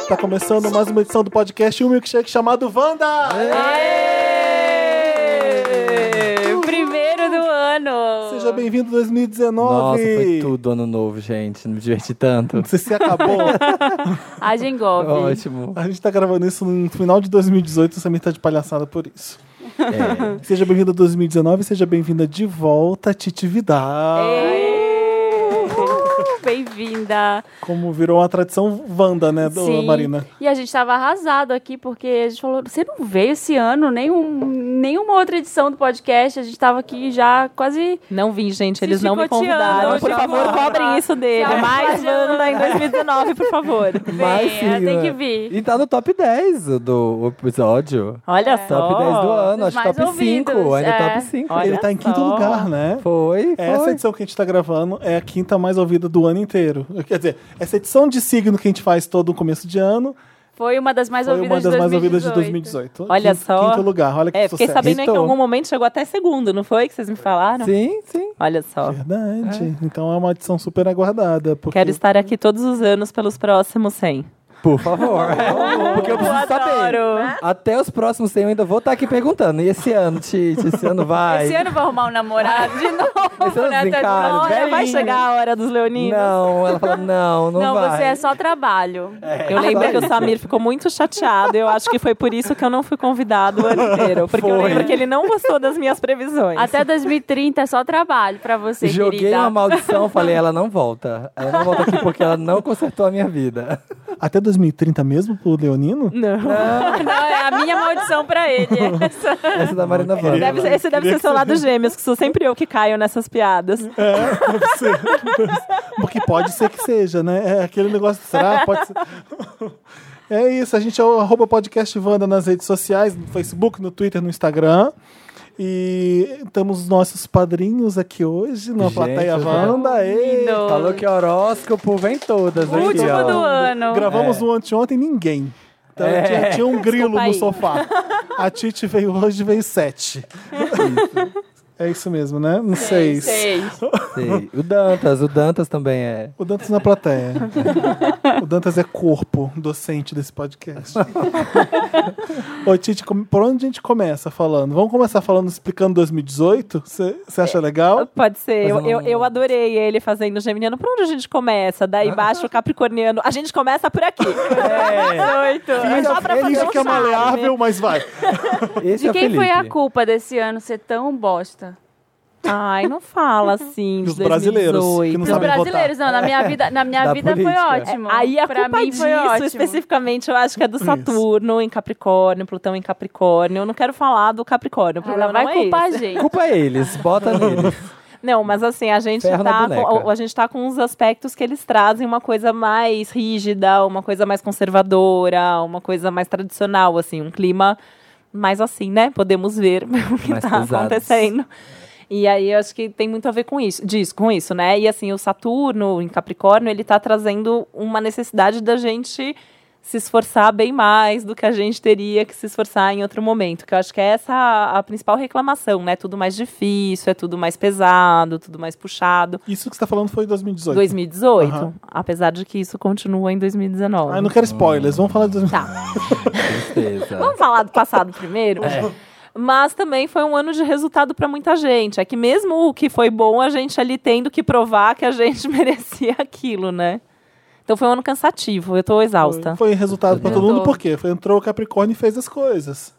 Tá começando mais uma edição do podcast Um Milkshake chamado Wanda! Aê! O primeiro do ano! Seja bem-vindo 2019! Nossa, foi tudo ano novo, gente. Não me diverti tanto. Não sei se acabou. A Gengob. Ótimo. A gente tá gravando isso no final de 2018, essa tá de palhaçada por isso. É. Seja bem-vindo a 2019, seja bem-vinda de volta, Titi Vidal. Bem-vinda! Como virou uma tradição Wanda, né, Sim. Marina? E a gente tava arrasado aqui, porque a gente falou, você não veio esse ano, nenhuma outra edição do podcast, a gente tava aqui já quase... Não vim, gente, Se eles não me chicoteando, convidaram. Por favor, tipo, cobrem isso dele. se Mais arranjando. Wanda em 2019, por favor. Mas Vem, sim, tem né? que vir. E tá no top 10 do episódio. Olha só. Top 10 do ano, Dos acho mais top 5. ouvidos, Ainda é. top 5. Olha Ele tá em quinto só. lugar, né? Foi. Essa edição que a gente tá gravando é a quinta mais ouvida do ano inteiro. Quer dizer, essa edição de signo que a gente faz todo no começo de ano Foi uma das mais foi ouvidas uma das mais ouvidas de 2018. 2018. Olha Quinto- só. Quinto lugar, olha que É, fiquei sucesso. sabendo que em Então. algum momento chegou até segundo, não foi que vocês me falaram? Sim, sim. Olha só. Verdade. Então é uma edição super aguardada. Porque... Quero estar aqui todos os anos pelos próximos 100. Por favor. Porque eu preciso saber. Até os próximos 100 eu ainda vou estar aqui perguntando. E esse ano, Titi? Esse ano vai? Esse ano vai arrumar um namorado de novo, Esse ano né? Tá de desencarna, volta. velhinho. Vai chegar a hora dos leoninos. Não, ela fala, não Não, vai. você é só trabalho. Eu lembro que o Samir ficou muito chateado. Eu acho que foi por isso que eu não fui convidado o ano inteiro. Porque eu Foi. lembro que ele não gostou das minhas previsões. Até 2030 é só trabalho pra você, Joguei querida. uma maldição, falei, ela não volta. Ela não volta aqui porque ela não consertou a minha vida. Até 2030 mesmo pro Leonino? Não. Não, é a minha maldição pra ele. Essa. Essa é da Marina Vanda. Esse deve ser seu lado gêmeos, que sou sempre eu que caio nessas piadas. Deve ser. Porque pode ser que seja, né? É aquele negócio, será? Pode ser. É isso, a gente é o @podcast Wanda nas redes sociais, no Facebook, no Twitter, no Instagram. E temos os nossos padrinhos aqui hoje, na Gente, plateia já- Wanda. Ei! Lindo. Falou que horóscopo vem todas aqui, Último ó. do ano. Gravamos um anteontem, ninguém. Então, tinha um grilo Desculpa no aí. sofá. A Titi veio hoje, veio 7. É isso mesmo, né? Um 6. Seis. Sei. O Dantas também é. O Dantas na plateia. O Dantas é corpo docente desse podcast. Ô, Titi, por onde a gente começa falando? Vamos começar falando, explicando 2018? Você acha legal? Pode ser. Mas Eu adorei ele fazendo geminiano. Por onde a gente começa? Daí baixo o capricorniano. A gente começa por aqui. Oito. Só pra fazer Finge um que é charme. maleável, mas vai. Esse De é o quem foi a Felipe. culpa desse ano ser tão bosta? Ai, não fala assim de Dos brasileiros, 2018. que não Dos sabem brasileiros, não. Na minha vida, Da foi política. ótimo. Aí a pra culpa mim foi disso, ótimo. especificamente, eu acho que é do Saturno em Capricórnio, Plutão em Capricórnio. Eu não quero falar do Capricórnio, o Ela problema vai não é culpar a esse. gente. Culpa é eles, bota neles. Não, mas assim, a gente Ferro na boneca. a gente tá com uns aspectos que eles trazem uma coisa mais rígida, uma coisa mais conservadora, uma coisa mais tradicional, assim, um clima mais assim, né? Podemos ver o que Mais tá pesados. acontecendo. E aí eu acho que tem muito a ver com isso, né? E assim, o Saturno em Capricórnio, ele tá trazendo uma necessidade da gente se esforçar bem mais do que a gente teria que se esforçar em outro momento. Que eu acho que é essa a principal reclamação, né? Tudo mais difícil, é tudo mais pesado, tudo mais puxado. Isso que você tá falando foi em 2018. 2018, Aham. apesar de que isso continua em 2019. Ai, não quero spoilers, vamos falar de 2018. Tá. Tristeza. Vamos falar do passado primeiro? Mas também foi um ano de resultado para muita gente. É que mesmo o que foi bom, a gente ali tendo que provar que a gente merecia aquilo, né? Então foi um ano cansativo, eu tô exausta. Foi resultado pra todo mundo, Tô. por quê? Entrou o Capricórnio e fez as coisas.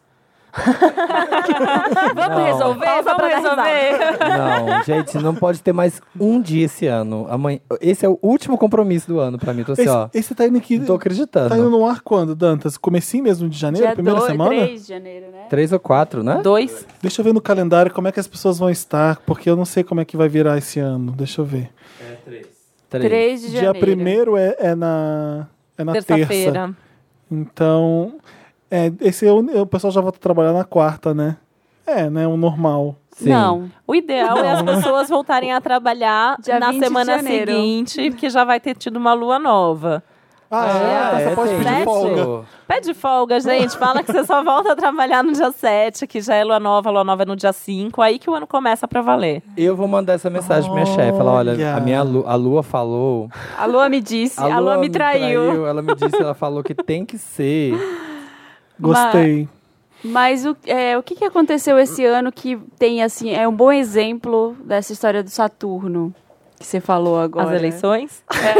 Vamos Não. resolver? Pausa pra Vamos dar resolver. Não, gente, não pode ter mais um dia esse ano. Amanhã, esse é o último compromisso do ano pra mim. Tô assim, ó. Esse tá indo aqui. Não tô acreditando. Tá indo no ar quando, Dantas? Comecinho mesmo de janeiro? Primeira semana? 3 de janeiro, né? 3 ou 4, né? 2. Deixa eu ver no calendário como é que as pessoas vão estar, porque eu não sei como é que vai virar esse ano. Deixa eu ver. 3 de Dia janeiro. 1º é na terça. Terça-feira. Então, o pessoal já volta a trabalhar na quarta, né? É, né? O normal. Sim. Não. O ideal é as pessoas voltarem a trabalhar Dia na 20 de semana janeiro. seguinte, porque já vai ter tido uma lua nova. Então você pode pedir folga. Pede folga, gente. Fala que você só volta a trabalhar no dia 7, que já é lua nova é no dia 5, aí que o ano começa pra valer. Eu vou mandar essa mensagem pra minha chefe. Falar, olha, a Lua falou... A Lua me disse, a Lua me traiu. Ela me disse, ela falou que tem que ser. Gostei. Mas o que aconteceu esse ano que tem, assim, é um bom exemplo dessa história do Saturno? Que você falou agora. As eleições?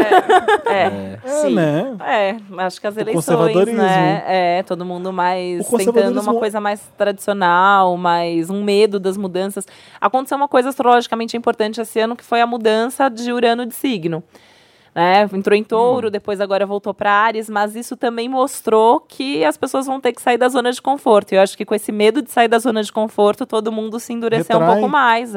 Sim. Né? Acho que as eleições, conservadorismo. né? Todo mundo mais O conservadorismo- tentando uma coisa mais tradicional, mais um medo das mudanças. Aconteceu uma coisa astrologicamente importante esse ano, que foi a mudança de Urano de signo. Né? Entrou em Touro, depois agora voltou para Áries, mas isso também mostrou que as pessoas vão ter que sair da zona de conforto. E eu acho que com esse medo de sair da zona de conforto, todo mundo se endureceu um pouco mais,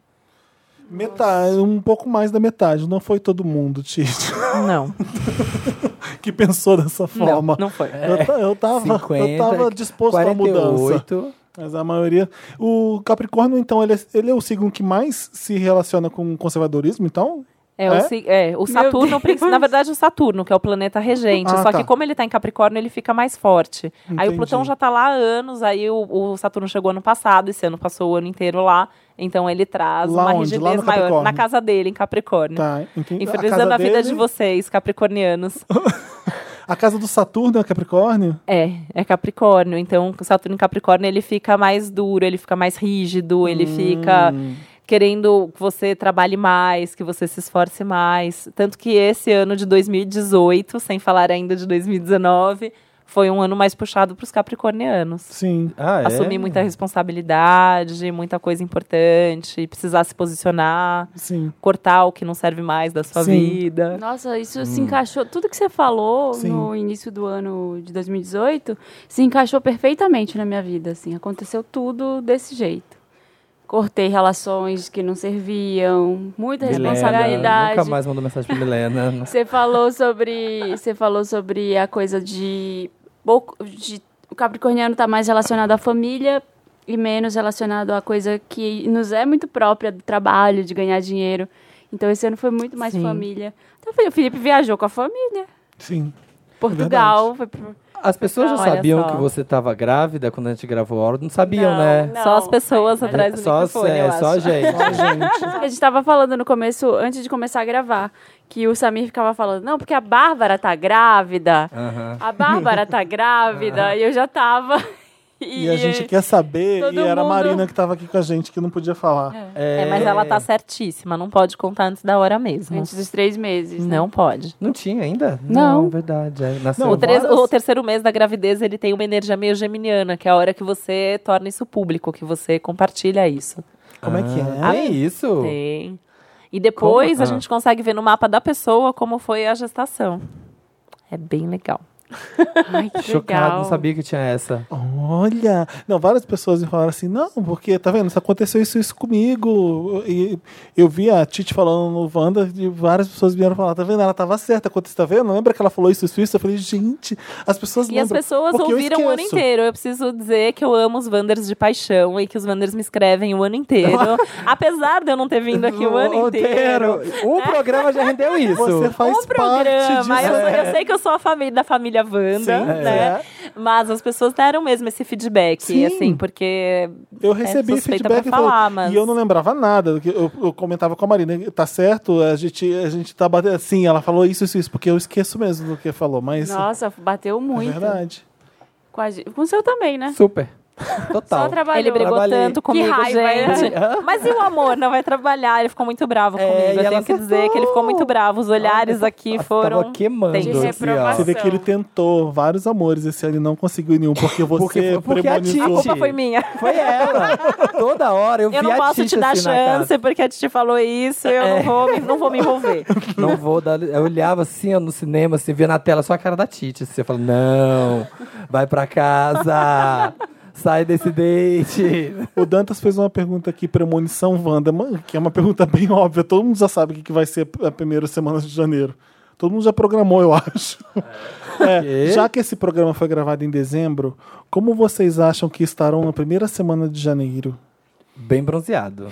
Metade, um pouco mais da metade. Não foi todo mundo, Tite, Não. que pensou dessa forma. Não foi. Eu tava disposto à mudança. 48. Mas a maioria... O Capricórnio, então, ele é o signo que mais se relaciona com o conservadorismo, então... O Saturno, na verdade, o Saturno, que é o planeta regente. Só que como ele está em Capricórnio, ele fica mais forte. Entendi. Aí o Plutão já está lá há anos, aí o Saturno chegou ano passado, esse ano passou o ano inteiro lá. Então ele traz Lá uma onde? Lá rigidez no maior. Capricórnio? Na casa dele, em Capricórnio. Tá, entendi. Infernizando a vida de vocês, capricornianos. A casa do Saturno é Capricórnio? É Capricórnio. Então, o Saturno em Capricórnio, ele fica mais duro, ele fica mais rígido, ele fica querendo que você trabalhe mais, que você se esforce mais. Tanto que esse ano de 2018, sem falar ainda de 2019, foi um ano mais puxado para os capricornianos. Sim. Assumir muita responsabilidade, muita coisa importante, precisar se posicionar, Sim. cortar o que não serve mais da sua vida. Nossa, isso se encaixou. Tudo que você falou no início do ano de 2018 se encaixou perfeitamente na minha vida. Assim. Aconteceu tudo desse jeito. Cortei relações que não serviam, muita responsabilidade. Nunca mais mandou mensagem pra Milena. Você falou sobre a coisa de o capricorniano está mais relacionado à família e menos relacionado à coisa que nos é muito própria do trabalho, de ganhar dinheiro. Então esse ano foi muito mais família. Então, o Felipe viajou com a família. Sim. Portugal, foi pro... As pessoas já Olha sabiam só. que você estava grávida quando a gente gravou a hora? Não sabiam, né? Não. Só as pessoas atrás do microfone, eu acho. Só a gente. A gente estava falando no começo, antes de começar a gravar, que o Samir ficava falando, não, porque a Bárbara tá grávida. A Bárbara tá grávida. E eu já tava... E a gente quer saber, todo e era a mundo- Marina que estava aqui com a gente, que não podia falar. Mas ela tá certíssima, não pode contar antes da hora mesmo. Antes dos 3 meses. né? Não pode. Não tinha ainda? Não. Verdade. Nasceu Não, O terceiro mês da gravidez, ele tem uma energia meio geminiana, que é a hora que você torna isso público, que você compartilha isso. Como é que é? É isso? Tem. E depois Como? a gente consegue ver no mapa da pessoa como foi a gestação. É bem legal. Ai, que Chocado, legal. não sabia que tinha essa. Olha! Não, várias pessoas me falaram assim, não, porque, tá vendo, isso aconteceu isso comigo. E eu vi a Titi falando no Wanda e várias pessoas vieram falar, tá vendo, ela tava certa, aconteceu, tá vendo? Lembra que ela falou isso? Eu falei, gente, as pessoas E lembram. as pessoas porque eu ouviram o ano esqueço. inteiro. Eu preciso dizer que eu amo os Wanders de paixão e que os Wanders me escrevem o ano inteiro. Apesar de eu não ter vindo aqui o ano inteiro. Um programa já rendeu isso. Você faz Um parte programa. disso. Eu sei que eu sou da família Wanda, Sim, né? Mas as pessoas deram mesmo esse feedback, Sim. assim, porque Eu recebi suspeita feedback pra falar, mas... e eu não lembrava nada. Eu comentava com a Marina, tá certo? A gente tá batendo. Sim, ela falou isso, porque eu esqueço mesmo do que falou, mas Nossa, bateu é muito. verdade. Com o seu também, né? Super. Só Total. trabalhou. Ele brigou Trabalhei. tanto comigo, raiva, gente. né? Mas e o amor? Não vai trabalhar. Ele ficou muito bravo comigo. e Eu ela tenho que dizer acertou. que ele ficou muito bravo. Os olhares aqui foram... Tava queimando tensos. De aqui, ó. reprovação. Você vê que ele tentou vários amores esse ano e não conseguiu nenhum, porque você Porque a A premonizou. culpa foi minha. Foi ela. Toda hora eu vi Eu não a posso Titi te dar assim na chance, casa. porque a Titi falou isso. Eu não vou me envolver. Não vou dar. Eu olhava assim, ó, no cinema, assim, via na tela só a cara da Titi. Assim, eu falo, não, vai pra casa. Sai desse date. O Dantas fez uma pergunta aqui, premonição Wanda, que é uma pergunta bem óbvia. Todo mundo já sabe o que vai ser a primeira semana de janeiro. Todo mundo já programou, eu acho. Quê? Já que esse programa foi gravado em dezembro, como vocês acham que estarão na primeira semana de janeiro? Bem bronzeado.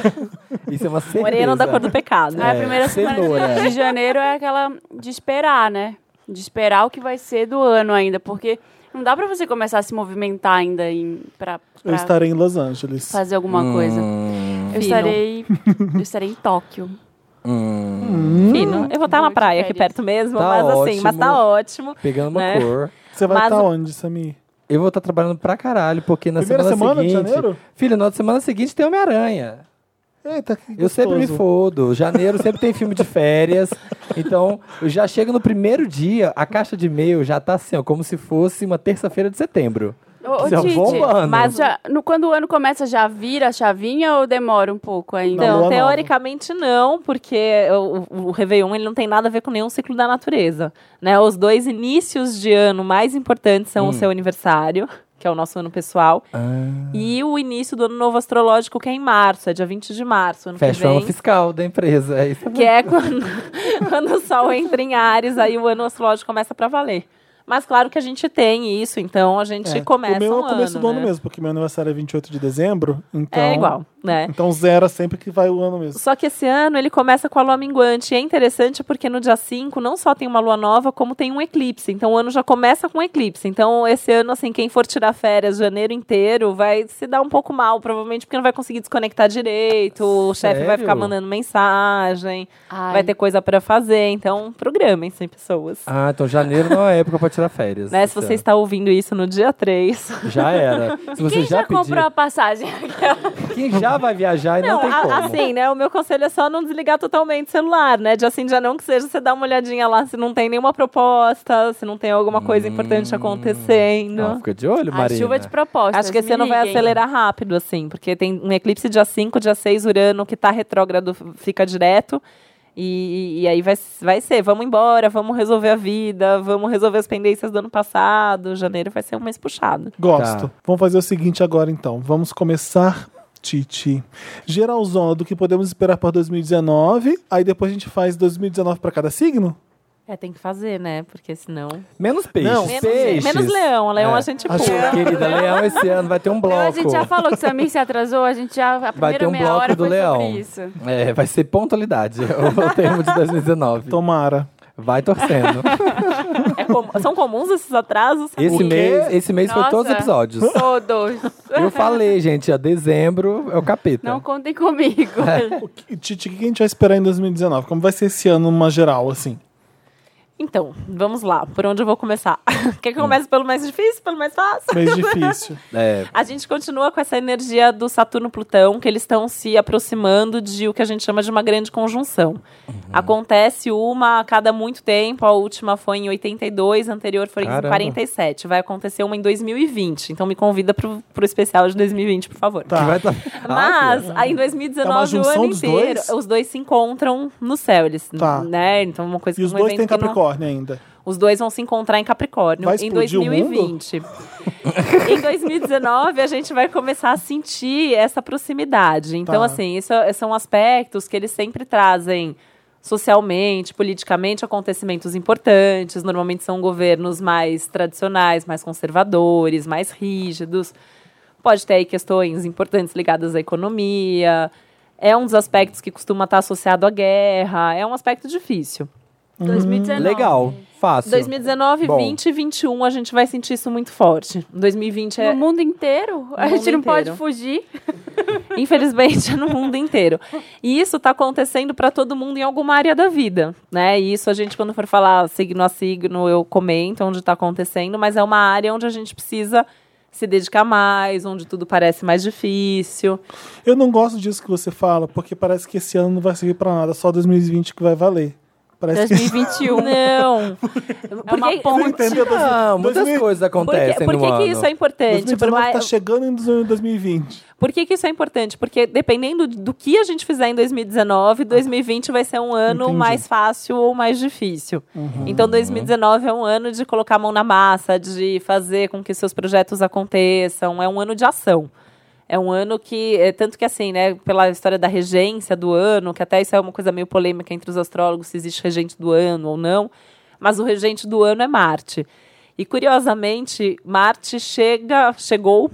Isso é uma certeza. Moreno da cor do pecado. A primeira semana cenoura. de janeiro é aquela de esperar, né? De esperar o que vai ser do ano ainda, porque não dá pra você começar a se movimentar ainda pra Eu estarei em Los Angeles. fazer alguma coisa. Eu estarei em Tóquio. Fino. Eu vou estar na Vou de praia aqui férias. perto mesmo, Tá mas tá ótimo. Pegando uma né? cor. Você vai Mas estar o- onde, Samir? Eu vou estar trabalhando pra caralho, porque na Primeira semana de seguinte... janeiro? Filho, na semana seguinte tem Homem-Aranha. Eita, que Eu sempre me gostoso. fodo. Janeiro sempre tem filme de férias. Então, eu já chego no primeiro dia, a caixa de e-mail já tá assim, ó, como se fosse uma terça-feira de setembro. Ô, Assim, ó, Tite, bombando. mas quando o ano começa, já vira a chavinha ou demora um pouco ainda? Não, Então, lua nova. teoricamente não, porque o Réveillon ele não tem nada a ver com nenhum ciclo da natureza. Né? Os 2 inícios de ano mais importantes são o seu aniversário, que é o nosso ano pessoal, e o início do ano novo astrológico, que é em março, é dia 20 de março, ano Fecha que o ano vem. fiscal da empresa. É isso. Que é quando o Sol entra em Áries, aí o ano astrológico começa pra valer. Mas claro que a gente tem isso, então a gente começa O meu é um o começo ano, do ano né? mesmo, porque meu aniversário é 28 de dezembro. Então, É igual, né? Então zero sempre que vai o ano mesmo. Só que esse ano ele começa com a lua minguante. E é interessante porque no dia 5 não só tem uma lua nova, como tem um eclipse. Então o ano já começa com um eclipse. Então esse ano, assim, quem for tirar férias janeiro inteiro vai se dar um pouco mal, provavelmente porque não vai conseguir desconectar direito. O chefe vai Sério? ficar mandando mensagem, Ai. vai ter coisa pra fazer. Então programem-se, pessoas. Ah, então janeiro não é época pra tirar férias. Né? Se você está ouvindo isso no dia 3. Já era. Se você Quem já pediu, comprou a passagem? quem já vai viajar e não, tem como. assim, né? O meu conselho é só não desligar totalmente o celular, né? De assim, já não que seja você dar uma olhadinha lá se não tem nenhuma proposta, se não tem alguma coisa importante acontecendo. Não, fica de olho, A Marina. chuva de propostas. Acho que esse me ano vai liguem. acelerar rápido, assim, porque tem um eclipse dia 5, dia 6, Urano, que tá retrógrado, fica direto. E aí vai ser, vamos embora, vamos resolver a vida, vamos resolver as pendências do ano passado. Janeiro vai ser um mês puxado. Gosto. Tá. Vamos fazer o seguinte agora, então. Vamos começar, Titi. Geralzona do que podemos esperar para 2019. Aí depois a gente faz 2019 para cada signo? Tem que fazer, né? Porque senão... Menos peixes. Não, Peixes. Menos leão. Leão É. a gente Acho pula. Querida, leão esse ano vai ter um bloco. A gente já falou que o Samir se atrasou, a gente já. A Vai primeira ter um meia bloco hora do foi leão. sobre isso. É, vai ser pontualidade, o termo de 2019. Tomara. Vai torcendo. São comuns esses atrasos? Esse mês foi Nossa. todos os episódios. Todos. Eu falei, gente, ó, dezembro é o capeta. Não contem comigo. Titi, o que a gente vai esperar em 2019? Como vai ser esse ano, numa geral, assim? Então, vamos lá. Por onde eu vou começar? Quer que eu comece pelo mais difícil, pelo mais fácil? Mês difícil. É, A gente continua com essa energia do Saturno-Plutão, que eles estão se aproximando de o que a gente chama de uma grande conjunção. Acontece uma a cada muito tempo, a última foi em 82, a anterior foi Caramba. em 47. Vai acontecer uma em 2020, então me convida pro especial de 2020, por favor. Tá. que vai tá... Mas, aí em É uma 2019, o junção ano dos inteiro, dois? os dois se encontram no céu. Eles, Tá. né? Então, uma coisa E os um dois evento têm que não- Capricórnio ainda. Os dois vão se encontrar em Capricórnio Vai em explodir o mundo? 2020. Em 2019, a gente vai começar a sentir essa proximidade. Então, Tá. assim, isso são aspectos que eles sempre trazem socialmente, politicamente, acontecimentos importantes. Normalmente são governos mais tradicionais, mais conservadores, mais rígidos. Pode ter aí questões importantes ligadas à economia. É um dos aspectos que costuma estar associado à guerra. É um aspecto difícil. 2019. Legal, fácil. 2019, Bom. 20 e 21 a gente vai sentir isso muito forte. 2020 No mundo inteiro? A mundo gente não pode inteiro. fugir. infelizmente, é no mundo inteiro. E isso está acontecendo para todo mundo em alguma área da vida, né? E isso a gente, quando for falar signo a signo, eu comento onde está acontecendo, mas é uma área onde a gente precisa se dedicar mais, onde tudo parece mais difícil. Eu não gosto disso que você fala, porque parece que esse ano não vai servir pra nada, só 2020 que vai valer. Parece que 2021. Não. É uma ponte. entendeu? Não, muitas 2000 coisas acontecem Por no que ano. isso é importante? 2019 tá chegando em 2020. Por que isso é importante? Porque dependendo do que a gente fizer em 2019, 2020 vai ser um ano Entendi. mais fácil ou mais difícil. Então, 2019 é um ano de colocar a mão na massa, de fazer com que seus projetos aconteçam. É um ano de ação. É um ano que, tanto que assim, né, pela história da regência do ano, que até isso é uma coisa meio polêmica entre os astrólogos, se existe regente do ano ou não, mas o regente do ano é Marte. E, curiosamente, Marte chegou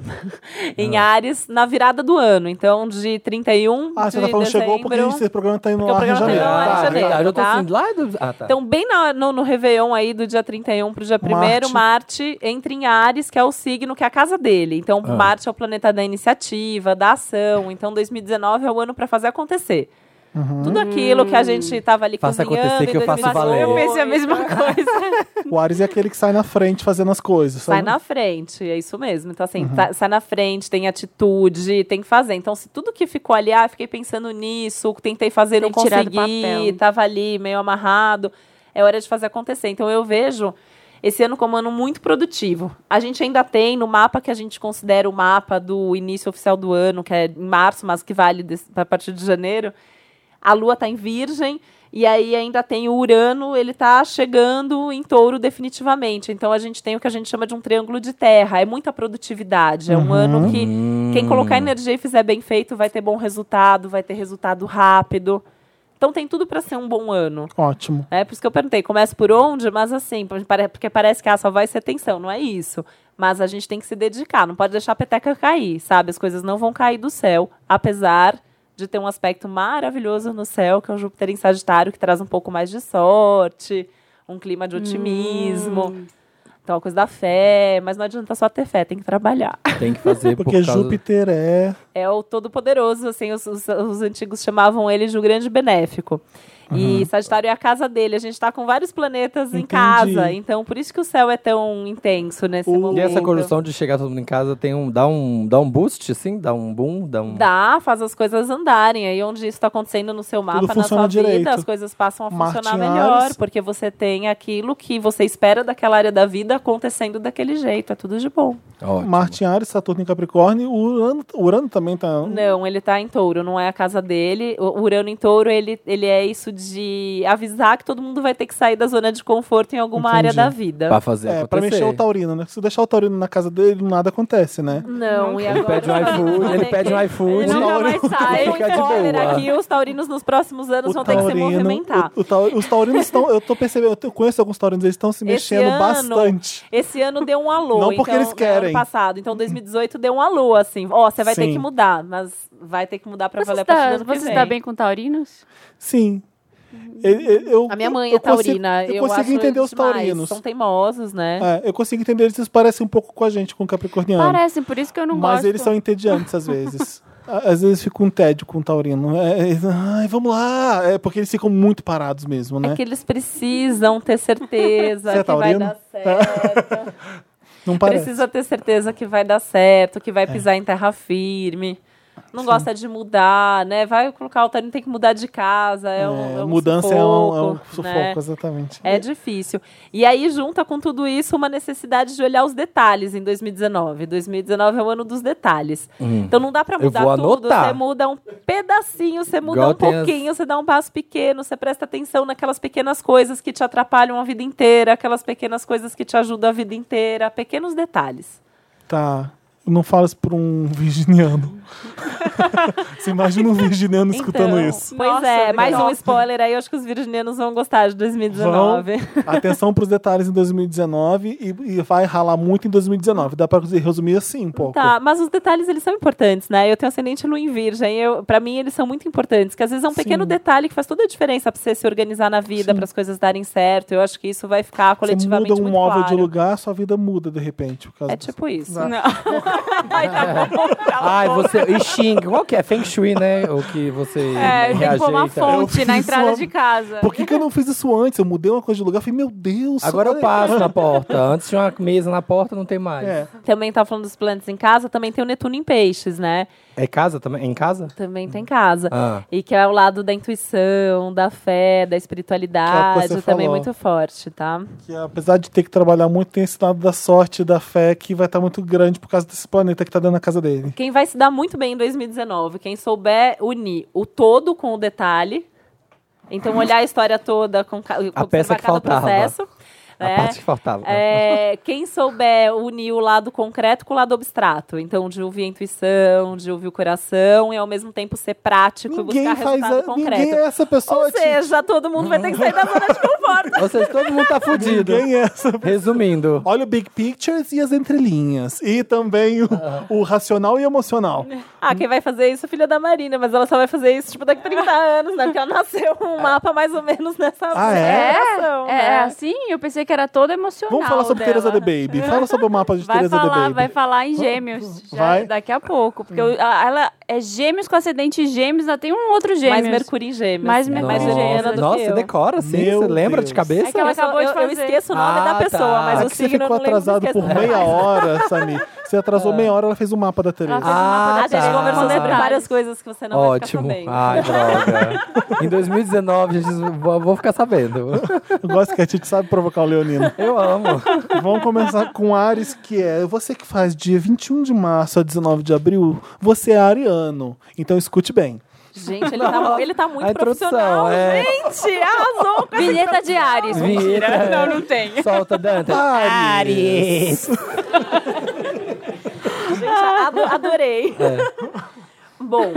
em Áries na virada do ano. Então, de 31 Você de tá falando dezembro... chegou porque esse programa tá indo Porque o lá em programa tá janeiro. indo lá em janeiro. verdade, eu tô tá? assim, lá do... Ah, tá. Então, bem no Réveillon aí, do dia 31 pro dia 1º, Marte entra em Áries, que é o signo que é a casa dele. Então, Marte é o planeta da iniciativa, da ação. Então, 2019 é o ano para fazer acontecer. Tudo aquilo que a gente tava ali Faça cozinhando acontecer que em eu faço 2018. valer. Eu pensei a mesma coisa. O Ares é aquele que sai na frente fazendo as coisas. Sai sabe? na frente, é isso mesmo. Então, assim, sai na frente, tem atitude, tem que fazer. Então, se tudo que ficou ali, fiquei pensando nisso, tentei fazer, Tem não que tirar do consegui, papel. tava ali meio amarrado, é hora de fazer acontecer. Então, eu vejo esse ano como um ano muito produtivo. A gente ainda tem, no mapa que a gente considera o mapa do início oficial do ano, que é em março, mas que vale a partir de janeiro, a Lua está em Virgem, e aí ainda tem o Urano, ele está chegando em Touro definitivamente. Então, a gente tem o que a gente chama de um triângulo de terra. É muita produtividade. É um ano que quem colocar energia e fizer bem feito vai ter bom resultado, vai ter resultado rápido. Então, tem tudo para ser um bom ano. Ótimo. Por isso que eu perguntei, começa por onde? Mas assim, porque parece que só vai ser tensão. Não é isso. Mas a gente tem que se dedicar. Não pode deixar a peteca cair, sabe? As coisas não vão cair do céu, apesar de ter um aspecto maravilhoso no céu, que é o Júpiter em Sagitário, que traz um pouco mais de sorte, um clima de otimismo, então a coisa da fé, mas não adianta só ter fé, tem que trabalhar. Tem que fazer Porque por causa... Júpiter é... É o todo-poderoso, assim, os antigos chamavam ele de o grande benéfico. E Sagitário é a casa dele. A gente está com vários planetas em casa. Então, por isso que o céu é tão intenso nesse momento. E essa conjunção de chegar todo mundo em casa dá um boost, assim? Dá um boom? Dá, faz as coisas andarem. Aí onde isso está acontecendo no seu mapa, na funciona sua vida, direito. as coisas passam a Marte funcionar em melhor. Áries. Porque você tem aquilo que você espera daquela área da vida acontecendo daquele jeito. É tudo de bom. Ótimo. Marte em Ares, Saturno em Capricórnio. O Urano também tá... Não, ele tá em Touro, não é a casa dele. O Urano em Touro, ele é isso de avisar que todo mundo vai ter que sair da zona de conforto em alguma área da vida. Pra fazer acontecer. Pra mexer o taurino, né? Se deixar o taurino na casa dele, nada acontece, né? Não, e Ele agora... pede um iFood, ele pede um iFood. Ele nunca mais sai. Fica de Spoiler boa. aqui, os taurinos nos próximos anos vão ter que se movimentar. Os taurinos estão... Eu tô percebendo, eu conheço alguns taurinos, eles estão se mexendo bastante. Esse ano deu um alô. Não porque eles querem. Ano passado. Então, 2018 deu um alô, assim. Você vai ter Sim. que mudar, mas vai ter que mudar pra valer Você a partir do ano que está vem. bem com taurinos? Sim. A minha mãe é taurina. Eu consigo acho entender eles os taurinos. demais. São teimosos, né? Eu consigo entender, eles parecem um pouco com a gente, com o capricorniano. Parecem, por isso que eu não gosto. Mas eles são entediantes às vezes. Às vezes fica um tédio com o taurino. Ai, vamos lá. É porque eles ficam muito parados mesmo, né? É que eles precisam ter certeza Você é que vai taurino? dar certo. Não parece. Precisa ter certeza que vai dar certo, que vai pisar em terra firme. Não gosta de mudar, né? Vai colocar o taurino, tem que mudar de casa. É um mudança sufoco, é um sufoco, né? exatamente. É difícil. E aí, junta com tudo isso, uma necessidade de olhar os detalhes em 2019. 2019 é o ano dos detalhes. Então, não dá pra Eu mudar vou tudo. anotar. Você muda um pedacinho, você muda Igual um tem pouquinho, você dá um passo pequeno, você presta atenção naquelas pequenas coisas que te atrapalham a vida inteira, aquelas pequenas coisas que te ajudam a vida inteira, pequenos detalhes. Tá. Não fala isso pra um virginiano. Você imagina um virginiano escutando Então, isso. Pois Nossa, é, mais um nossa. spoiler aí, eu acho que os virginianos vão gostar de 2019. Atenção pros detalhes em 2019 e vai ralar muito em 2019. Dá pra resumir assim um pouco. Tá, mas os detalhes, eles são importantes, né? Eu tenho ascendente lua em virgem, pra mim eles são muito importantes, que às vezes é um pequeno Sim. detalhe que faz toda a diferença pra você se organizar na vida, para as coisas darem certo. Eu acho que isso vai ficar Você coletivamente muda um muito móvel claro. de lugar, sua vida muda de repente. Por causa É tipo isso. Não. Ai, tá bom. Ai, você... E Xing, qual que é? Feng Shui, né? O que você Tem que pôr uma reajeita. Eu fonte fiz na isso entrada uma- de casa. Por que eu não fiz isso antes? Eu mudei uma coisa de lugar. Eu falei, meu Deus. Agora eu olha- passo na porta. Antes tinha uma mesa na porta, não tem mais. É. Também tá falando dos planetas em casa, também tem o Netuno em peixes, né? É casa também? É em casa? Também tem casa. Ah. E que é o lado da intuição, da fé, da Que é espiritualidade, o que você também falou. muito forte, tá? Que apesar de ter que trabalhar muito, tem esse lado da sorte, da fé, que vai estar muito grande por causa desse planeta que tá dentro da casa dele. Quem vai se dar muito bem em 2019, quem souber unir o todo com o detalhe, então olhar a história toda, com A peça observar que cada faltava. processo, A parte que faltava. Quem souber unir o lado concreto com o lado abstrato. Então, de ouvir a intuição, de ouvir o coração e ao mesmo tempo ser prático e buscar resultado concreto. Ninguém é essa pessoa. Ou seja, todo mundo vai ter que sair da zona de conforto. Ou seja, todo mundo tá fudido. Ninguém é essa pessoa. Resumindo. Olha o Big Pictures e as entrelinhas. E também o racional e emocional. Quem vai fazer isso é filha da Marina, mas ela só vai fazer isso, tipo, daqui 30 anos, né? Porque ela nasceu um mapa mais ou menos nessa geração, né? É assim? Eu pensei que era todo emocional. Vamos falar sobre dela. Teresa The Baby. Fala sobre o mapa de Teresa The Baby. Vai falar em gêmeos Vai? daqui a pouco. Porque ela é gêmeos com ascendente em gêmeos, ainda tem um outro gêmeos. Mais Mercúrio em gêmeos. Mais Mercúrio mais gêmea do Nossa, que você eu. decora, assim? Meu Você lembra Deus. de cabeça? É que ela acabou de eu fazer. esqueço o nome da pessoa, mas É o que você signo ficou eu não lembro. atrasado por esqueço. meia hora, Samir. Você atrasou meia hora, ela fez o mapa da Teresa. Ela fez um mapa da A gente Teresa conversou com sobre detalhes. várias coisas que você não vai ficar Ótimo. sabendo. Ai, droga. Em 2019, gente, vou ficar sabendo. Eu gosto que a Titi sabe provocar o leonino. Eu amo. Vamos começar com Áries, que é você que faz dia 21 de março a 19 de abril, você é ariano. Então escute bem. Gente, ele tá muito A introdução, profissional. é. Gente, arrasou com essa Vinheta de Ares. Vinheta. Mentira. Não tem. Solta, Dante. Áries. Gente, adorei. Bom,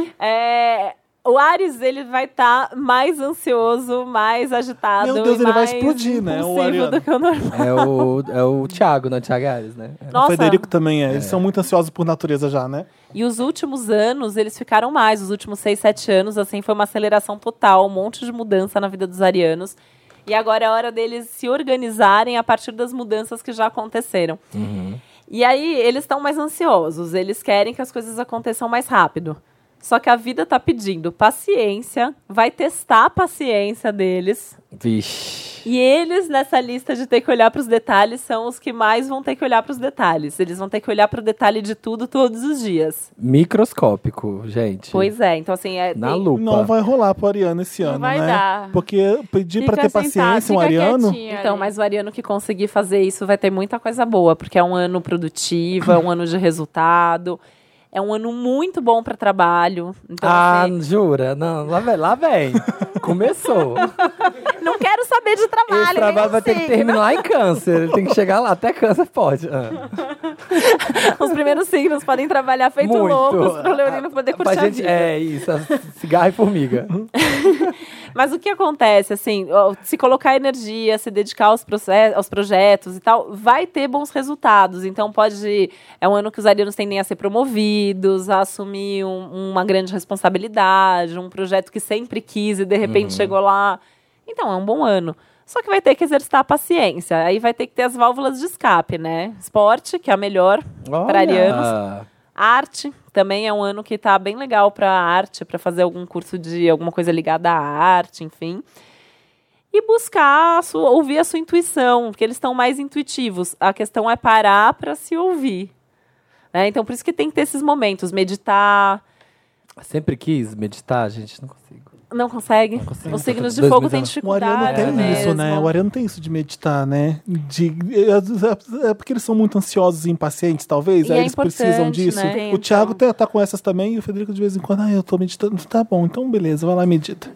o Ares, ele vai estar mais ansioso, mais agitado. Meu Deus, e ele vai mais explodir, né, o impulsivo ariano. do que o normal. É o Thiago, né? Thiago Ares, né? O Nossa, Federico também é. Eles são muito ansiosos por natureza já, né? e os últimos anos, eles ficaram mais. Os últimos 6, 7 anos, assim, foi uma aceleração total. Um monte de mudança na vida dos arianos. E agora é hora deles se organizarem a partir das mudanças que já aconteceram. E aí, eles estão mais ansiosos. Eles querem que as coisas aconteçam mais rápido. Só que a vida tá pedindo paciência, vai testar a paciência deles. Vixe. E eles, nessa lista de ter que olhar para os detalhes, são os que mais vão ter que olhar para os detalhes. Eles vão ter que olhar para o detalhe de tudo todos os dias. Microscópico, gente. Pois é, então assim... Na lupa. Não vai rolar pro ariano esse ano, vai né? dar. Porque pedir pra Fica ter paciência sentado, um fica ariano... quietinho Então, ali. mas o ariano que conseguir fazer isso vai ter muita coisa boa, porque é um ano produtivo, é um ano de resultado, é um ano muito bom para trabalho. Então, assim, Jura? Não, lá vem. Começou. não quero saber de trabalho. Esse trabalho nem vai ter que signo. terminar em câncer. Ele tem que chegar lá. Até câncer pode. Os primeiros signos podem trabalhar feito Muito. loucos para o leonino poder Pra curtir a gente, vida. é isso. Cigarro e formiga. Mas o que acontece, assim, se colocar energia, se dedicar aos projetos e tal, vai ter bons resultados. Então é um ano que os arianos tendem a ser promovidos, a assumir uma grande responsabilidade, um projeto que sempre quis e de repente chegou lá. Então, é um bom ano. Só que vai ter que exercitar a paciência. Aí vai ter que ter as válvulas de escape, né? Esporte, que é a melhor para arianos. Arte, também é um ano que tá bem legal para arte, para fazer algum curso de alguma coisa ligada à arte, enfim. E buscar, ouvir a sua intuição, porque eles estão mais intuitivos. A questão é parar para se ouvir. Né? Então, por isso que tem que ter esses momentos. Meditar. Sempre quis meditar, gente. Não consigo. Não consegue? consigo. Os signos de 2019. fogo têm O dificuldade ariano tem mesmo. isso, né? O ariano tem isso de meditar, né? É porque eles são muito ansiosos e impacientes, talvez. E Aí é eles precisam importante, disso. né? O Thiago tá com essas também e o Federico de vez em quando, eu tô meditando. Tá bom, então beleza, vai lá e medita.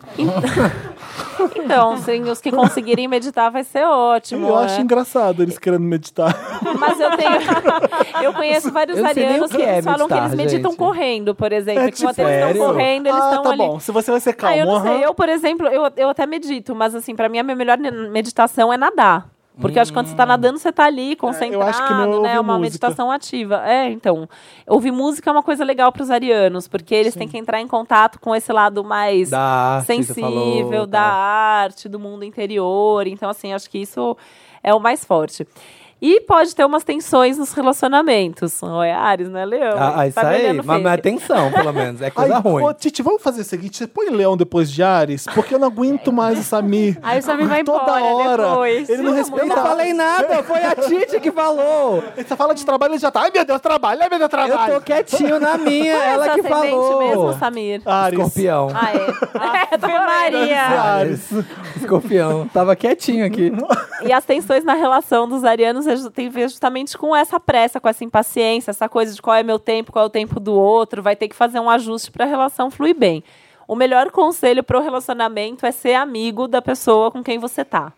Então, sim, os que conseguirem meditar vai ser ótimo. Eu né? acho engraçado eles querendo meditar. Mas eu conheço vários Eu não sei nem arianos o que que é eles falam que meditar, eles meditam gente. correndo, por exemplo. É que enquanto tipo, eles estão sério? correndo, eles estão tá ali. bom. Se você vai ser calmo. Eu não sei. aham. Eu, por exemplo, eu até medito, mas assim, pra mim a minha melhor meditação é nadar. Porque eu acho que quando você tá nadando, você tá ali, concentrado, acho que o meu é né? ouvir É uma música. meditação ativa. Então, ouvir música é uma coisa legal pros arianos, porque eles têm que entrar em contato com esse lado mais Da arte, que você sensível, falou, da tá. arte, do mundo interior. Então, assim, acho que isso é o mais forte. E pode ter umas tensões nos relacionamentos. Não é Ares, não é Leão? Isso Tá me aí. olhando Mas feio. é atenção, pelo menos. É coisa Ai, ruim. ô, Titi, vamos fazer o seguinte: você põe Leão depois de Ares, porque eu não aguento mais o Samir. Aí o Samir vai Toda embora hora. depois. Ele não Eu respeita. não falei nada, foi a Titi que falou. Você fala de trabalho, ele já tá. Ai, meu Deus, trabalho, ai, meu Deus, trabalho. Eu tô quietinho na minha, ela Essa que ascendente falou. mesmo, Samir. Ares. Escorpião. Ah, é. Ave Maria. Ares. Escorpião. Tava quietinho aqui. E as tensões na relação dos arianos tem a ver justamente com essa pressa, com essa impaciência, essa coisa de qual é meu tempo, qual é o tempo do outro. Vai ter que fazer um ajuste para a relação fluir bem. O melhor conselho para o relacionamento é ser amigo da pessoa com quem você tá.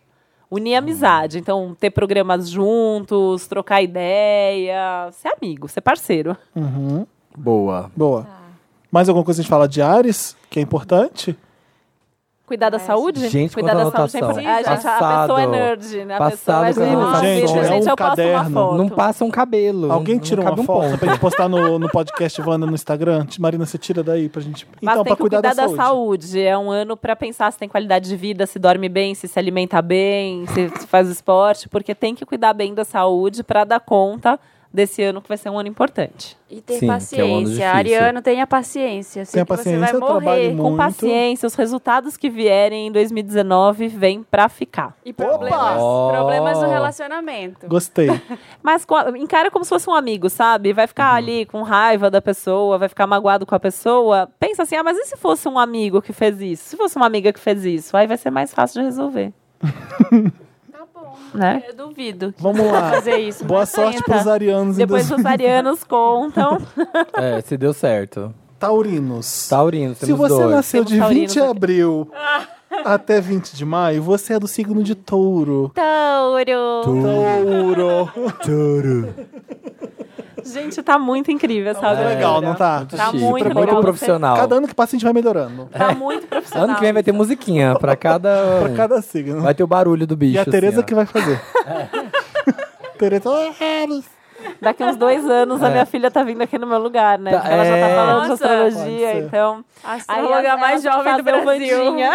unir amizade. Então, ter programas juntos, trocar ideia, ser amigo, ser parceiro. Boa. Boa. Mais alguma coisa a gente fala de Áries, que é importante? Cuidar da saúde? Gente, Cuidar quanta da saúde é anotação. importante. A pessoa é nerd, né? A Passado, pessoa é com de Gente, gente, é um eu posto uma caderno. foto. Não passa um cabelo. Alguém não tira uma cabe um foto ponto. pra gente postar no podcast Wanda no Instagram? Marina, você tira daí pra gente. Mas Então, tem pra que cuidar cuidar da saúde. É um ano pra pensar se tem qualidade de vida, se dorme bem, se alimenta bem, se faz esporte, porque tem que cuidar bem da saúde pra dar conta desse ano que vai ser um ano importante. E ter Sim, que é um ano paciência. difícil. Ariano, tenha paciência. Sei Tenha que você paciência, vai trabalhe morrer. muito. Com paciência, os resultados que vierem em 2019 vêm pra ficar. E problemas, Opa! problemas no relacionamento. Gostei. Mas encara como se fosse um amigo, sabe? Vai ficar ali com raiva da pessoa, vai ficar magoado com a pessoa. Pensa assim, mas e se fosse um amigo que fez isso? Se fosse uma amiga que fez isso? Aí vai ser mais fácil de resolver. Tá bom. Né? Eu duvido. Vamos lá. Fazer isso. Boa mas sorte tenta. pros arianos. em Depois os arianos contam. É, se deu certo. Taurinos. Taurino, Se temos você dois. nasceu Temos de 20 taurinos de aqui. abril até 20 de maio, você é do signo de Touro. Touro. Touro. Gente, tá muito incrível essa Tá legal, não tá? Tá Chique, muito muito legal. profissional. Cada ano que passa a gente vai melhorando. Tá muito profissional. Ano que vem vai ter musiquinha pra cada Pra cada signo. Vai ter o barulho do bicho. E a Tereza assim, que vai fazer. Tereza, Daqui uns 2 anos a minha filha tá vindo aqui no meu lugar, né? Tá, Porque ela já tá falando de Nossa. astrologia, Pode ser. então... A Aí astróloga mais jovem do fazer o Brasil. Wandinha.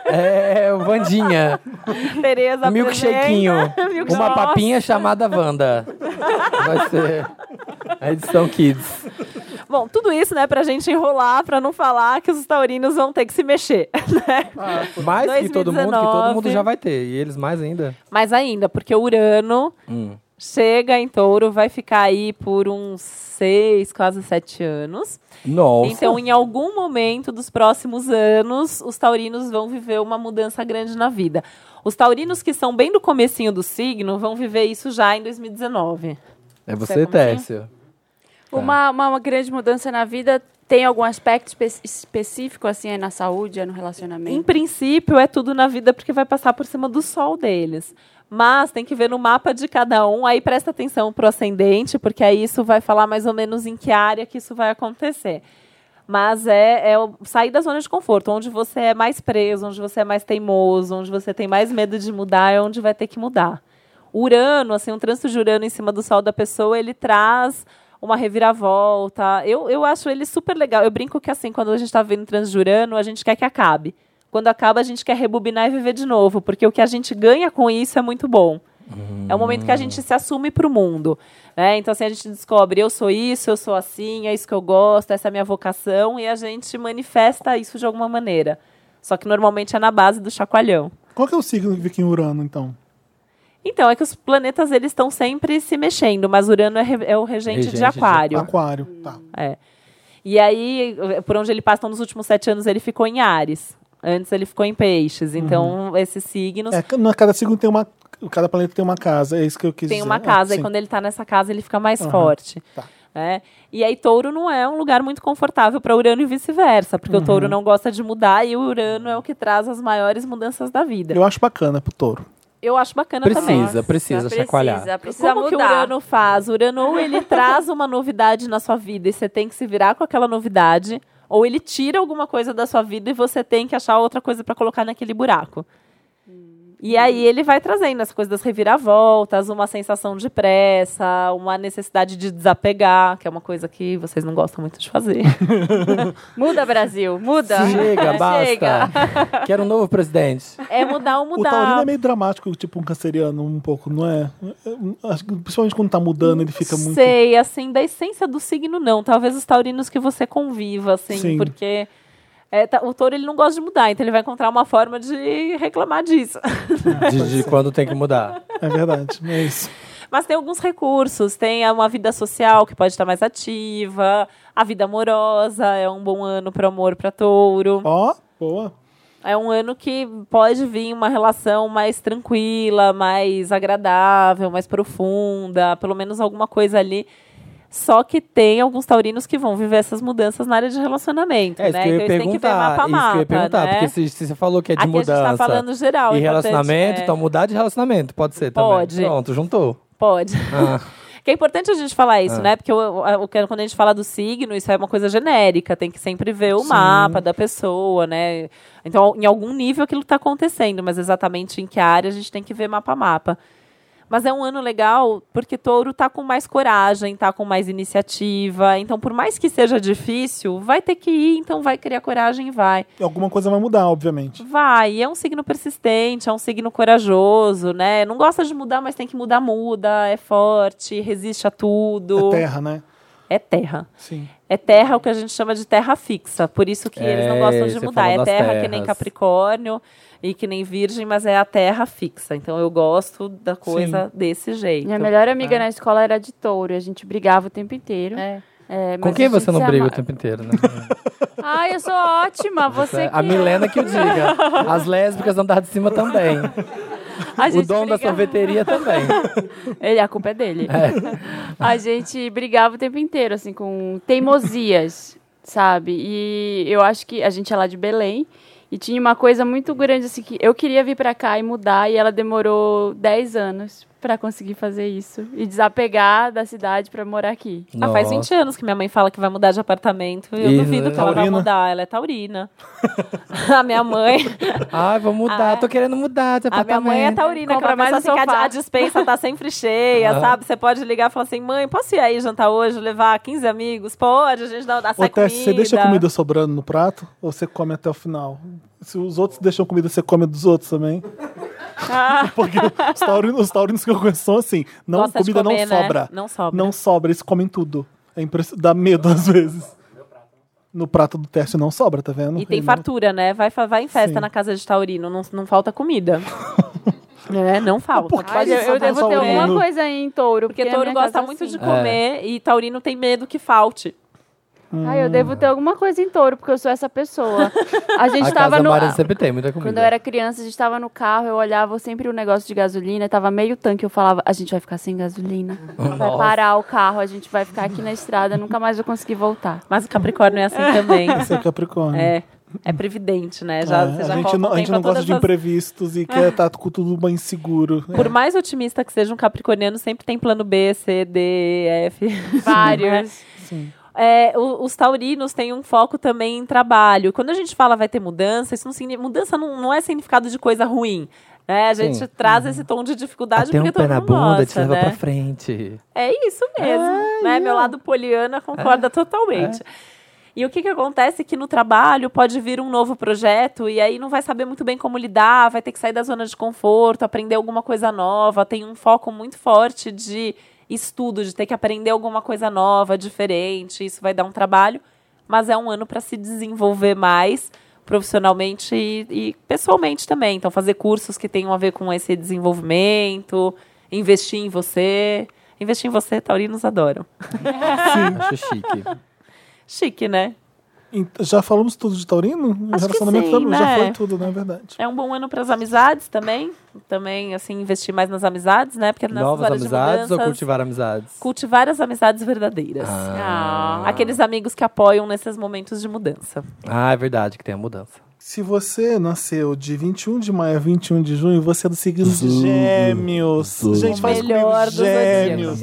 É, o Vandinha. Tereza Milkshakinho. apresenta. Uma Milkshake. papinha chamada Wanda. Vai ser a edição Kids. Bom, tudo isso, né, pra gente enrolar, pra não falar que os taurinos vão ter que se mexer, né? Mais que todo 2019. mundo já vai ter. E eles mais ainda. Mais ainda, porque o Urano chega em Touro, vai ficar aí por uns 6, quase 7 anos. Nossa. Então, em algum momento dos próximos anos, os taurinos vão viver uma mudança grande na vida. Os taurinos que são bem do comecinho do signo vão viver isso já em 2019. É você, Sabe como Tércio. Uma grande mudança na vida tem algum aspecto específico, assim, é na saúde, é no Em relacionamento? princípio, é tudo na vida porque vai passar por cima do sol deles. Mas tem que ver no mapa de cada um, aí presta atenção pro ascendente, porque aí isso vai falar mais ou menos em que área que isso vai acontecer. Mas sair da zona de conforto, onde você é mais preso, onde você é mais teimoso, onde você tem mais medo de mudar, é onde vai ter que mudar. Urano, assim, um trânsito de Urano em cima do sol da pessoa, ele traz uma reviravolta. Eu acho ele super legal. Eu brinco que, assim, quando a gente está vendo trânsito de Urano, a gente quer que acabe. Quando acaba, a gente quer rebobinar e viver de novo, porque o que a gente ganha com isso é muito bom. É o momento que a gente se assume para o mundo. Né? Então, assim, a gente descobre, eu sou isso, eu sou assim, é isso que eu gosto, essa é a minha vocação, e a gente manifesta isso de alguma maneira. Só que normalmente é na base do chacoalhão. qual que é o signo que fica em Urano, então? Então, é que os planetas eles estão sempre se mexendo, mas Urano é o regente Regente de de Aquário. Aquário, tá. É. E aí, por onde ele passa, então, nos últimos 7 anos, ele ficou em Áries. Antes ele ficou em Peixes. Então, esses signos Cada signo tem uma... Cada planeta tem uma casa, é isso que eu quis têm dizer. uma casa. E sim. quando ele está nessa casa, ele fica mais forte. Tá. Né? E aí, Touro não é um lugar muito confortável para Urano e vice-versa. Porque o Touro não gosta de mudar e o Urano é o que traz as maiores mudanças da vida. Eu acho bacana pro Touro. Eu acho bacana também. Precisa chacoalhar. Precisa Como que o mudar. Urano faz? O Urano ou ele traz uma novidade na sua vida e você tem que se virar com aquela novidade, ou ele tira alguma coisa da sua vida e você tem que achar outra coisa para colocar naquele buraco. E aí ele vai trazendo essa coisa das reviravoltas, uma sensação de pressa, uma necessidade de desapegar, que é uma coisa que vocês não gostam muito de fazer. Muda, Brasil, muda. Chega, basta. Chega. Quero um novo presidente. É mudar ou O mudar. taurino é meio dramático, tipo um canceriano, um pouco, não é? Acho que principalmente quando tá mudando, ele fica muito... Sei, assim, da essência do signo, não. Talvez os taurinos que você conviva, assim, Sim. porque o touro ele não gosta de mudar, então ele vai encontrar uma forma de reclamar disso. De quando tem que mudar. É verdade, é isso. Mas tem alguns recursos, tem uma vida social que pode estar mais ativa, a vida amorosa é um bom ano para amor para touro. Ó, boa. É um ano que pode vir uma relação mais tranquila, mais agradável, mais profunda, pelo menos alguma coisa ali Só que tem alguns taurinos que vão viver essas mudanças na área de relacionamento, Isso né? que eu ia Então eles têm que ver perguntar, mapa a mapa, né? porque se você falou que é de Aqui mudança a gente tá falando geral. e é importante, relacionamento, então mudar de relacionamento pode ser também. Pode. Pronto, juntou. Pode. Que é importante a gente falar isso, né? Porque quando a gente fala do signo, isso é uma coisa genérica. Tem que sempre ver o mapa da pessoa, né? Então, em algum nível aquilo está acontecendo, mas exatamente em que área a gente tem que ver mapa a mapa. Mas é um ano legal porque Touro tá com mais coragem, tá com mais iniciativa. Então, por mais que seja difícil, vai ter que ir, então vai criar coragem e vai. E alguma coisa vai mudar, obviamente. Vai, e é um signo persistente, é um signo corajoso, né? Não gosta de mudar, mas tem que mudar, muda, é forte, resiste a tudo. É terra, né? É terra. Sim. É terra o que a gente chama de terra fixa, por isso que eles não gostam de você mudar. falou É das terra que nem terras. Capricórnio e que nem Virgem, mas é a terra fixa. Então eu gosto da coisa desse jeito. Minha melhor amiga na escola era de Touro, e a gente brigava o tempo inteiro. Com mas quem a gente você não se briga o ama- tempo inteiro, né? Ai, eu sou ótima, você A que... Milena que o diga. As lésbicas andar de cima também. A O gente dono da briga- sorveteria também. A culpa é dele. A gente brigava o tempo inteiro, assim, com teimosias, sabe? E eu acho que a gente é lá de Belém e tinha uma coisa muito grande, assim, que eu queria vir pra cá e mudar, e ela demorou 10 anos pra conseguir fazer isso e desapegar da cidade pra morar aqui. Faz 20 anos que minha mãe fala que vai mudar de apartamento e eu Isso, duvido que ela vai taurina. mudar. Ela é taurina. A minha mãe... Ai, vou mudar, tô querendo mudar de A minha apartamento. mãe é taurina, que Compra ela mais pensa um assim que sofá. a despensa tá sempre cheia, sabe? Você pode ligar e falar assim, mãe, posso ir aí jantar hoje, levar 15 amigos? Pode, a gente dá Ô, sai Tess, você deixa a comida. comida sobrando no prato ou você come até o final? Se os outros deixam comida, você come dos outros também? Porque os taurinos que eu conheço são assim, não, Gosta de comida comer, não né? sobra. Não sobra. Não sobra, eles comem tudo. Dá medo às vezes. No prato do teste não sobra, tá vendo? E tem Ele fartura, né? Vai em festa Sim. na casa de taurino, não falta comida. Não falta. Por que Ai, Pode eu São devo ter taurino. alguma coisa aí em Touro. Porque a touro minha gosta casa é muito assim. de comer e taurino tem medo que falte. Ai, eu devo ter alguma coisa em Touro, porque eu sou essa pessoa. A gente A tava casa no... Maria sempre tem muita comida. Quando eu era criança, a gente tava no carro, eu olhava sempre o negócio de gasolina, tava meio tanque, eu falava, a gente vai ficar sem gasolina. Vai parar o carro, a gente vai ficar aqui na estrada, nunca mais vou conseguir voltar. Mas o Capricórnio é assim também. Esse é Capricórnio. É previdente, né? Você A já gente não contempla gosta todas de as- imprevistos e quer estar com tudo bem seguro. Por mais otimista que seja um capricorniano, sempre tem plano B, C, D, E, F. Vários. Sim. Os taurinos têm um foco também em trabalho. Quando a gente fala vai ter mudança, isso não significa, mudança não é significado de coisa ruim. Né? A gente Sim. traz esse tom de dificuldade Tem porque um pé todo na mundo bunda, te gosta, leva né? pra frente. É isso mesmo. Né? Meu lado poliana concorda totalmente. E o que acontece é que no trabalho pode vir um novo projeto e aí não vai saber muito bem como lidar, vai ter que sair da zona de conforto, aprender alguma coisa nova, tem um foco muito forte de estudo, de ter que aprender alguma coisa nova, diferente, isso vai dar um trabalho, mas é um ano para se desenvolver mais profissionalmente e pessoalmente também. Então, fazer cursos que tenham a ver com esse desenvolvimento, investir em você. Investir em você, taurinos adoram. Acho chique. Chique, né? Já falamos tudo de taurino? O Acho que relacionamento sim, já né? foi tudo, na verdade. É um bom ano para as amizades também. Também, assim, investir mais nas amizades, né? Porque nessas Novas horas amizades de ou mudanças, cultivar amizades? cultivar as amizades verdadeiras. Aqueles amigos que apoiam nesses momentos de mudança. Ah, é verdade que tem a mudança. Se você nasceu de 21 de maio a 21 de junho, você é do signo de Gêmeos. Gente, faz melhor comigo, dos Gêmeos.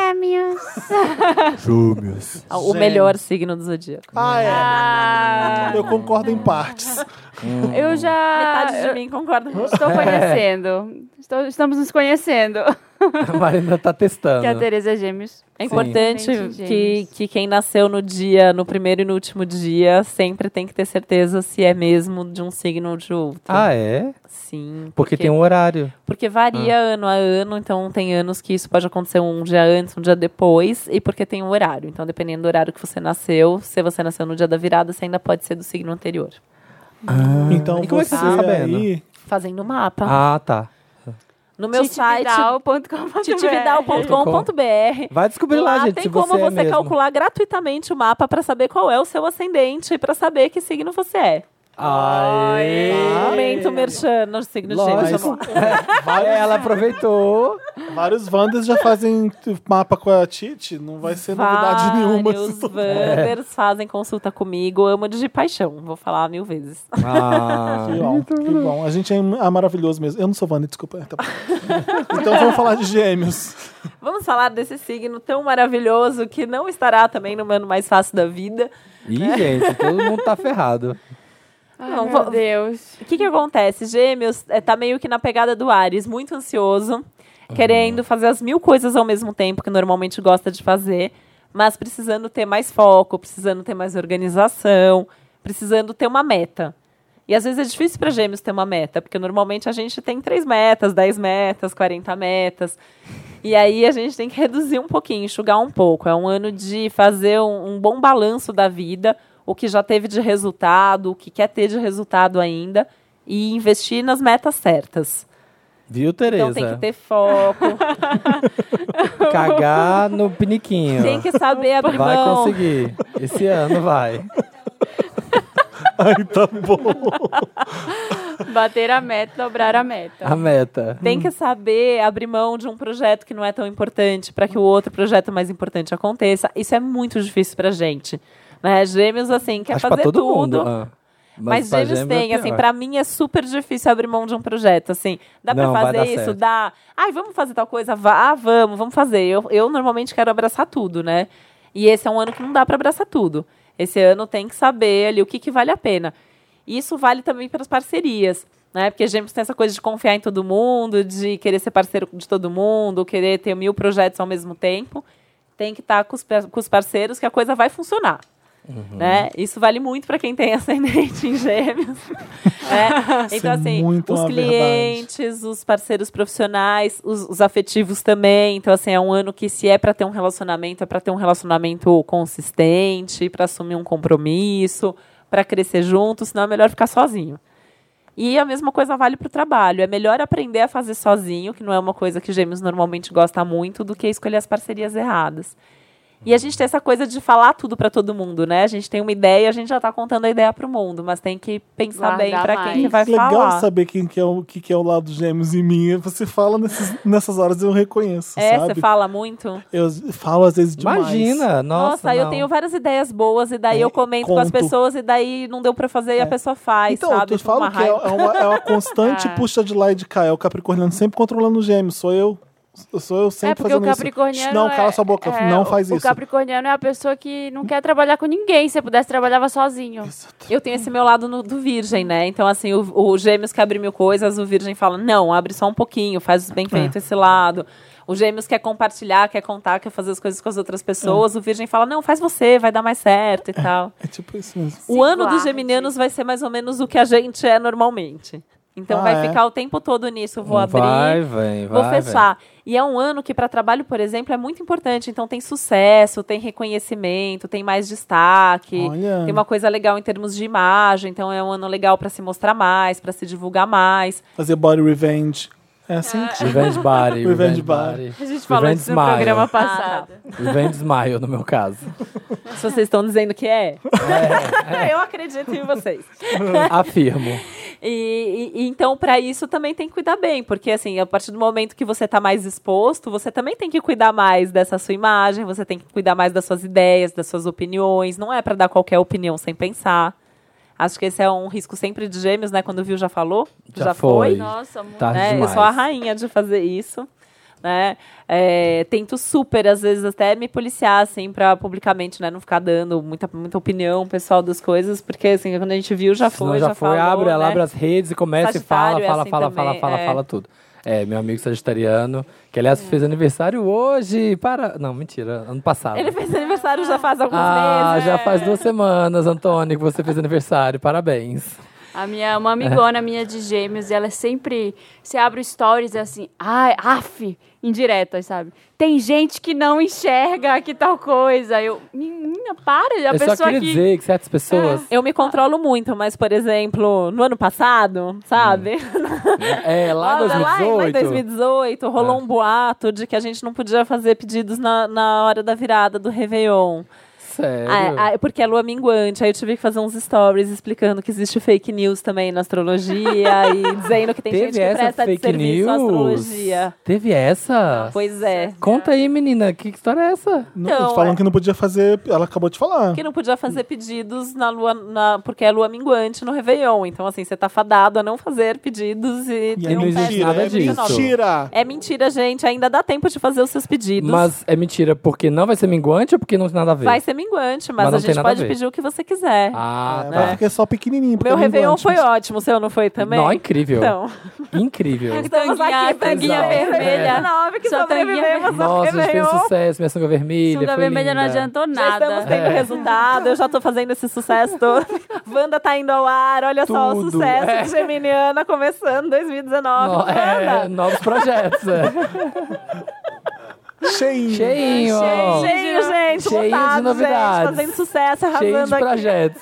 O melhor signo do zodíaco. Eu concordo em partes. Eu já... Metade de mim concorda com você. Estou conhecendo. Estamos nos conhecendo. A Marina tá testando. Que a Tereza é gêmeos. É importante Gente, que quem nasceu no primeiro e no último dia, sempre tem que ter certeza se é mesmo de um signo ou de outro. Ah, é? Sim. Porque tem um horário. Porque varia ano a ano, então tem anos que isso pode acontecer um dia antes, um dia depois, e porque tem um horário. Então, dependendo do horário que você nasceu, se você nasceu no dia da virada, você ainda pode ser do signo anterior. Então E como é que você você tá sabendo? aí... Fazendo mapa. Ah, tá. No meu site, titividal.com.br. Vai descobrir lá, gente, tem se como você é mesmo. calcular gratuitamente o mapa para saber qual é o seu ascendente e para saber que signo você é. Ai. Momento merchan no signo de Lógico. Gêmeos. Ela aproveitou. Vários Wanders já fazem mapa com a Titi, não vai ser novidade nenhuma. Vários Wanders fazem consulta comigo, amo de paixão, vou falar 1000 vezes. Ah. Que bom, que bom. A gente é maravilhoso mesmo. Eu não sou Wander, desculpa. Tá bom. Então vamos falar de Gêmeos. Vamos falar desse signo tão maravilhoso que não estará também no ano mais fácil da vida. Ih, gente, todo mundo tá ferrado. Não, Meu Deus. O que acontece? Gêmeos tá meio que na pegada do Áries, muito ansioso, querendo fazer as 1000 coisas ao mesmo tempo, que normalmente gosta de fazer, mas precisando ter mais foco, precisando ter mais organização, precisando ter uma meta. E às vezes é difícil para Gêmeos ter uma meta, porque normalmente a gente tem 3 metas, 10 metas, 40 metas. E aí a gente tem que reduzir um pouquinho, enxugar um pouco. É um ano de fazer um bom balanço da vida, o que já teve de resultado, o que quer ter de resultado ainda, e investir nas metas certas. Viu, Tereza? Então tem que ter foco, Cagar no piniquinho. tem que saber abrir Vai mão. conseguir. Esse ano vai. Ai, tá bom. Bater a meta, dobrar a meta. A meta. Tem que saber abrir mão de um projeto que não é tão importante para que o outro projeto mais importante aconteça. Isso é muito difícil pra gente. Né? Gêmeos, assim, quer Acho fazer pra todo tudo. mundo. Ah. Mas pra Gêmeos Gêmeos é tem, assim, pior. pra mim é super difícil abrir mão de um projeto, assim. Dá pra Não, vai fazer dar isso? certo. Dá. Ai, vamos fazer tal coisa? Vamos fazer. Eu normalmente quero abraçar tudo, né? E esse é um ano que não dá pra abraçar tudo. Esse ano tem que saber ali o que vale a pena. E isso vale também para as parcerias, né? Porque Gêmeos tem essa coisa de confiar em todo mundo, de querer ser parceiro de todo mundo, querer ter 1000 projetos ao mesmo tempo. Tem que estar com os parceiros que a coisa vai funcionar. Né? Isso vale muito para quem tem ascendente em Gêmeos. Né? Isso Então, é assim, muito os uma clientes, os parceiros profissionais, os afetivos também. Então, assim, é um ano que, se é para ter um relacionamento, é para ter um relacionamento consistente, para assumir um compromisso, para crescer junto, senão é melhor ficar sozinho. E a mesma coisa vale para o trabalho. É melhor aprender a fazer sozinho, que não é uma coisa que Gêmeos normalmente gosta muito, do que escolher as parcerias erradas. E a gente tem essa coisa de falar tudo para todo mundo, né? A gente tem uma ideia, a gente já está contando a ideia para o mundo, mas tem que pensar bem Guardar para quem que mais. vai Legal falar. saber quem que é o que é o lado Gêmeos em mim. Você fala nessas horas, eu reconheço, É, sabe? você fala muito? Eu falo às vezes demais. Imagina, nossa, eu não. tenho várias ideias boas, e daí É, eu comento com as conto. pessoas, e daí não deu para fazer e a pessoa faz, Então, sabe? eu Com falo uma que é raiva. uma constante Ah. puxa de lá e de cá. É o Capricorniano sempre controlando o Gêmeos. Sou eu sempre Porque o fazendo isso. Capricorniano. Não, cala sua boca. Não faz O isso. Capricorniano é a pessoa que não quer trabalhar com ninguém. Se pudesse, trabalhava sozinho. Eu tenho esse meu lado do Virgem, né? Então, assim, o Gêmeos que abre 1000 coisas, o Virgem fala, não, abre só um pouquinho, faz bem feito esse lado. O Gêmeos quer compartilhar, quer contar, quer fazer as coisas com as outras pessoas. O Virgem fala, não, faz você, vai dar mais certo e tal. É tipo isso mesmo. O ano dos guarde. geminianos vai ser mais ou menos o que a gente é normalmente. Então vai ficar o tempo todo nisso. Vou abrir, vou fechar. E é um ano que, para trabalho, por exemplo, é muito importante. Então tem sucesso, tem reconhecimento, tem mais destaque. Olha. Tem uma coisa legal em termos de imagem. Então é um ano legal para se mostrar mais, para se divulgar mais. Fazer body revenge. É assim? Revenge Body. Revenge Body. A gente falou Revenge disso no Smile. programa passado. Revenge Smile, no meu caso. Se vocês estão dizendo que é, eu acredito em vocês. Afirmo. E então, para isso, também tem que cuidar bem, porque, assim, a partir do momento que você está mais exposto, você também tem que cuidar mais dessa sua imagem, você tem que cuidar mais das suas ideias, das suas opiniões. Não é para dar qualquer opinião sem pensar. Acho que esse é um risco sempre de Gêmeos, né? Quando viu, já falou. Já foi. Nossa, muito. Tarde Né? Eu demais. sou a rainha de fazer isso. Né? Tento super, às vezes, até me policiar, assim, pra publicamente, né, não ficar dando muita opinião pessoal das coisas, porque, assim, quando a gente viu, já Senão foi, já foi, falou, ela né? abre as redes e começa e fala, Sagitário é assim também, fala tudo. É, meu amigo sagitariano, que aliás fez aniversário hoje, Não, mentira, ano passado. Ele fez aniversário já faz alguns Ah, meses. já faz 2 semanas, Antônio, que você fez aniversário, parabéns. Uma amigona minha de Gêmeos, ela sempre... Você abre o stories e é assim... Ai, indiretas, sabe? Tem gente que não enxerga que tal coisa. Eu... Menina, para. A Eu pessoa só queria que... dizer que certas pessoas... Eu me controlo muito, mas, por exemplo, no ano passado, sabe? Lá em Lá em 2018... 2018, rolou um boato de que a gente não podia fazer pedidos na hora da virada do Réveillon. sério? Porque é lua minguante, aí eu tive que fazer uns stories explicando que existe fake news também na astrologia e dizendo que tem gente que presta de serviço à astrologia. Teve essa? Pois é. Conta aí, menina, que história é essa? Não, falando que não podia fazer, ela acabou de falar. Que não podia fazer pedidos na lua, porque é lua minguante no Réveillon. Então, assim, você tá fadado a não fazer pedidos e E é não existe mentira, nada é disso. mentira. É mentira, gente. Ainda dá tempo de fazer os seus pedidos. Mas é mentira porque não vai ser minguante ou porque não tem nada a ver? Vai ser minguante, mas não a tem gente nada a pode ver. pedir o que você quiser. Ah, Vai tá. ficar só pequenininho. porque Meu é Réveillon minguante, foi mas- ótimo, o seu não foi também? Não, incrível. Então, Incrível. estamos aqui, tanguinha Exato. vermelha. 19 que Sua tanguinha sobrevivemos ao Nossa, a gente fez Réveillon. sucesso, minha sunga vermelha. Sunga foi vermelha não linda. adiantou Já estamos nada. tendo resultado, eu já tô fazendo esse sucesso todo. Wanda tá indo ao ar, olha só o Tudo, sucesso é. de Geminiana começando 2019. Wanda. Novos projetos. Cheinho. Cheinho. ó. Cheio, gente, Cheio de lotado, novidades. gente, fazendo sucesso, arrasando Cheio de aqui. projetos.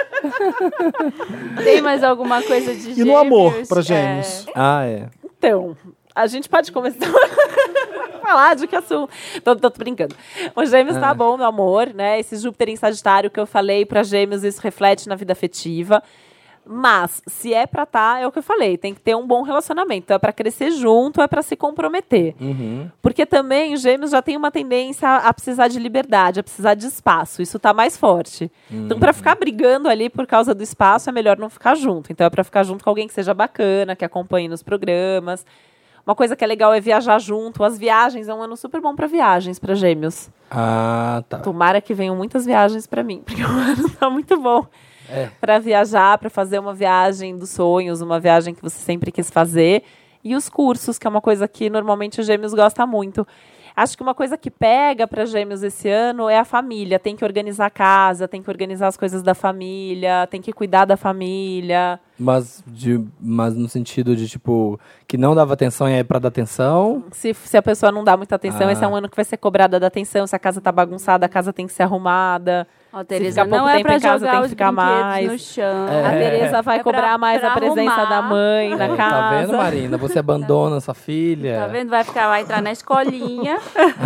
Tem mais alguma coisa de E no amor, gêmeos? pra gêmeos? Ah, é. Então, a gente pode começar a falar de que assunto. Tô brincando. O Gêmeos tá bom, meu amor, né? Esse Júpiter em Sagitário que eu falei pra Gêmeos, isso reflete na vida afetiva. Mas, se é pra tá, é o que eu falei, tem que ter um bom relacionamento. Então, é pra crescer junto, é pra se comprometer. Uhum. Porque também Gêmeos já tem uma tendência a precisar de liberdade, a precisar de espaço. Isso tá mais forte. Então, pra ficar brigando ali por causa do espaço, é melhor não ficar junto. Então, é pra ficar junto com alguém que seja bacana, que acompanhe nos programas. Uma coisa que é legal é viajar junto. As viagens é um ano super bom pra viagens, pra Gêmeos. Ah, tá. Tomara que venham muitas viagens pra mim, porque o ano tá muito bom. Pra viajar, pra fazer uma viagem dos sonhos, uma viagem que você sempre quis fazer. E os cursos, que é uma coisa que normalmente o Gêmeos gosta muito. Acho que uma coisa que pega para Gêmeos esse ano é a família. Tem que organizar a casa, tem que organizar as coisas da família, tem que cuidar da família. Mas no sentido de, tipo, que não dava atenção e é pra dar atenção. Se a pessoa não dá muita atenção, esse é um ano que vai ser cobrada da atenção. Se a casa tá bagunçada, a casa tem que ser arrumada. Ó, Tereza, ficar pouco não é tempo pra em casa, jogar tem que os ficar brinquedos mais. no chão. A Tereza vai É cobrar mais pra a presença arrumar. da mãe na casa. Tá vendo, Marina? Você abandona sua filha. Tá vendo? Vai entrar na escolinha.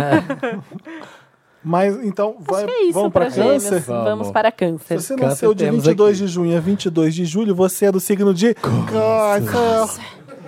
Mas, então, Acho que é isso vamos pra Gêmeos. câncer? Vamos para Se câncer. você Câncer nasceu de temos 22 aqui. de junho a 22 de julho, você é do signo de Câncer.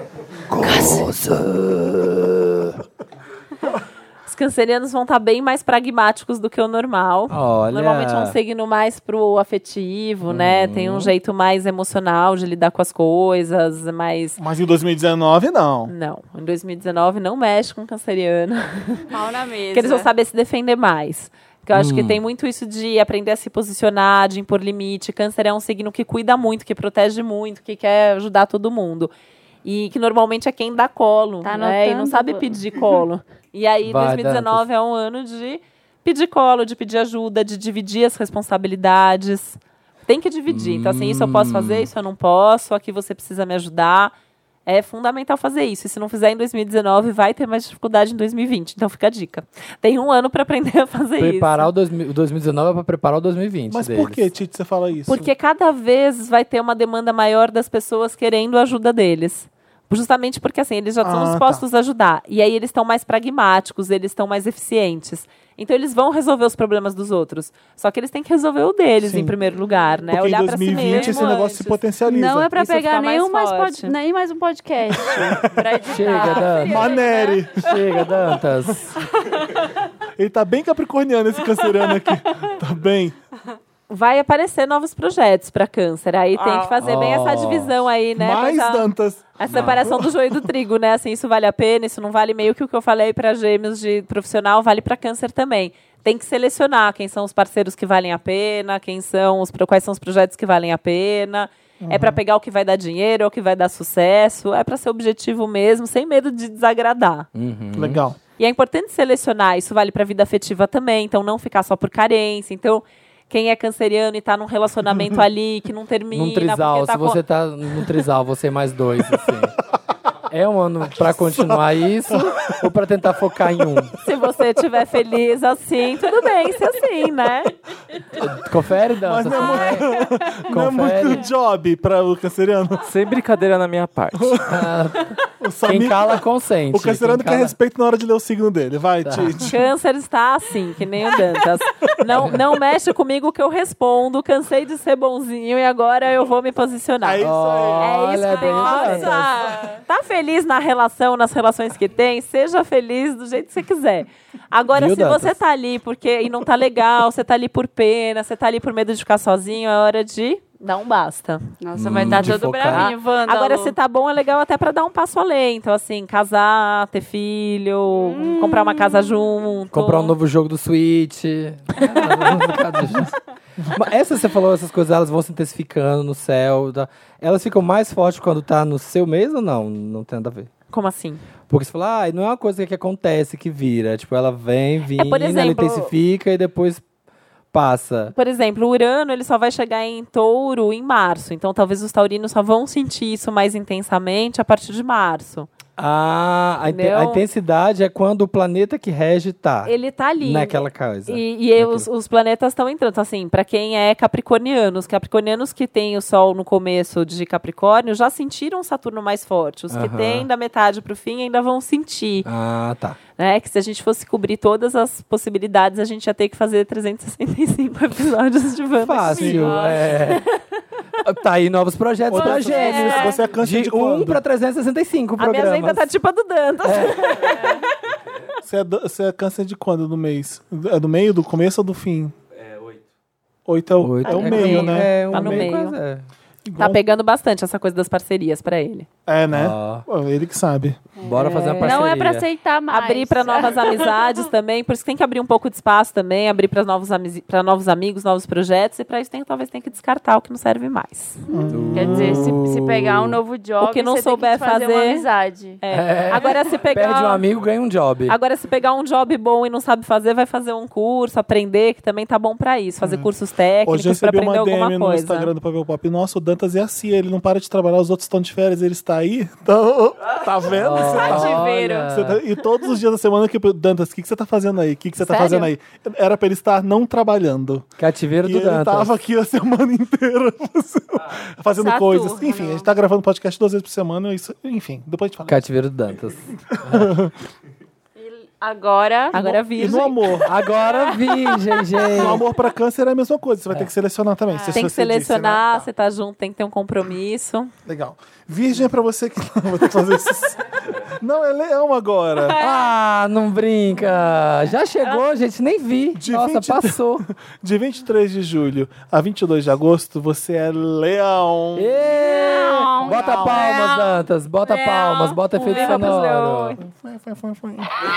Os cancerianos vão estar bem mais pragmáticos do que o normal. Olha. Normalmente é um signo mais pro afetivo, né? Tem um jeito mais emocional de lidar com as coisas, mais... Mas em 2019, não. Não, em 2019 não mexe com canceriano. Pau na mesa. Porque eles vão saber se defender mais. Porque eu acho que tem muito isso de aprender a se posicionar, de impor limite. Câncer é um signo que cuida muito, que protege muito, que quer ajudar todo mundo. E que normalmente é quem dá colo, Tá né? E não anotando? sabe pedir colo. E aí, Vai, 2019 é um ano de pedir colo, de pedir ajuda, de dividir as responsabilidades. Tem que dividir. Então, assim, isso eu posso fazer, isso eu não posso, aqui você precisa me ajudar. É fundamental fazer isso. E se não fizer em 2019, vai ter mais dificuldade em 2020. Então fica a dica. Tem um ano para aprender a fazer Preparar isso. o 2019 é pra preparar o 2020 Mas deles. por que, Tite, você fala isso? Porque cada vez vai ter uma demanda maior das pessoas querendo a ajuda deles. Justamente porque, assim, eles já estão dispostos a ajudar. E aí eles estão mais pragmáticos, eles estão mais eficientes. Então eles vão resolver os problemas dos outros. Só que eles têm que resolver o deles Sim. em primeiro lugar, né? Porque Olhar em pra si 2020 mesmo esse negócio antes. se potencializa. Não é pra Isso pegar fica mais forte. nem mais um podcast pra editar. Chega, Dantas. Manere. Chega, Dantas. Ele tá bem capricorniano, esse canceriano aqui. Tá bem. Vai aparecer novos projetos para câncer. Aí tem que fazer bem essa divisão aí, né? Mais Pois Dantas. a separação do joio e do trigo, né? Assim, isso vale a pena, isso não vale meio que o que eu falei para gêmeos de profissional, vale para câncer também. Tem que selecionar quem são os parceiros que valem a pena, quais são os projetos que valem a pena. É para pegar o que vai dar dinheiro, é o que vai dar sucesso, é para ser objetivo mesmo, sem medo de desagradar. Legal. E é importante selecionar, isso vale para a vida afetiva também, então não ficar só por carência. Então, quem é canceriano e tá num relacionamento ali que não termina... Num trisal, porque tá se você tá num trisal, você mais dois, assim. É um ano pra continuar isso ou pra tentar focar em um? Se você estiver feliz assim, tudo bem ser assim, né? Confere, Dantas? Mas não é Confere. Não é muito job para o canceriano. Sem brincadeira na minha parte. O Samir- Quem cala, consente. O canceriano Quem quer cala- respeito na hora de ler o signo dele. Vai, Tite. Câncer está assim, que nem o Dantas. Não mexe comigo que eu respondo. Cansei de ser bonzinho e agora eu vou me posicionar. É isso aí. É isso Olha, que tem que fazer. Dantas. Tá feliz na relação, nas relações que tem? Seja feliz do jeito que você quiser. Agora, Viu, se você Dantas? tá ali e não tá legal, você tá ali por pena, você tá ali por medo de ficar sozinho, é hora de dar um basta. Nossa, vai estar de todo focar. bravinho, Wanda. Agora, se tá bom, é legal até pra dar um passo além. Então, assim, casar, ter filho, comprar uma casa junto. Comprar um novo jogo do Switch. Mas essas, você falou, essas coisas, elas vão se intensificando no céu. Elas ficam mais fortes quando tá no seu mês ou não? Não tem nada a ver. Como assim? Porque você fala, não é uma coisa que acontece, que vira. Tipo, ela vem, vindo, por ela exemplo- intensifica e depois passa. Por exemplo, o Urano ele só vai chegar em Touro em março. Então, talvez os taurinos só vão sentir isso mais intensamente a partir de março. Entendeu? A intensidade é quando o planeta que rege tá Ele tá ali. naquela coisa. E os planetas estão entrando. Então, assim, para quem é capricorniano, os capricornianos que têm o Sol no começo de Capricórnio já sentiram Saturno mais forte. Os que Aham. têm da metade pro fim ainda vão sentir. Ah, tá. Né? Que se a gente fosse cobrir todas as possibilidades, a gente ia ter que fazer 365 episódios de Wanda. Fácil, Tá aí novos projetos Ô, pra Dantas, gêmeos. Você é câncer de De quando? 1 pra 365 A minha programas. agenda tá tipo a do Dantas. Você é câncer de quando no mês? É do meio, do começo ou do fim? 8 é o, Oito. é o É meio, meio, né? É, Tá no meio. quase é. Tá pegando bastante essa coisa das parcerias pra ele. É, né? Ó. Pô, ele que sabe. Bora fazer uma parceria. Não é pra aceitar mais. Abrir pra novas amizades também, por isso que tem que abrir um pouco de espaço também, abrir para novos amigos, novos projetos, e pra isso talvez tenha que descartar o que não serve mais. Quer dizer, se pegar um novo job, O que não você tem souber que fazer uma fazer- amizade. Agora se pegar Perde um amigo, ganha um job. Agora, se pegar um job bom e não sabe fazer, vai fazer um curso, aprender, que também tá bom pra isso. Fazer cursos técnicos Hoje eu pra recebi aprender uma alguma DM no coisa. Instagram do Papel Pop. Nossa, o Dantas é assim, ele não para de trabalhar, os outros estão de férias, ele está aí. Então, tá vendo? Você tá- Cativeiro. você tá- E todos os dias da semana que Dantas, o que você tá fazendo aí? O que você tá Sério? fazendo aí? Era pra ele estar não trabalhando. Cativeiro E do ele Dantas. tava aqui a semana inteira fazendo Saturno, coisas. Enfim, a gente tá gravando podcast 2 vezes por semana. Enfim, depois a gente fala. Cativeiro do Dantas. Agora, Agora E virgem. no amor? Agora virgem, gente. No amor pra câncer é a mesma coisa. Você vai ter que selecionar também. se Tem que você disse, selecionar, né? você tá junto, tem que ter um compromisso. Legal. Virgem é pra você que não vou ter que fazer isso. Não, é leão agora. Ah, não brinca. Já chegou, gente, nem vi. De Nossa, 20 passou. De 23 de julho a 22 de agosto, você é leão. Ê! Bota Não. palmas, Dantas. Bota Não. palmas, bota efeito Viva pros sonoro. Foi.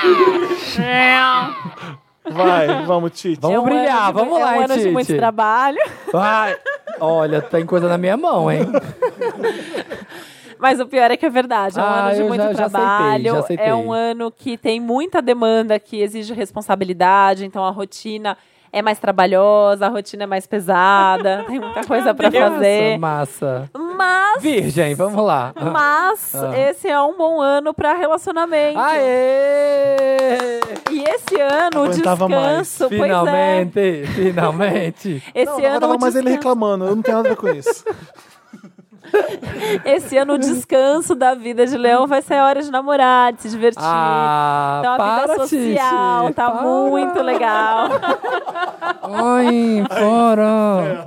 Vai, vamos, Tite. Vamos É um brilhar, ano de- vamos lá, É um ano de Tite. muito trabalho. Vai. Olha, tem coisa na minha mão, hein? Mas o pior é que é verdade. É um ano de eu muito já aceitei, trabalho. já aceitei. É um ano que tem muita demanda, que exige responsabilidade. Então a rotina é mais trabalhosa, a rotina é mais pesada. Tem muita coisa pra fazer. Massa. Mas Virgem, vamos lá. esse é um bom ano pra relacionamento. Aê! E esse ano o Aguentava descanso, pois é. Finalmente, finalmente. Esse Não, ano tava o mais ele descanso, reclamando. Eu não tenho nada a ver com isso. esse ano o descanso da vida de Leão vai ser a hora de namorar, de se divertir. Ah, Então a vida para, social Tite, tá para. muito legal. Oi, fora.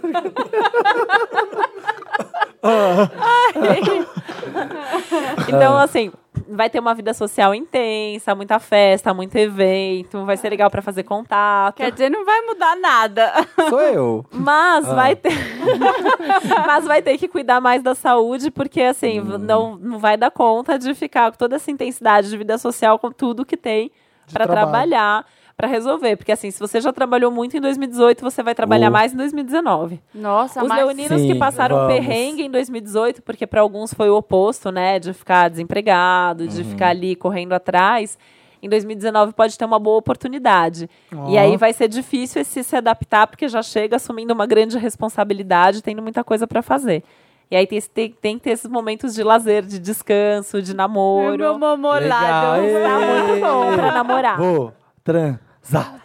Então, assim, vai ter uma vida social intensa, muita festa, muito evento, vai ser legal pra fazer contato. quer dizer, não vai mudar nada. Sou eu. Mas vai ter. Mas vai ter que cuidar mais da saúde, porque assim, não vai dar conta de ficar com toda essa intensidade de vida social com tudo que tem pra trabalho. trabalhar, pra resolver. Porque assim, se você já trabalhou muito em 2018, você vai trabalhar mais em 2019. Nossa, Os mas leoninos que Sim, passaram vamos. perrengue em 2018, porque para alguns foi o oposto, né? De ficar desempregado, de ficar ali correndo atrás. Em 2019 pode ter uma boa oportunidade. E aí vai ser difícil se adaptar, porque já chega assumindo uma grande responsabilidade, tendo muita coisa para fazer. E aí tem que ter esses momentos de lazer, de descanso, de namoro. meu mamolado. Legal. Tá muito bom pra namorar. Vou transar.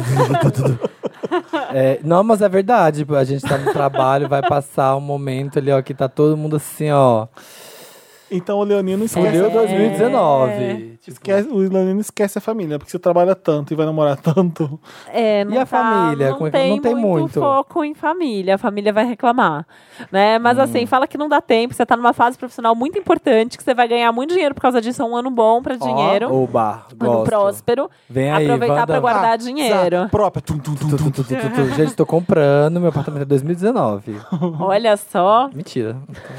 Não, mas é verdade. A gente tá no trabalho, vai passar um momento ali, ó, que tá todo mundo assim, ó. Então o Leonino esquece. Fudeu 2019. O Leonino esquece a família, porque você trabalha tanto e vai namorar tanto. Não E a família? Não Como é que- tem, não tem muito foco em família. A família vai reclamar, né? Mas assim, fala que não dá tempo. Você tá numa fase profissional muito importante, que você vai ganhar muito dinheiro por causa disso. É um ano bom pra dinheiro. Oba, Ano gosto. próspero. Vem aí, Aproveitar Wanda. pra guardar dinheiro. Zá, própria. Tum, tum, tum, tum. Gente, tô comprando meu apartamento em 2019. Olha só. Mentira.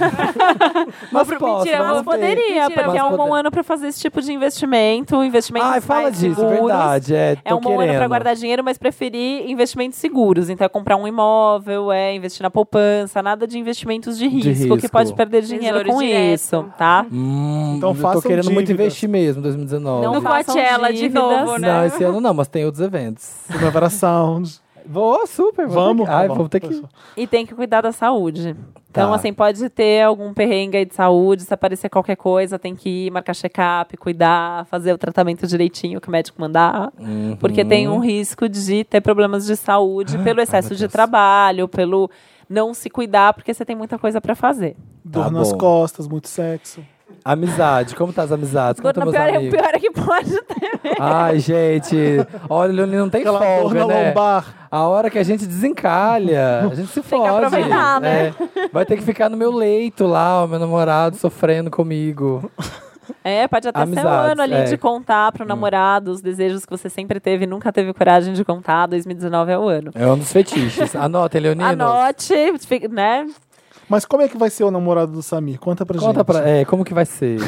Mas mas mentira, Mas não tem. poderia, Mentira, porque mas é um bom poder- ano pra fazer esse tipo de investimento. Investimentos Ai, fala mais disso, seguros. verdade. É Tô um bom ano querendo. para guardar dinheiro, mas preferir investimentos seguros. Então, é comprar um imóvel, investir na poupança, nada de investimentos de risco, que risco. pode perder dinheiro Tesouro com direto. isso, tá? Então eu façam tô querendo muito dívidas. investir mesmo em 2019. Não No façam Coachella de dívidas. novo, né? Não, esse ano não, mas tem outros eventos. Primavera Sound. Vou, super. Vamos? Tá bom. Vamos ter que ir. E tem que cuidar da saúde. Então, Tá. assim, pode ter algum perrengue aí de saúde, se aparecer qualquer coisa, tem que ir marcar check-up, cuidar, fazer o tratamento direitinho que o médico mandar. Porque tem um risco de ter problemas de saúde pelo excesso meu de Deus. trabalho, pelo não se cuidar, porque você tem muita coisa pra fazer. Dor Tá nas bom. costas, muito sexo. Amizade, como tá as amizades? Como Não, estão meus pior, amigos? pior é que pode ter. Ai, gente. Olha, o Leonino não tem Aquela dor folga, na né? lombar. A hora que a gente desencalha, a gente se Tem que fode. aproveitar, né? Vai ter que ficar no meu leito lá, o meu namorado sofrendo comigo. Pode até ser um Amizades, ano ali é. de contar pro namorado os desejos que você sempre teve e nunca teve coragem de contar. 2019 é o ano. É um dos fetiches. Anotem, Leonino. Anote, né? Mas como é que vai ser o namorado do Samir? Conta pra Conta gente. como que vai ser?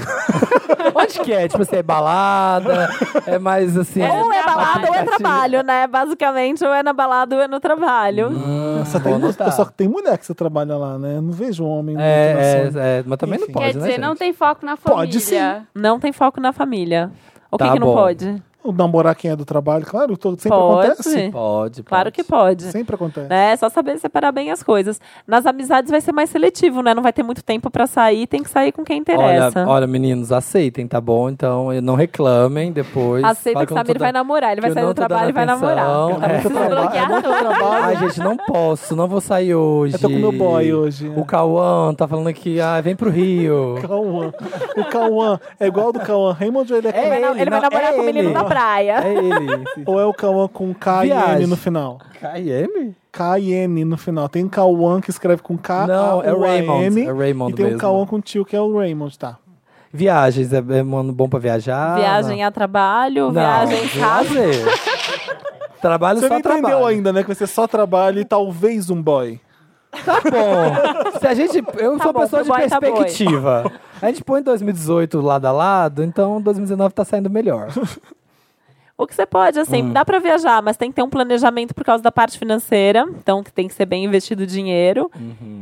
Onde que é? Tipo assim, é balada? É mais assim... Ou é balada ou é aplicativo? trabalho, né? Basicamente, ou é na balada ou é no trabalho. Só tem mulher que você trabalha lá, né? Eu não vejo homem muito na sua- mas também Enfim. não pode, Quer né, dizer, gente? não tem foco na família. Pode sim. Não tem foco na família. O que, Tá que não bom. pode? O namorar quem é do trabalho, claro, sempre Pode. acontece. Pode. Claro que pode. Sempre acontece. É só saber separar bem as coisas. Nas amizades vai ser mais seletivo, né? Não vai ter muito tempo pra sair, tem que sair com quem interessa. Olha, meninos, aceitem, tá bom? Então, não reclamem depois. Aceita Fala que o eu não tô Samir vai namorar, ele vai que eu sair não do tô trabalho e vai dando atenção. namorar. É. Bloquear muito trabalho. Ai, gente, não posso, não vou sair hoje. Eu tô com meu boy hoje. O Cauã tá falando que vem pro Rio. Cauã. O Cauã é igual ao do Cauã Raymond ou ele é com... Ele vai namorar com o menino da praia. É ele. Ou é o Cauã com K e Viagem. N no final? KM? K e N no final. Tem Cauã que escreve com K, Não, é o Raymond. N, É o Raymond e tem mesmo. o Cauã com tio que é o Raymond, tá? Viagens, é um ano bom pra viajar? Viagem a trabalho, Não, viagem em casa. viager. Trabalho Você só não entendeu trabalho. ainda, né? Que vai ser só trabalho e talvez um boy. Tá bom. Se a gente, eu Tá sou bom, pessoa de pro boy tá perspectiva. A gente põe 2018 lado a lado, então 2019 tá saindo melhor. O que você pode, assim, dá pra viajar, mas tem que ter um planejamento por causa da parte financeira. Então, que tem que ser bem investido o dinheiro.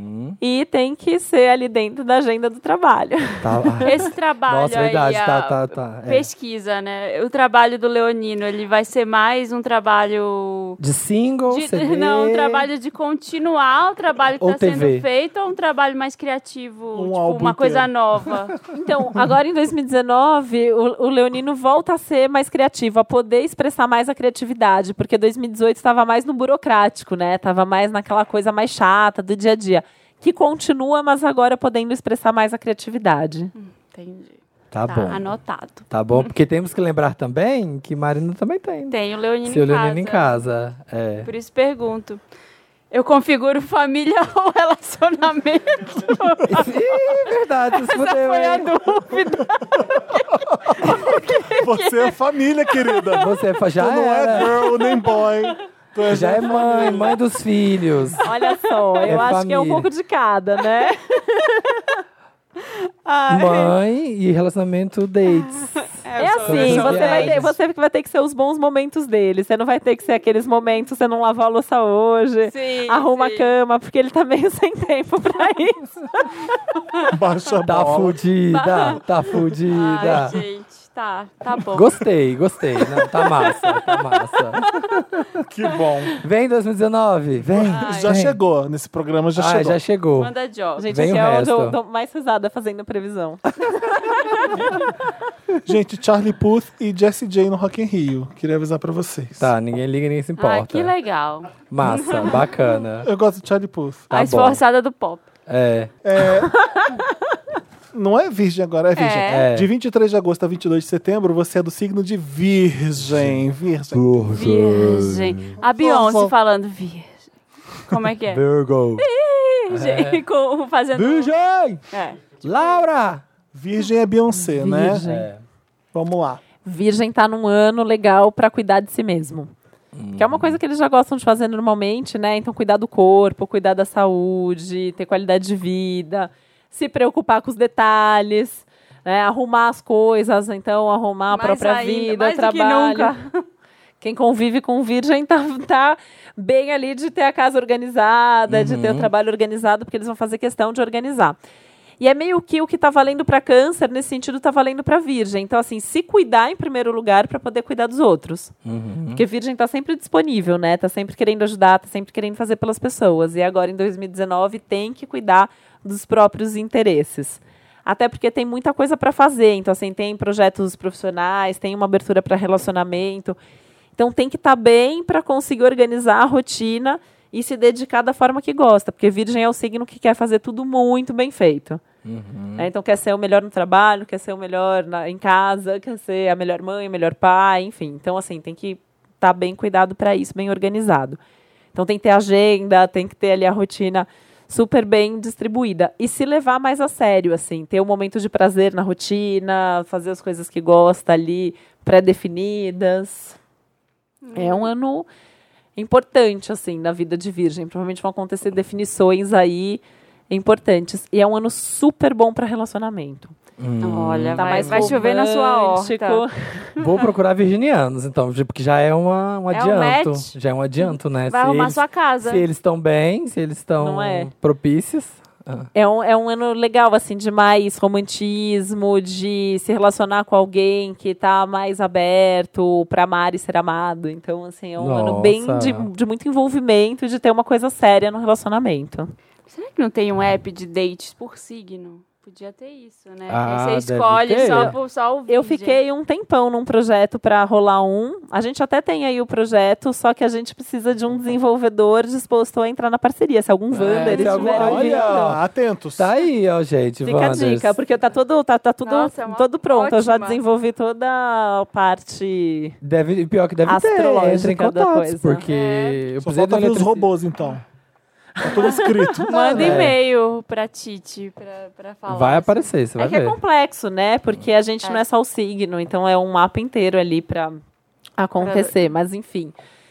E tem que ser ali dentro da agenda do trabalho. Tá. Esse trabalho Nossa, verdade, aí, tá. É. pesquisa, né? O trabalho do Leonino, ele vai ser mais um trabalho... De single, CD... Não, um trabalho de continuar o trabalho que Ou está sendo TV. feito ou um trabalho mais criativo, tipo, álbum uma coisa inteiro. nova. Então, agora em 2019, o Leonino volta a ser mais criativo, a poder expressar mais a criatividade, porque 2018 estava mais no burocrático, né? Estava mais naquela coisa mais chata do dia a dia, que continua, mas agora podendo expressar mais a criatividade. Entendi. Tá bom. Anotado. Tá bom, porque temos que lembrar também que Marina também tem. Tem o Leonino Seu em casa. Leonino em casa. É. Por isso pergunto. Eu configuro família ou relacionamento? Ih, verdade, se fudeu, Foi a hein? dúvida. Você é família, querida. Você já Tu não é era. girl nem boy. Tu é Já é mãe dos filhos. Olha só, eu acho que é um família. pouco de cada, né? Mãe e relacionamento dates. É assim, São viagens. você vai ter que ser os bons momentos dele. Você não vai ter que ser aqueles momentos, você não lavou a louça hoje, Sim, arruma sim. a cama, porque ele tá meio sem tempo pra isso. baixa a Tá bola. fudida, tá fudida. Ai, gente, tá bom. Gostei. Não, tá massa. Que bom. Vem 2019, vem. Já vem. chegou. Nesse programa já Ah, chegou. já chegou. Manda job. Gente, Vem aqui o é onde eu resto. dou mais risada fazendo previsão. Gente, Charlie Puth e Jessie J no Rock in Rio. Queria avisar pra vocês. Tá, ninguém liga, ninguém se importa. Ah, que legal. Massa, bacana. Eu gosto de Charlie Puth. Tá a bom. esforçada do pop. É. Não é virgem agora, é virgem. É. De 23 de agosto a 22 de setembro, você é do signo de Virgem. Virgem. A Beyoncé falando virgem. Como é que é? Virgo. Virgem. Fazendo... Virgem! É. Laura! Virgem é Beyoncé, né? Virgem. Vamos lá. Virgem tá num ano legal pra cuidar de si mesmo. Que é uma coisa que eles já gostam de fazer normalmente, né? Então, cuidar do corpo, cuidar da saúde, ter qualidade de vida, se preocupar com os detalhes, né? Arrumar as coisas, então, arrumar a Mais própria ainda, vida, mais do que trabalho. nunca. Quem convive com virgem tá bem ali de ter a casa organizada, de ter o trabalho organizado, porque eles vão fazer questão de organizar. E é meio que o que está valendo para câncer, nesse sentido, está valendo para virgem. Então, assim, se cuidar em primeiro lugar para poder cuidar dos outros. Porque virgem está sempre disponível, né? Está sempre querendo ajudar, está sempre querendo fazer pelas pessoas. E agora, em 2019, tem que cuidar dos próprios interesses. Até porque tem muita coisa para fazer. Então, assim, tem projetos profissionais, tem uma abertura para relacionamento. Então, tem que estar bem para conseguir organizar a rotina e se dedicar da forma que gosta, porque virgem é o signo que quer fazer tudo muito bem feito. Então quer ser o melhor no trabalho, quer ser o melhor em casa, quer ser a melhor mãe, o melhor pai, enfim. Então, assim, tem que estar bem cuidado para isso, bem organizado. Então tem que ter agenda, tem que ter ali a rotina super bem distribuída. E se levar mais a sério, assim, ter um momento de prazer na rotina, fazer as coisas que gosta ali, pré-definidas. É um ano importante, assim, na vida de virgem. Provavelmente vão acontecer definições aí importantes. E é um ano super bom para relacionamento. Olha, Tá vai mais chover na sua romântico. horta. Vou procurar virginianos, então, porque já é um adianto. match. Já é um adianto, né? Vai arrumar sua casa. Se eles estão bem, se eles estão Não é? propícios. É um ano legal, assim, de mais romantismo, de se relacionar com alguém que tá mais aberto para amar e ser amado. Então, assim, é um ano bem Nossa. de muito envolvimento, de ter uma coisa séria no relacionamento. Será que não tem um app de dates por signo? Podia ter isso, né? Ah, Aí você deve escolhe ter. só o Eu virgem. fiquei um tempão num projeto para rolar um. A gente até tem aí o projeto, só que a gente precisa de um desenvolvedor disposto a entrar na parceria. Se algum Wander se algum- estiver ouvindo, Olha, atentos. Tá aí, ó, gente. fica a Wanders. dica, porque tá tudo Nossa, é uma todo pronto. Eu já ótima. desenvolvi toda a parte. Pior que deve ter. Astrológica Entre em da contatos, coisa. porque eu Só precisei de falta um ver os eletricista. robôs, então. Tá tudo escrito. Manda É. e-mail pra Titi pra falar. Vai aparecer, você vai É que é ver. complexo, né? Porque a gente É. não é só o signo, então é um mapa inteiro ali para acontecer. Mas enfim.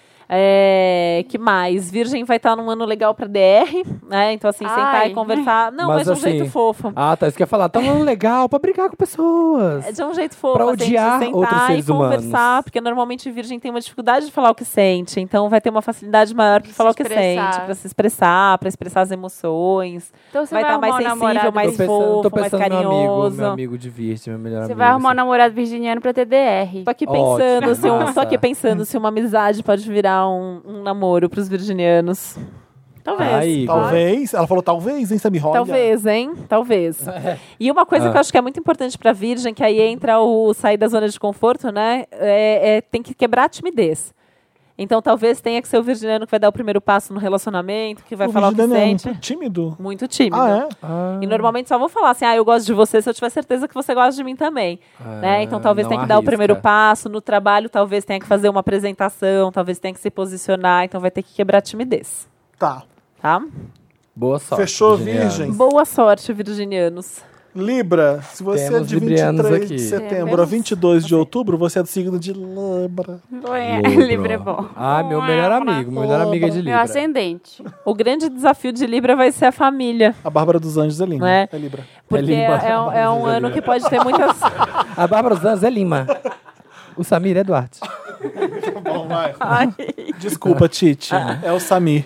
Que mais? Virgem vai estar num ano legal para DR, né? Então, assim, sentar Ai. e conversar. Não, mas de um assim, jeito fofo. Ah, tá. Isso que eu ia falar. Tá um ano legal pra brigar com pessoas. É de um jeito fofo, Pra assim, odiar de outros sentar e seres humanos. conversar, porque normalmente virgem tem uma dificuldade de falar o que sente, então vai ter uma facilidade maior para De falar o se que expressar. sente, para expressar as emoções. Então você Vai vai, estar mais arrumar um sensível, namorado. mais tô fofo, mais pensando no carinhoso. meu amigo de virgem, meu melhor Você amigo. vai arrumar um assim. namorado virginiano pra ter DR. Tô aqui pensando, Ótimo, tô massa. aqui pensando se uma amizade pode virar um namoro pros virginianos. Talvez. Aí, Talvez. Ela falou talvez, hein, Samir? Olha. Talvez, hein? Talvez. E uma coisa que eu acho que é muito importante pra virgem, que aí entra o sair da zona de conforto, né? Tem que quebrar a timidez. Então talvez tenha que ser o virginiano que vai dar o primeiro passo no relacionamento, que vai O falar o que virginiano é sente. muito tímido. Muito tímido. Ah, é? E normalmente só vou falar assim, eu gosto de você se eu tiver certeza que você gosta de mim também. Né? Então talvez não tenha que dar o arrisca. primeiro passo. No trabalho talvez tenha que fazer uma apresentação, talvez tenha que se posicionar. Então vai ter que quebrar a timidez. Tá. Tá? Boa sorte. Fechou, virginiano. virgem. Boa sorte, virginianos. Libra, se você Temos é de librianos 23 de aqui. setembro a 22 de outubro, você é do signo de Libra. Libra é bom. Ah, meu melhor amigo. Meu melhor amigo é de Meu Libra. ascendente. O grande desafio de Libra vai ser a família. A Bárbara dos Anjos é Libra. Não é? É Libra. Porque Lima. é um ano que pode ter muitas... A Bárbara dos Anjos é Lima. O Samir é Duarte. Bom, vai. Desculpa, Tite. É o Samir.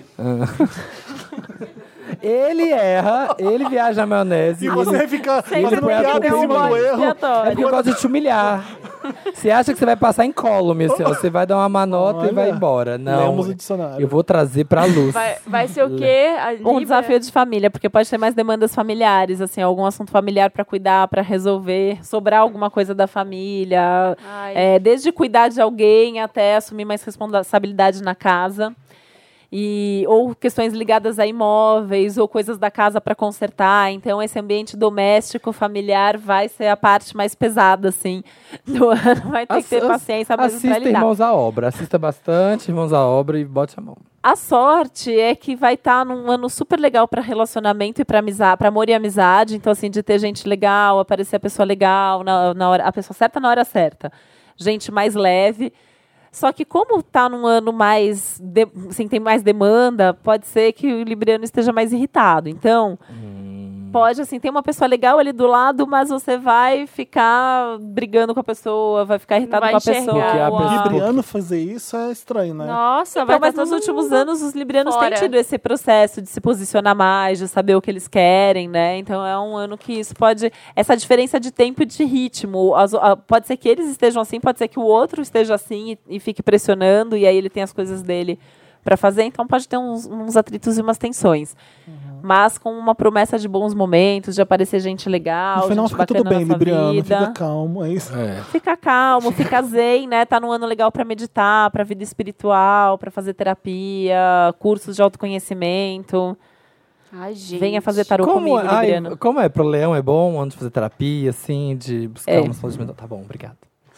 Ele erra, ele viaja na maionese. E você ele... fica ele fazendo põe a piada em culpa em cima mim. do erro. É porque eu gosto de te humilhar. Você acha que você vai passar incólume, assim, ó. Você vai dar uma manota Olha, e vai embora. Não, lemos o dicionário. eu vou trazer pra luz. Vai ser o quê? A Um Libra? desafio de família, porque pode ter mais demandas familiares, assim, algum assunto familiar para cuidar, para resolver, sobrar alguma coisa da família, Ai. desde cuidar de alguém até assumir mais responsabilidade na casa. ou questões ligadas a imóveis, ou coisas da casa para consertar. Então, esse ambiente doméstico, familiar, vai ser a parte mais pesada, assim, do ano. Vai ter que ter paciência mesmo para Assista lidar. Irmãos à Obra. Assista bastante Irmãos à Obra e bote a mão. A sorte é que vai estar num ano super legal para relacionamento e para amizade, para amor e amizade. Então, assim, de ter gente legal, aparecer a pessoa legal, na hora, a pessoa certa na hora certa. Gente mais leve. Só que como está num ano mais, assim, tem mais demanda, pode ser que o libriano esteja mais irritado. Então, pode, assim, ter uma pessoa legal ali do lado, mas você vai ficar brigando com a pessoa, vai ficar irritado Vai com a enxergar. pessoa. Porque a Libriano fazer isso é estranho, né? Nossa, vai Então, mas tá nos todo últimos mundo anos, os librianos fora. têm tido esse processo de se posicionar mais, de saber o que eles querem, né? Então, é um ano que isso pode... Essa diferença de tempo e de ritmo. Pode ser que eles estejam assim, pode ser que o outro esteja assim e fique pressionando, e aí ele tem as coisas dele para fazer. Então, pode ter uns atritos e umas tensões. Mas com uma promessa de bons momentos, de aparecer gente legal, No final gente fica tudo bacana bem, na sua Libriano. vida. Fica calmo, é isso. Fica calmo, fica zen, né? Tá num ano legal para meditar, para vida espiritual, para fazer terapia, cursos de autoconhecimento. Ai, gente. Venha fazer tarô comigo, Libriano. Como é pro leão, é bom antes de fazer terapia, assim, de buscar É. uma saúde mental. Tá bom, obrigado.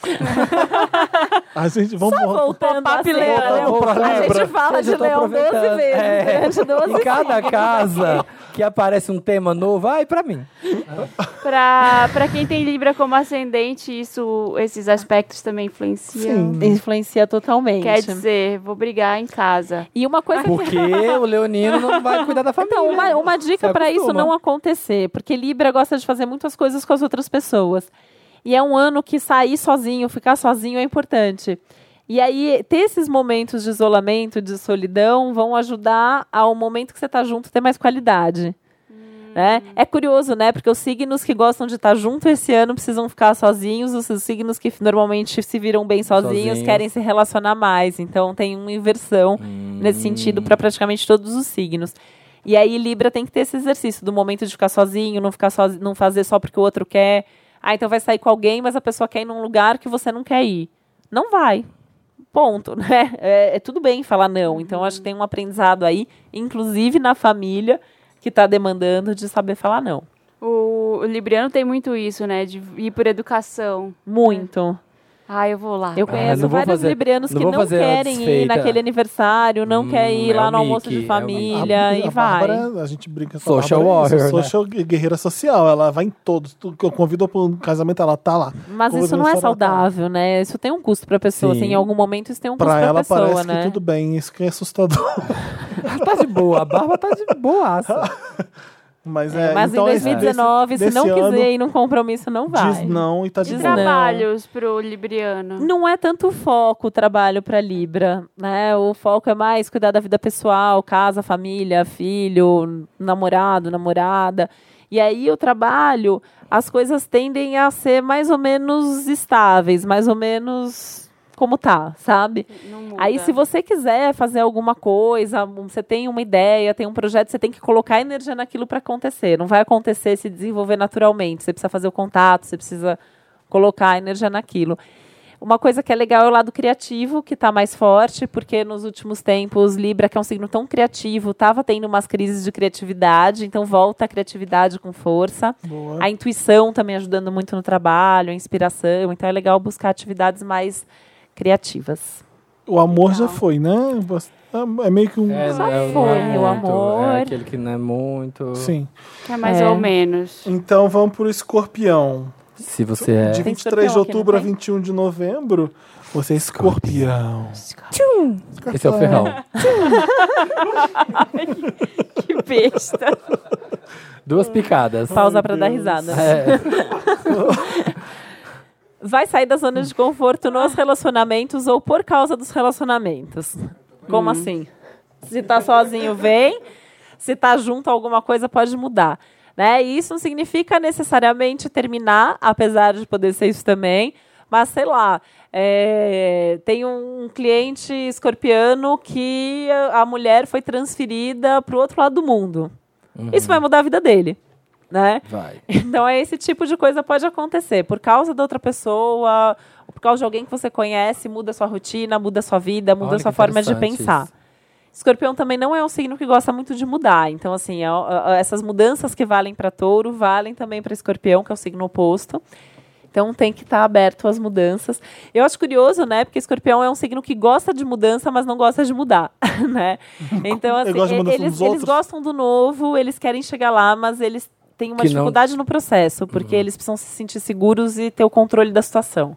A gente, vamos Voltando a ser, voltando pra a Libra. gente fala Gente, de eu tô leão 12 aproveitando. vezes durante 12 Em cada casa que aparece um tema novo, pra mim. Pra quem tem Libra como ascendente, esses aspectos também influenciam. Sim. Influencia totalmente. Quer dizer, vou brigar em casa. E uma coisa Porque o leonino não vai cuidar da família. Então, uma dica Se para isso acostuma. não acontecer, porque Libra gosta de fazer muitas coisas com as outras pessoas. E é um ano que sair sozinho, ficar sozinho é importante. E aí, ter esses momentos de isolamento, de solidão, vão ajudar ao momento que você está junto ter mais qualidade. Né? É curioso, né? Porque os signos que gostam de estar junto esse ano precisam ficar sozinhos, os signos que normalmente se viram bem sozinhos querem se relacionar mais. Então, tem uma inversão nesse sentido para praticamente todos os signos. E aí, Libra tem que ter esse exercício do momento de ficar sozinho, não fazer só porque o outro quer. Então vai sair com alguém, mas a pessoa quer ir num lugar que você não quer ir. Não vai. Ponto, né? É tudo bem falar não. Então, acho que tem um aprendizado aí, inclusive na família, que está demandando de saber falar não. O Libriano tem muito isso, né? De ir por educação. Muito. Eu vou lá. Eu conheço não vou vários fazer- librianos não que vou não fazer a querem ir desfeita. naquele aniversário, não querem ir é lá o no almoço Mickey, de é o família A e vai. Bárbara, a gente brinca com Social a Bárbara, é isso, warrior, né? social guerreira social. Ela vai em todos. Tu que eu convido para um casamento, ela tá lá. Mas Convido isso no não é restaurante, ela tá lá. saudável, né? Isso tem um custo para a pessoa. Sim. Assim, em algum momento isso tem um custo Pra para a ela pessoa, parece né? que tudo bem, isso que é assustador. Tá de boa, a barba tá de boaça. Mas Mas então em esse- 2019, se desse não ano, quiser ir num compromisso, não vai. diz não e tá de De Diz boa. não. trabalhos pro Libriano. Não é tanto foco o trabalho para Libra, né? O foco é mais cuidar da vida pessoal, casa, família, filho, namorado, namorada. E aí o trabalho, as coisas tendem a ser mais ou menos estáveis, mais ou menos como tá, sabe? Não muda. Aí, se você quiser fazer alguma coisa, você tem uma ideia, tem um projeto, você tem que colocar energia naquilo para acontecer. Não vai acontecer se desenvolver naturalmente. Você precisa fazer o contato, você precisa colocar energia naquilo. Uma coisa que é legal é o lado criativo, que está mais forte, porque nos últimos tempos, Libra, que é um signo tão criativo, estava tendo umas crises de criatividade, então volta a criatividade com força. Boa. A intuição também ajudando muito no trabalho, a inspiração. Então, é legal buscar atividades mais criativas. O amor já foi, né? É meio que um. foi, o amor. É aquele que não é muito. Sim. Que é mais É. ou menos. Então vamos pro Escorpião. Se você é. De Tem 23 de escorpião aqui, outubro a não tem? 21 de novembro, você é Escorpião. Esse é o ferrão. Que besta. 2 picadas. Pausa para dar risada. É. Vai sair da zona de conforto nos relacionamentos ou por causa dos relacionamentos. Como assim? Se tá sozinho, vem. Se tá junto, alguma coisa pode mudar. Né? E isso não significa necessariamente terminar, apesar de poder ser isso também. Mas, sei lá, tem um cliente escorpiano que a mulher foi transferida para o outro lado do mundo. Isso vai mudar a vida dele. Né? Vai. Então, esse tipo de coisa pode acontecer. Por causa da outra pessoa, ou por causa de alguém que você conhece, muda a sua rotina, muda a sua vida, muda a Olha sua que forma de interessante pensar. isso. Escorpião também não é um signo que gosta muito de mudar. Então, assim, essas mudanças que valem para Touro, valem também para Escorpião, que é o signo oposto. Então, tem que estar aberto às mudanças. Eu acho curioso, né? Porque Escorpião é um signo que gosta de mudança, mas não gosta de mudar, né? Então, assim, eles gostam do novo, eles querem chegar lá, mas eles têm uma dificuldade no processo, porque eles precisam se sentir seguros e ter o controle da situação.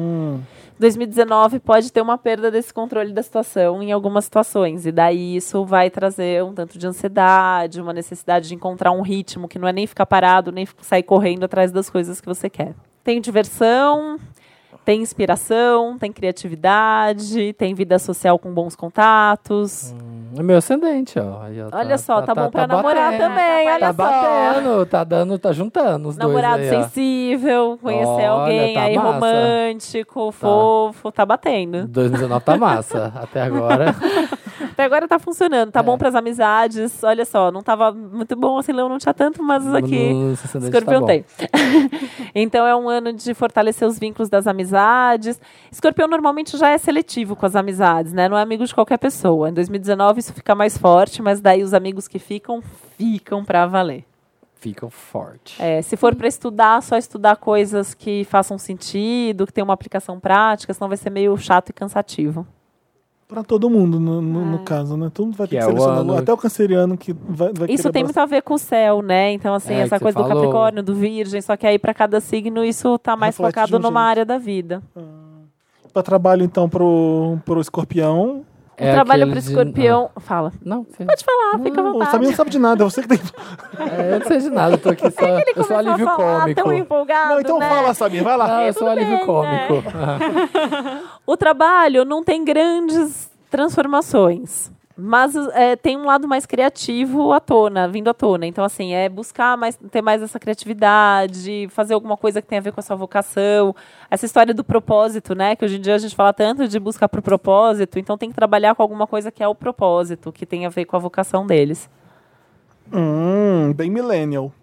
2019 pode ter uma perda desse controle da situação em algumas situações. E daí isso vai trazer um tanto de ansiedade, uma necessidade de encontrar um ritmo que não é nem ficar parado, nem sair correndo atrás das coisas que você quer. Tem diversão, tem inspiração, tem criatividade, tem vida social com bons contatos. É meu ascendente, ó. Aí, ó, olha só, tá bom pra namorar também, olha só. Batendo, tá juntando os namorado dois aí, sensível, conhecer alguém aí massa. Romântico, fofo, tá batendo. 2019 tá massa, até agora. Até agora tá funcionando, tá bom pras amizades. Olha só, não tava muito bom, assim, Leão não tinha tanto, mas aqui Escorpião tem. Então é um ano de fortalecer os vínculos das amizades. Escorpião normalmente já é seletivo com as amizades, né? Não é amigo de qualquer pessoa. Em 2019 isso fica mais forte, mas daí os amigos que ficam pra valer. Ficam fortes. Se for para estudar, só estudar coisas que façam sentido, que tenham uma aplicação prática, senão vai ser meio chato e cansativo. Para todo mundo, no caso, né? Todo mundo vai ter que selecionar. Até o canceriano que vai isso tem muito a ver com o céu, né? Então, assim, essa coisa do Capricórnio, do Virgem, só que aí para cada signo isso tá mais focado numa área da vida. Para trabalho, então, pro Escorpião... O trabalho para o Escorpião... Fala. Não, pode falar, fica à vontade. O Samir não sabe de nada, é você que tem... eu não sei de nada, eu tô aqui só... eu sou alívio cômico. Tão empolgado, não, então né? fala, Samir, vai lá. Não, eu sou alívio cômico. Né? O trabalho não tem grandes transformações, mas tem um lado mais criativo vindo à tona. Então, assim, buscar ter mais essa criatividade, fazer alguma coisa que tenha a ver com a sua vocação. Essa história do propósito, né? Que hoje em dia a gente fala tanto de buscar pro propósito, então tem que trabalhar com alguma coisa que é o propósito, que tem a ver com a vocação deles. Bem millennial.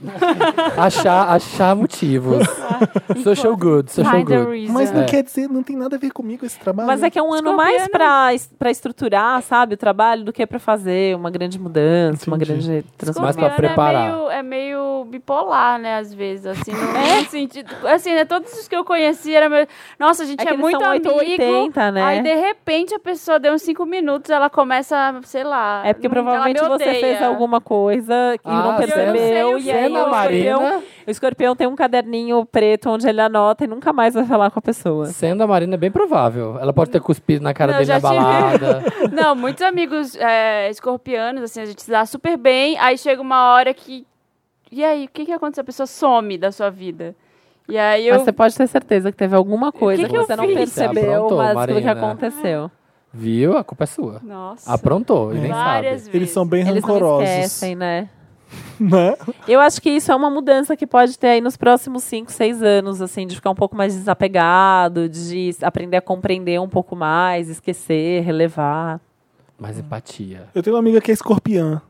achar motivos. Social good. Mas não quer dizer, não tem nada a ver comigo esse trabalho. Mas é que é um ano mais pra estruturar, sabe, o trabalho do que pra fazer uma grande mudança, uma grande transformação. Mais pra preparar. É meio bipolar, né, às vezes, assim, no sentido, assim, né, todos os que eu conheci era meio, nossa, a gente é muito amigo, 80, né? Aí de repente a pessoa deu uns 5 minutos, ela começa, sei lá, é porque provavelmente você fez alguma coisa e não percebeu, e aí o Escorpião tem um caderninho preto onde ele anota e nunca mais vai falar com a pessoa. Sendo a Marina, é bem provável. Ela pode ter cuspido na cara dele na balada. Não, muitos amigos escorpianos, assim, a gente se dá super bem, aí chega uma hora que... E aí, o que aconteceu? A pessoa some da sua vida. E aí Mas você pode ter certeza que teve alguma coisa que você não percebeu, aprontou, mas Marina. tudo que aconteceu. Viu? A culpa é sua. Nossa. Aprontou, e nem Várias sabe. vezes. Eles são bem Eles rancorosos. não esquecem, né? Né? Eu acho que isso é uma mudança que pode ter aí nos próximos 5, 6 anos, assim, de ficar um pouco mais desapegado, de aprender a compreender um pouco mais, esquecer, relevar. Mais empatia. Eu tenho uma amiga que é escorpiã.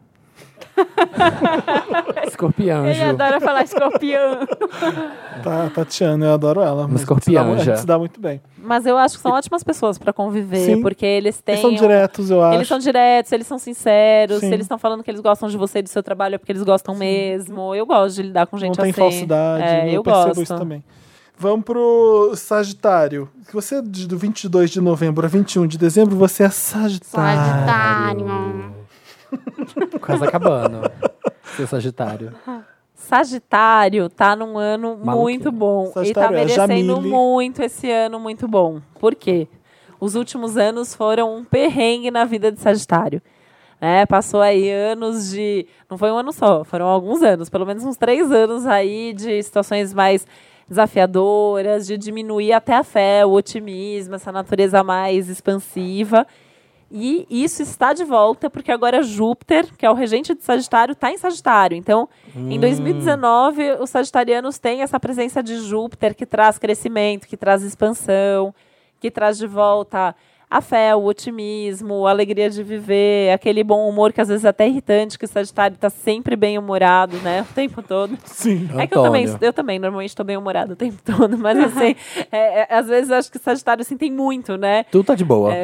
Escorpianjo. Ele adora falar escorpião. Tatiana, eu adoro ela. Mas escorpianja. A gente se dá muito bem. Mas eu acho que são ótimas pessoas pra conviver, Sim. porque eles têm... Eles são diretos, eu acho. Eles são diretos, eles são sinceros, Sim. se eles estão falando que eles gostam de você e do seu trabalho é porque eles gostam mesmo. Eu gosto de lidar com gente Não tem assim. falsidade, eu percebo gosto. isso também. Vamos pro Sagitário. Você é do 22 de novembro a 21 de dezembro, você é Sagitário. Sagitário. Quase acabando. Seu Sagitário. Sagitário tá num ano muito bom. Sagitário E tá merecendo Jamile. muito esse ano muito bom. Por quê? Os últimos anos foram um perrengue na vida de Sagitário. Passou aí anos de... Não foi um ano só, foram alguns anos. Pelo menos uns 3 anos aí de situações mais desafiadoras, de diminuir até a fé, o otimismo, essa natureza mais expansiva. E isso está de volta, porque agora Júpiter, que é o regente de Sagitário, está em Sagitário. Então, em 2019, os sagitarianos têm essa presença de Júpiter que traz crescimento, que traz expansão, que traz de volta a fé, o otimismo, a alegria de viver, aquele bom humor que às vezes é até irritante, que o Sagitário está sempre bem-humorado, né? O tempo todo. Sim. É que eu também normalmente estou bem-humorado o tempo todo, mas assim, às vezes eu acho que o Sagitário assim, tem muito, né? Tudo tá de boa.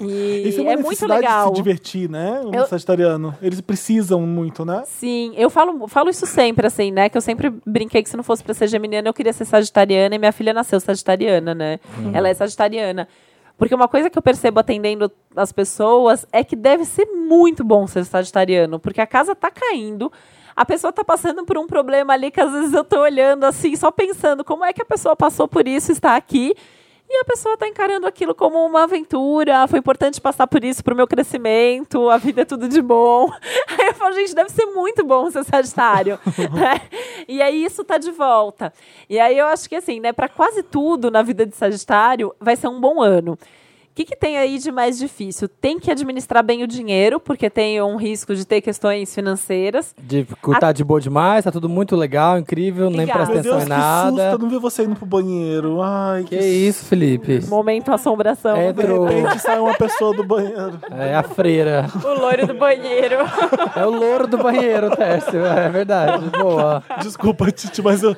E Isso é uma é muito necessidade legal. de se divertir, né? O sagitariano. Eles precisam muito, né? Sim, eu falo isso sempre, assim, né? Que eu sempre brinquei que se não fosse pra ser geminiana, eu queria ser sagitariana, e minha filha nasceu sagitariana, né? Ela é sagitariana. Porque uma coisa que eu percebo atendendo as pessoas é que deve ser muito bom ser sagitariano, porque a casa tá caindo, a pessoa tá passando por um problema ali que às vezes eu tô olhando assim, só pensando como é que a pessoa passou por isso, está aqui, e a pessoa tá encarando aquilo como uma aventura, foi importante passar por isso pro meu crescimento, a vida é tudo de bom. Aí eu falo, gente, deve ser muito bom ser sagitário. Né? E aí isso tá de volta. E aí eu acho que assim, né, para quase tudo na vida de Sagitário vai ser um bom ano. O que tem aí de mais difícil? Tem que administrar bem o dinheiro, porque tem um risco de ter questões financeiras. De tá de boa demais, tá tudo muito legal, incrível, nem Obrigada. presta Meu atenção Deus, em que nada. susto. Eu não vi você indo pro banheiro. Ai, Que isso, Felipe? Momento assombração. É, De repente sai uma pessoa do banheiro. É a freira. O loiro do banheiro. É o louro do banheiro, Tércio. É verdade. Boa. Desculpa, Titi, mas eu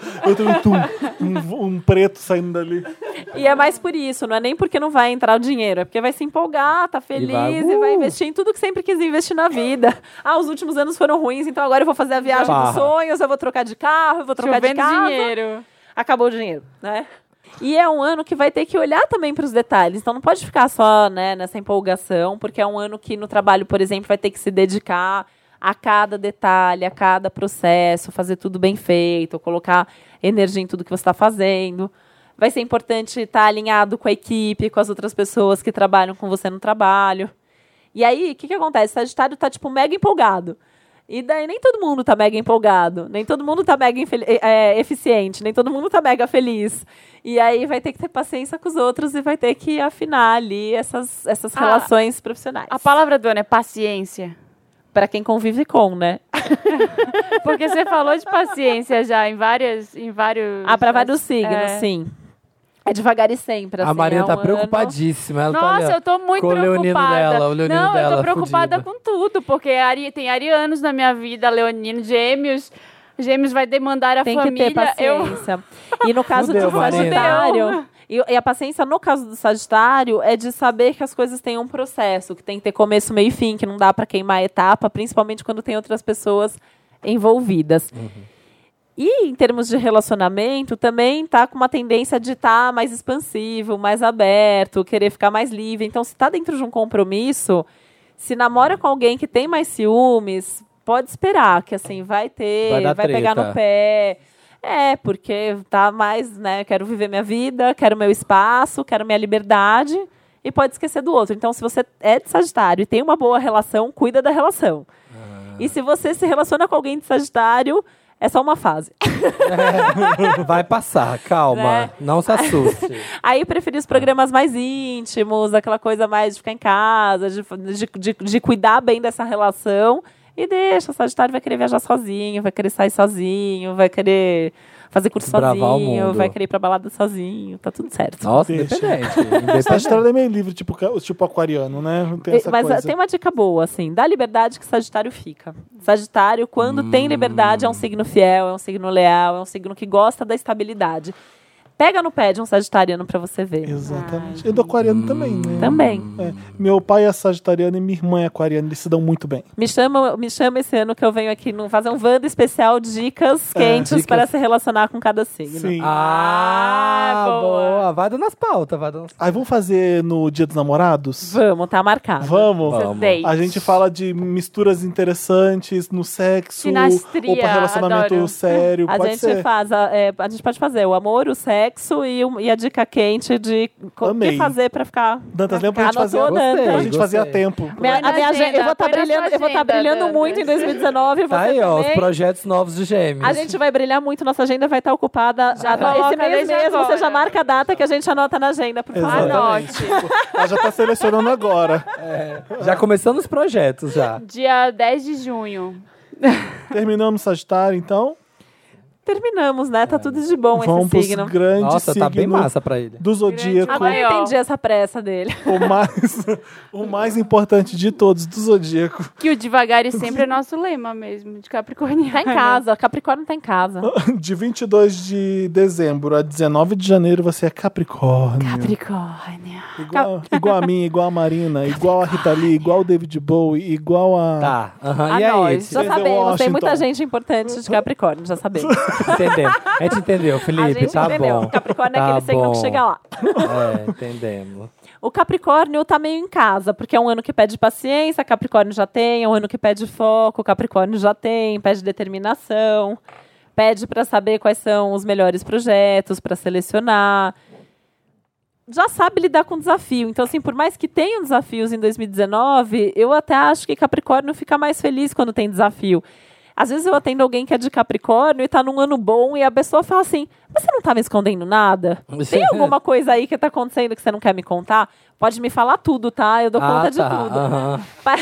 tenho um preto saindo dali. E é mais por isso, não é nem porque não vai entrar o dinheiro, é porque vai se empolgar, tá feliz e vai investir em tudo que sempre quis investir na vida. Ah, os últimos anos foram ruins, então agora eu vou fazer a viagem dos sonhos, eu vou trocar de carro, eu vou trocar de Chovendo casa. dinheiro. Acabou o dinheiro, né? E é um ano que vai ter que olhar também para os detalhes. Então não pode ficar só, né, nessa empolgação, porque é um ano que no trabalho, por exemplo, vai ter que se dedicar a cada detalhe, a cada processo, fazer tudo bem feito, colocar energia em tudo que você está fazendo. Vai ser importante estar alinhado com a equipe, com as outras pessoas que trabalham com você no trabalho. E aí, o que acontece? O Sagitário está, tipo, mega empolgado. E daí nem todo mundo tá mega empolgado, nem todo mundo tá mega eficiente, nem todo mundo tá mega feliz. E aí vai ter que ter paciência com os outros e vai ter que afinar ali essas relações profissionais. A palavra do ano é paciência. Para quem convive com, né? Porque você falou de paciência já em vários... Para vários signos, É. sim. É devagar e sempre, assim. A Marina é tá um preocupadíssima. Ela tá Nossa, ali, ó, eu tô muito com o leonino preocupada. dela, o leonino Não, dela, eu tô preocupada fudido. com tudo, porque tem arianos na minha vida, leonino, gêmeos. Gêmeos vai demandar a Tem família. que ter paciência. E no caso Fudeu, do Marina. Sagitário... E a paciência, no caso do Sagitário, é de saber que as coisas têm um processo, que tem que ter começo, meio e fim, que não dá para queimar a etapa, principalmente quando tem outras pessoas envolvidas. E em termos de relacionamento, também tá com uma tendência de estar mais expansivo, mais aberto, querer ficar mais livre. Então, se está dentro de um compromisso, se namora com alguém que tem mais ciúmes, pode esperar que assim vai pegar treta. no pé. É, porque tá mais, né, quero viver minha vida, quero meu espaço, quero minha liberdade e pode esquecer do outro. Então, se você é de Sagitário e tem uma boa relação, cuida da relação. E se você se relaciona com alguém de Sagitário, é só uma fase. Vai passar, calma. Né? Não se assuste. Aí eu preferi os programas mais íntimos, aquela coisa mais de ficar em casa, de cuidar bem dessa relação. E deixa, o Sagitário vai querer viajar sozinho, vai querer sair sozinho, vai querer fazer curso Desbravar o sozinho, mundo. vai querer ir pra balada sozinho, tá tudo certo. Nossa, Deixa. independente. Sagitário é meio livre, tipo aquariano, né? Não tem essa Mas coisa. tem uma dica boa, assim, dá liberdade que Sagitário fica. Sagitário, quando tem liberdade, é um signo fiel, é um signo leal, é um signo que gosta da estabilidade. Pega no pé de um sagitariano pra você ver. Exatamente. E do aquariano também, né? Também. É. Meu pai é sagitariano e minha irmã é aquariana, eles se dão muito bem. Me chama esse ano que eu venho aqui fazer um Wanda especial, dicas quentes dicas. para se relacionar com cada signo. Sim. Ah, boa. Vai dando as pautas, vai dando as Aí vamos fazer no Dia dos Namorados? Vamos, tá marcado. Vamos. Vamos. Dates. A gente fala de misturas interessantes no sexo, Sinastria, ou para relacionamento adoro. sério, A pode gente ser. a gente pode fazer o amor, o sexo e a dica quente de o Amei. que fazer pra ficar. Dantas, lembra pra gente fazer? Anotou, Dantas? Gostei. A gente fazia a tempo. Põe na agenda, Eu vou estar põe na brilhando, sua eu vou estar agenda, brilhando Dantas. muito em 2019. Você Tá aí, ó, os também. projetos novos de Gêmeos. A gente vai brilhar muito, nossa agenda vai estar ocupada. Já Esse coloca mês desde mesmo, você agora. já marca a data que a gente anota na agenda, por favor. Exatamente. Ela já tá selecionando agora. Já começando os projetos, já. Dia 10 de junho. Terminamos Sagitário, então. terminamos, né? Tá tudo de bom Vamos esse pros signo. grandes Nossa, tá bem signos massa pra ele. do Zodíaco. Agora eu entendi essa pressa dele. O mais importante de todos do Zodíaco. Que o devagar e sempre é nosso lema mesmo, de Capricorniano. Tá em casa, Capricórnio tá em casa. De 22 de dezembro a 19 de janeiro, você é Capricórnio. Capricórnio. Igual a mim, igual a Marina, igual a Rita Lee, igual o David Bowie, igual a... Tá, A e aí? nós. Já Denzel sabemos, tem Washington. muita gente importante de Capricórnio, já sabemos. Entendemos. A gente entendeu, A Felipe, gente tá entendeu. bom. Capricórnio é Tá aquele signo que bom. chega lá. Entendemos. O Capricórnio tá meio em casa, porque é um ano que pede paciência, Capricórnio já tem, é um ano que pede foco, Capricórnio já tem, pede determinação, pede para saber quais são os melhores projetos, para selecionar. Já sabe lidar com desafio. Então, assim, por mais que tenham desafios em 2019, eu até acho que Capricórnio fica mais feliz quando tem desafio. Às vezes eu atendo alguém que é de Capricórnio e tá num ano bom e a pessoa fala assim, mas você não tá me escondendo nada? Tem alguma coisa aí que tá acontecendo que você não quer me contar? Pode me falar tudo, tá? Eu dou conta de tudo. aham.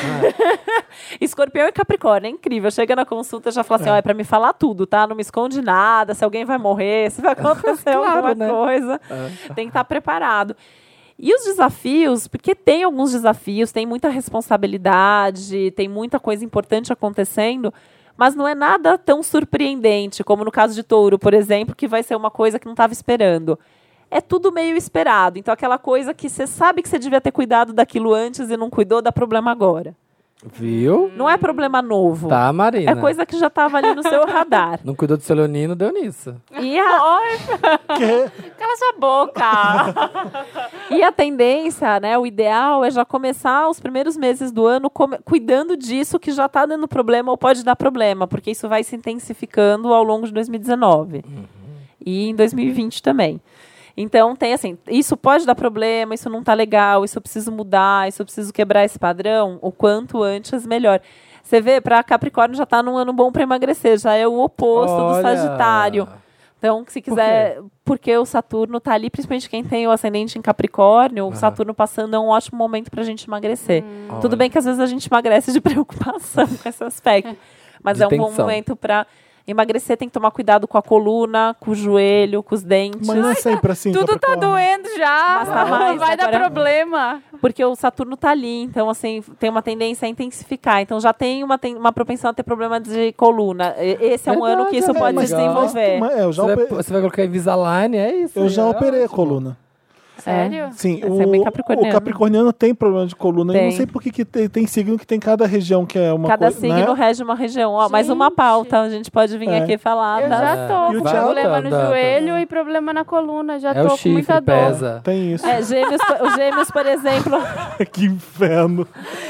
Escorpião e Capricórnio, é incrível. Chega na consulta e já fala assim, ó, é pra me falar tudo, tá? Não me esconde nada, se alguém vai morrer, se vai acontecer alguma né? coisa. Tem que estar preparado. E os desafios, porque tem alguns desafios, tem muita responsabilidade, tem muita coisa importante acontecendo, mas não é nada tão surpreendente, como no caso de Touro, por exemplo, que vai ser uma coisa que não estava esperando. É tudo meio esperado. Então, aquela coisa que você sabe que você devia ter cuidado daquilo antes e não cuidou, dá problema agora. Viu? Não é problema novo. Tá, Marina. É coisa que já estava ali no seu radar. Não cuidou do seu leonino, deu nisso. E a, Cala sua boca! e a tendência, né, o ideal é já começar os primeiros meses do ano cuidando disso que já está dando problema ou pode dar problema, porque isso vai se intensificando ao longo de 2019. E em 2020 também. Então, tem assim, isso pode dar problema, isso não está legal, isso eu preciso mudar, isso eu preciso quebrar esse padrão, o quanto antes, melhor. Você vê, para Capricórnio já está num ano bom para emagrecer, já é o oposto do Sagitário. Então, se quiser, porque o Saturno está ali, principalmente quem tem o ascendente em Capricórnio, o Saturno passando é um ótimo momento para a gente emagrecer. Tudo bem que às vezes a gente emagrece de preocupação com esse aspecto, mas De é um bom tensão. momento para emagrecer. Tem que tomar cuidado com a coluna, com o joelho, com os dentes. Mas não é sempre assim, Tudo tá Capricórnio. doendo já. Mas tá mais, vai dar agora- problema. Porque o Saturno tá ali, então assim, tem uma tendência a intensificar. Então já tem uma propensão a ter problema de coluna. Esse é um Verdade, ano que isso é, pode mas- se desenvolver. Mas eu já, Você vai colocar Invisalign, é isso. eu já é operei a ótimo. coluna. Sério? Sim, Esse é bem o capricorniano. capricorniano tem problema de coluna. Eu Tem. não sei por que tem signo que tem cada região que é uma Cada coisa. signo né? rege uma região. Ó, mais uma Gente. pauta, a gente pode vir É. aqui falar. Eu da- já tô E o com Thiago? problema no Tá. joelho e problema na coluna. Já É tô o com chifre, muita dor. pesa. Tem isso. Os gêmeos, por exemplo, Que inferno.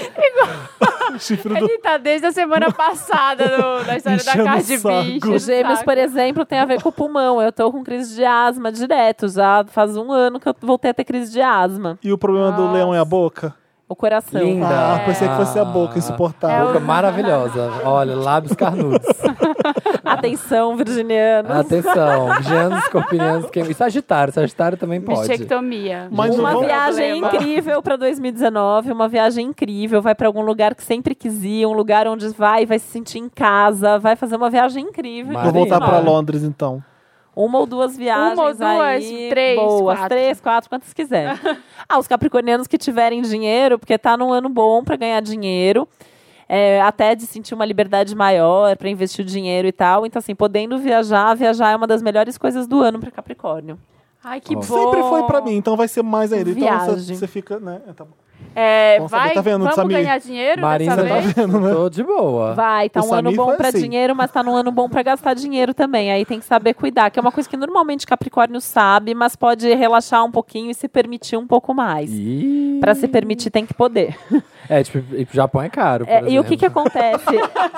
Chifre do... Ele tá desde a semana passada da história Enchendo da o Cardi saco. B. os gêmeos, por exemplo, tem a ver com o pulmão. Eu tô com crise de asma direto. Já faz um ano que eu voltei a ter crise de asma. E o problema do Nossa. leão é a boca? O coração. Linda. Ah, pensei que fosse a boca, insuportável. Boca maravilhosa. Olha, lábios carnudos. Atenção, virginianos. Atenção, Virginianos, Escorpianos e Sagitário. Sagitário também pode. Bichectomia. Mas Uma não vão- viagem Problema. incrível para 2019, uma viagem incrível, vai para algum lugar que sempre quis ir, um lugar onde vai se sentir em casa, vai fazer uma viagem incrível. Marina. Vou voltar pra Marina. Londres, então. Uma ou duas viagens Uma ou duas, aí, três, boas, quatro. 3, 4, quantas quiser. Os capricornianos que tiverem dinheiro, porque tá num ano bom para ganhar dinheiro, até de sentir uma liberdade maior para investir o dinheiro e tal. Então assim, podendo viajar é uma das melhores coisas do ano para Capricórnio. Ai, que Ó. bom. Sempre foi pra mim, então vai ser mais ainda. Então Viagem. você fica, né? Tá bom. Bom saber. Vai, Tá vendo, vamos Samir? ganhar dinheiro Marina, dessa tá vez? vendo, né? Tô de boa. Vai, tá O um ano Samir bom foi para assim. dinheiro, mas tá num ano bom para gastar dinheiro também. Aí tem que saber cuidar, que é uma coisa que normalmente Capricórnio sabe, mas pode relaxar um pouquinho e se permitir um pouco mais. Ih. Para se permitir tem que poder. Tipo, ir pro Japão é caro. por E o que exemplo. acontece?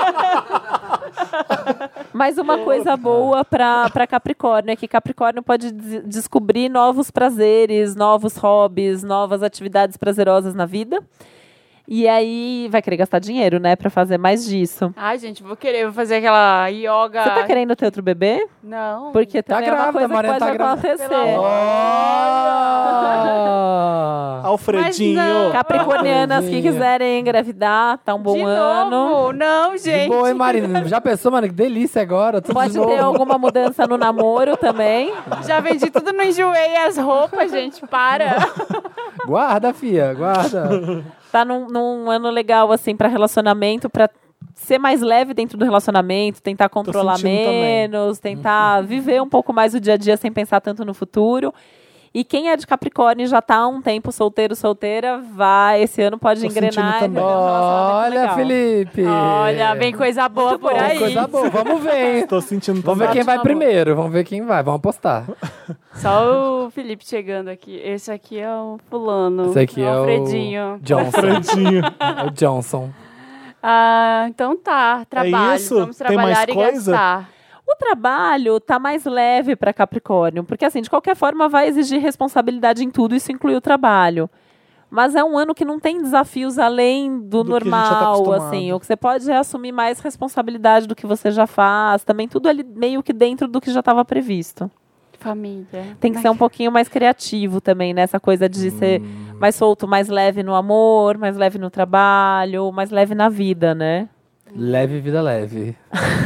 Mas uma coisa boa para Capricórnio é que Capricórnio pode descobrir novos prazeres, novos hobbies, novas atividades prazerosas na vida. E aí vai querer gastar dinheiro, né, para fazer mais disso. Ai, gente, vou fazer aquela yoga. Você tá querendo ter outro bebê? Não. Porque Tá também é uma grávida, coisa que Mariana pode tá grávida. acontecer. Pelo amor. Ah. Alfredinho. Mas não. Capricornianas que Alfredinho. quiserem engravidar, tá um bom De ano. novo? Não, De gente. boa, hein, Marina? Já pensou, mano? Que delícia agora. Tudo Pode de novo. ter alguma mudança no namoro também. Já vendi tudo, não enjoei as roupas, gente. Para. Guarda, fia, guarda. Tá num ano legal, assim, pra relacionamento, pra ser mais leve dentro do relacionamento, tentar controlar sentindo também. menos, tentar viver um pouco mais o dia a dia sem pensar tanto no futuro. E quem é de Capricórnio e já tá há um tempo solteira, esse ano pode Tô sentindo engrenar. e também. vai ter um relacionamento Olha, legal. Felipe. Olha, vem coisa boa por Tem aí. coisa boa. Vamos ver, hein? Tô sentindo Vamos ver também. quem vai Ótimo, primeiro. Vamos ver quem vai. Vamos apostar. Só o Felipe chegando aqui. Esse aqui é o fulano. Esse aqui é o Alfredinho. Johnson. Alfredinho. É o Johnson. Ah, então tá. Trabalho. isso? Vamos Tem mais trabalhar e coisa? gastar. O trabalho tá mais leve para Capricórnio, porque assim, de qualquer forma vai exigir responsabilidade em tudo, isso inclui o trabalho. Mas é um ano que não tem desafios além do Do que a gente já tá normal, acostumado. assim. O que você pode é assumir mais responsabilidade do que você já faz, também tudo ali meio que dentro do que já estava previsto. Família. Tem que ser um pouquinho mais criativo também, né? Essa coisa de ser mais solto, mais leve no amor, mais leve no trabalho, mais leve na vida, né? Leve, vida leve.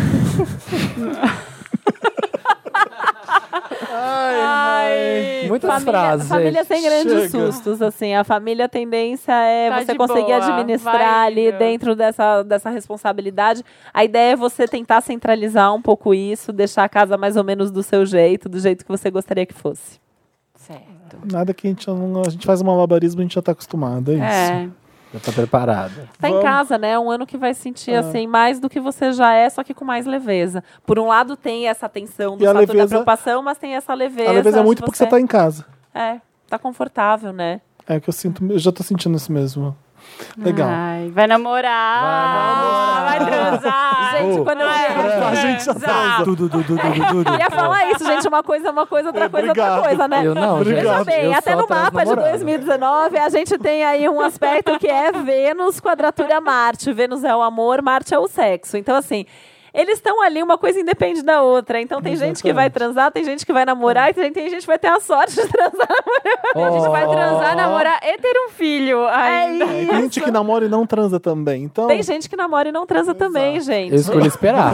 Ai, Muitas frases, família gente. sem grandes Chega. sustos, assim. A família, a tendência é Tá você de conseguir boa, administrar vai ali indo. dentro dessa responsabilidade. A ideia é você tentar centralizar um pouco isso, deixar a casa mais ou menos do seu jeito, do jeito que você gostaria que fosse. certo. Nada que a gente faz um malabarismo, a gente já tá acostumado, é isso. É. Já tá preparada. Tá em Vamos. casa, né? É um ano que vai sentir, assim, mais do que você já é, só que com mais leveza. Por um lado, tem essa tensão do E a fator da leveza- preocupação, mas tem essa leveza. A leveza é de muito porque você tá em casa. tá confortável, né? É o que eu sinto, eu já tô sentindo isso mesmo. Legal. Ai, vai namorar. Vai transar. Gente, quando eu A gente já transar. Tudo. ia falar isso, gente, uma coisa, outra coisa, Obrigado. outra coisa, né? Eu não, gente. Veja bem, Eu até só no mapa de namorado. 2019, a gente tem aí um aspecto que é Vênus quadratura Marte. Vênus é o amor, Marte é o sexo. Então, assim, eles estão ali, uma coisa independe da outra. Então, tem gente que vai transar, tem gente que vai namorar, e tem gente que vai ter a sorte de transar. A gente vai transar, namorar e ter um filho. Ainda. Tem gente que namora e não transa também. Então, Tem gente que namora e não transa também, gente. Eu escolhi esperar.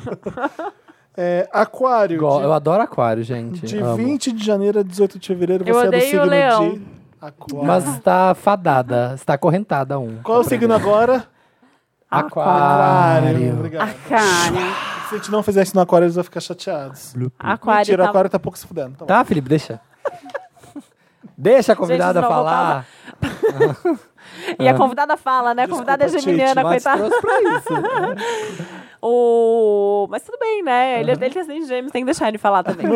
Aquário. Eu adoro aquário, gente. De Amo. 20 de janeiro a 18 de fevereiro, Eu você é do odeio signo o leão. de Aquário. Mas está fadada, está acorrentada um. Qual é o signo agora? Aquário. Obrigado. Cara. Se a gente não fizer isso no aquário, eles vão ficar chateados. Aquário Mentira, o tá... aquário tá pouco se fudendo. Então, Tá, Felipe, deixa. Deixa a convidada Gente, não, vou falar. E a convidada fala, né? A convidada é Desculpa, geminiana, Mas coitada. trouxe pra isso. Mas tudo bem, né? Ele tem ascendente gêmeos, tem que deixar ele falar também.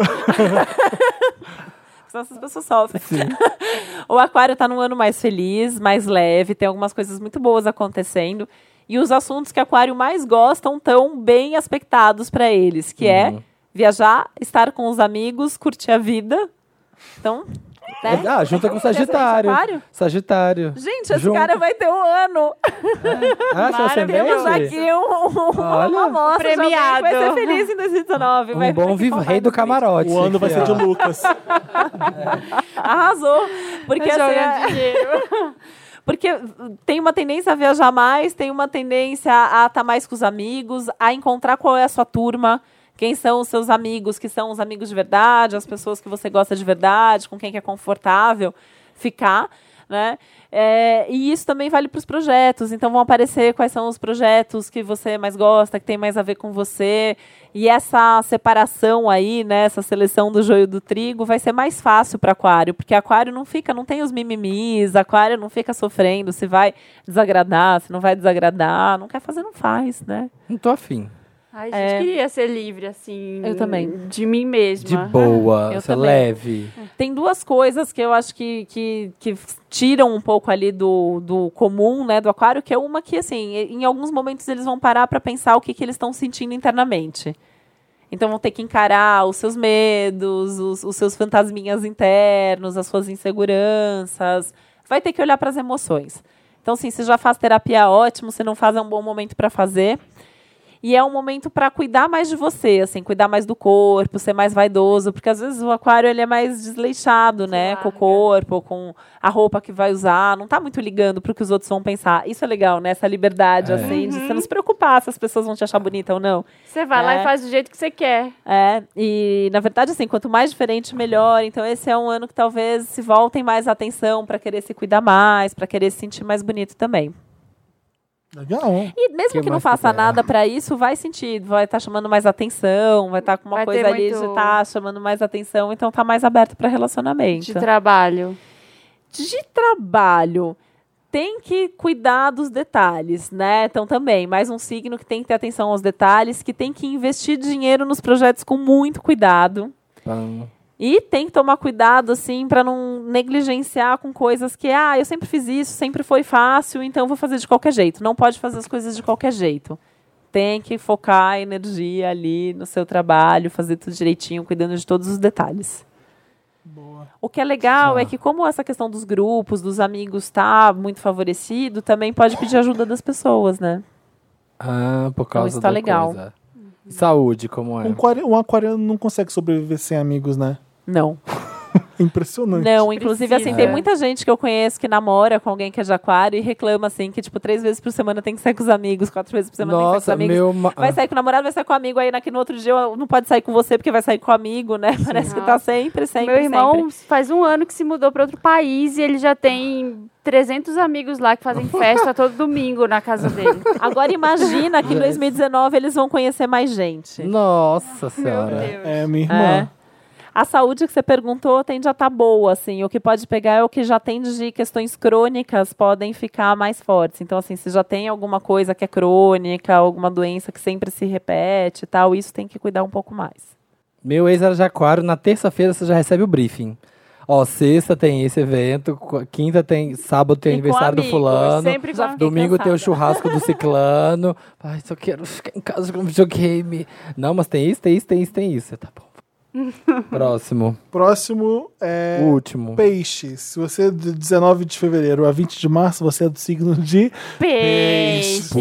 Senão essas pessoas sofrem. O aquário tá num ano mais feliz, mais leve, tem algumas coisas muito boas acontecendo. E os assuntos que o aquário mais gostam estão bem aspectados para eles, que é viajar, estar com os amigos, curtir a vida. Então, né? Ah, junta com o Sagitário. Aquário? Sagitário. Gente, esse Junta. cara vai ter um ano. Ah, seu ascendente? Temos aqui Olha, uma amostra de alguém que vai ser feliz em 2019. Um bom rei do camarote. o ano vai ser de Lucas. Arrasou. Porque assim, Jogando dinheiro. porque tem uma tendência a viajar mais, tem uma tendência a estar mais com os amigos, a encontrar qual é a sua turma, quem são os seus amigos, que são os amigos de verdade, as pessoas que você gosta de verdade, com quem que é confortável ficar, né? E isso também vale para os projetos. Então vão aparecer quais são os projetos que você mais gosta, que tem mais a ver com você. E essa separação aí, né, essa seleção do joio do trigo, vai ser mais fácil para aquário, porque aquário não tem os mimimis, aquário não fica sofrendo se vai desagradar, se não vai desagradar, não quer fazer, não faz, né? Não tô afim. Ai, gente, queria ser livre, assim. Eu também. De mim mesma. De boa, Eu você é também. leve. Tem duas coisas que eu acho que tiram um pouco ali do comum, né, do aquário, que é uma que, assim, em alguns momentos eles vão parar para pensar o que eles estão sentindo internamente. Então vão ter que encarar os seus medos, os seus fantasminhas internos, as suas inseguranças. Vai ter que olhar para as emoções. Então, assim, se já faz terapia, ótimo. Se não faz, é um bom momento para fazer. E é um momento para cuidar mais de você, assim, cuidar mais do corpo, ser mais vaidoso, porque às vezes o aquário ele é mais desleixado, né, com o corpo, com a roupa que vai usar, não tá muito ligando pro que os outros vão pensar. Isso é legal, né, essa liberdade, assim, de você não se preocupar se as pessoas vão te achar bonita ou não. Você vai lá e faz do jeito que você quer. E na verdade, assim, quanto mais diferente, melhor. Então esse é um ano que talvez se voltem mais a atenção para querer se cuidar mais, para querer se sentir mais bonito também. Legal. E mesmo que não faça nada pra isso, vai sentir, vai estar chamando mais atenção, vai estar com uma Vai coisa ter ali muito- de estar chamando mais atenção, então tá mais aberto pra relacionamento. De trabalho. De trabalho, tem que cuidar dos detalhes, né? Então também, mais um signo que tem que ter atenção aos detalhes, que tem que investir dinheiro nos projetos com muito cuidado. E tem que tomar cuidado, assim, para não negligenciar com coisas que, eu sempre fiz isso, sempre foi fácil, então vou fazer de qualquer jeito. Não pode fazer as coisas de qualquer jeito. Tem que focar a energia ali no seu trabalho, fazer tudo direitinho, cuidando de todos os detalhes. Boa. O que é legal é que, como essa questão dos grupos, dos amigos está muito favorecido, também pode pedir ajuda das pessoas, né? Por causa isso tá da legal. coisa. Saúde, como é? Um aquariano não consegue sobreviver sem amigos, né? Não. Impressionante. Não, inclusive, assim, Precisa. tem muita gente que eu conheço que namora com alguém que é de aquário e reclama, assim, que, tipo, 3 vezes por semana tem que sair com os amigos, 4 vezes por semana tem que Nossa, sair com os amigos. Vai sair com o namorado, vai sair com o amigo, aí no outro dia não pode sair com você porque vai sair com o amigo, né? Parece que tá sempre, Meu irmão sempre. faz um ano que se mudou para outro país e ele já tem 300 amigos lá que fazem festa todo domingo na casa dele. Agora imagina que em 2019 eles vão conhecer mais gente. Nossa Senhora. É, minha irmã. A saúde que você perguntou tende a estar boa, assim. O que pode pegar é o que já tem de questões crônicas, podem ficar mais fortes. Então, assim, se já tem alguma coisa que é crônica, alguma doença que sempre se repete e tal, isso tem que cuidar um pouco mais. Meu ex era de aquário, na terça-feira você já recebe o briefing. Ó, sexta tem esse evento, quinta tem, sábado tem E aniversário com do amigo, fulano, sempre com amigo. domingo tem o cansada. churrasco do ciclano. Ai, só quero ficar em casa com videogame. Não, mas tem isso, tem isso, tem isso, tem isso. Tá bom. Próximo. Próximo é O último. Peixes. Se você é de 19 de fevereiro a 20 de março, você é do signo de Peixes.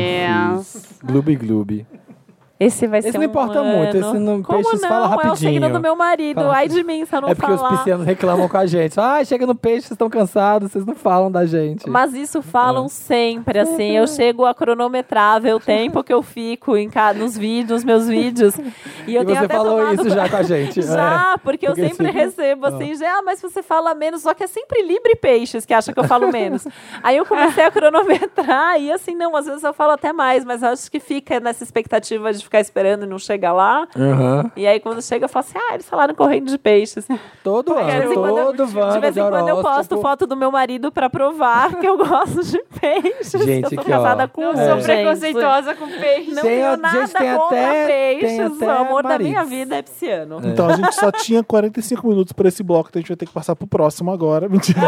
Gloob Gloob. Esse vai ser Esse não importa muito, esse não- Como peixes não? fala É o rapidinho. signo do meu marido. Fala Ai de mim, se eu não É porque falar. os piscianos reclamam com a gente. Chega no peixe, vocês estão cansados, vocês não falam da gente. Mas isso falam sempre, assim. Eu chego a cronometrar, ver o tempo que eu fico nos vídeos, nos meus vídeos. E eu E tenho você até falou tomado- isso já com a gente. Já, porque eu Porque sempre assim- recebo assim, mas você fala menos, só que é sempre Libra e Peixes que acha que eu falo menos. Aí eu comecei a cronometrar e assim, não, às vezes eu falo até mais, mas eu acho que fica nessa expectativa de ficar esperando e não chegar lá. Aham. E aí quando chega eu falo assim, eles falaram correndo de peixes. Todo De vez ano, em quando eu- todo De ano vez em quando eu posto horóscopo. foto do meu marido pra provar que eu gosto de peixes. Gente, eu sou aqui, casada ó. com Não um, sou gente. preconceituosa com peixes. Não Tem tenho a- nada gente, tem contra até- tem peixes. até O amor da minha maridos. vida é pisciano. Então, a gente só tinha 45 minutos para esse bloco, então a gente vai ter que passar pro próximo agora. Mentira.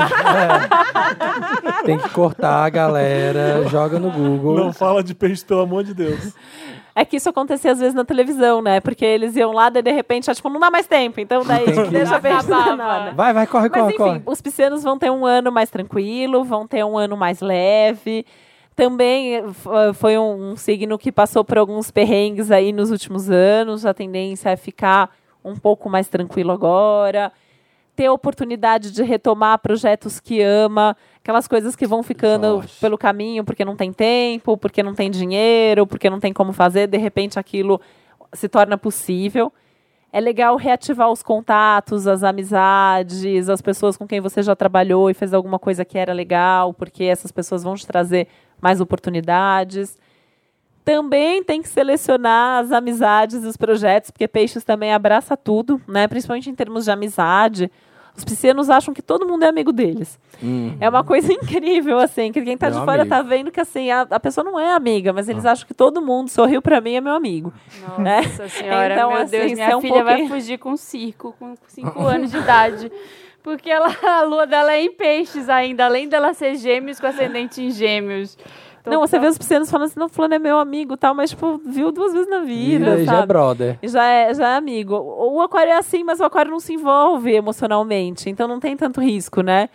Tem que cortar, galera. Joga no Google. Não fala de peixes, pelo amor de Deus. É que isso acontecia às vezes na televisão, né? Porque eles iam lá, daí de repente, tipo, não dá mais tempo. Então daí Tem que- deixa peixe Acabava. nada. Vai, corre, Mas corre, enfim, corre. os piscianos vão ter um ano mais tranquilo, vão ter um ano mais leve. Também foi um signo que passou por alguns perrengues aí nos últimos anos. A tendência é ficar um pouco mais tranquilo agora. Ter a oportunidade de retomar projetos que ama. Aquelas coisas que vão ficando Jorge. pelo caminho porque não tem tempo, porque não tem dinheiro, porque não tem como fazer. De repente aquilo se torna possível. É legal reativar os contatos, as amizades, as pessoas com quem você já trabalhou e fez alguma coisa que era legal, porque essas pessoas vão te trazer mais oportunidades. Também tem que selecionar as amizades e os projetos, porque peixes também abraça tudo, né? Principalmente em termos de amizade. Os piscianos acham que todo mundo é amigo deles. É uma coisa incrível, assim, que quem tá Meu de fora amigo. tá vendo que, assim, a pessoa não é amiga, mas eles acham que todo mundo sorriu pra mim é meu amigo. né? Nossa senhora, Então, meu assim, Deus, isso é minha um filha vai pouquinho- fugir com um circo, com 5 anos de idade. Porque a lua dela é em peixes ainda, além dela ser gêmeos com ascendente em gêmeos. Então, Não, você vê os piscianos falando assim, não, fulano é meu amigo e tal, mas, tipo, viu 2 vezes na E vida, aí já é sabe? brother. Já é amigo. O aquário é assim, mas o aquário não se envolve emocionalmente, então não tem tanto risco, né?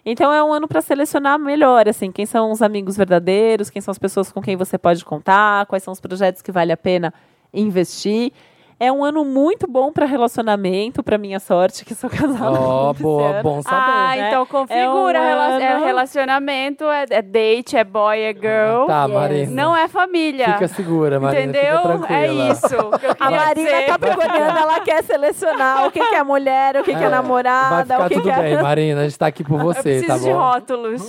Então é um ano para selecionar melhor, assim, quem são os amigos verdadeiros, quem são as pessoas com quem você pode contar, quais são os projetos que vale a pena investir. É um ano muito bom para relacionamento, para minha sorte, que sou casada. Ó, boa, bom saber. Então É configura ano- relacionamento, é date, é boy, é girl. Tá, Marina. Não é família. Fica segura, Marina. Entendeu? Fica tranquila. É isso que eu A queria Marina dizer. capricorniana, ela quer selecionar o que é mulher, o que é Vai namorada, ficar o que tudo é... bem, Marina. A gente tá aqui por Eu você, preciso tá de bom? rótulos.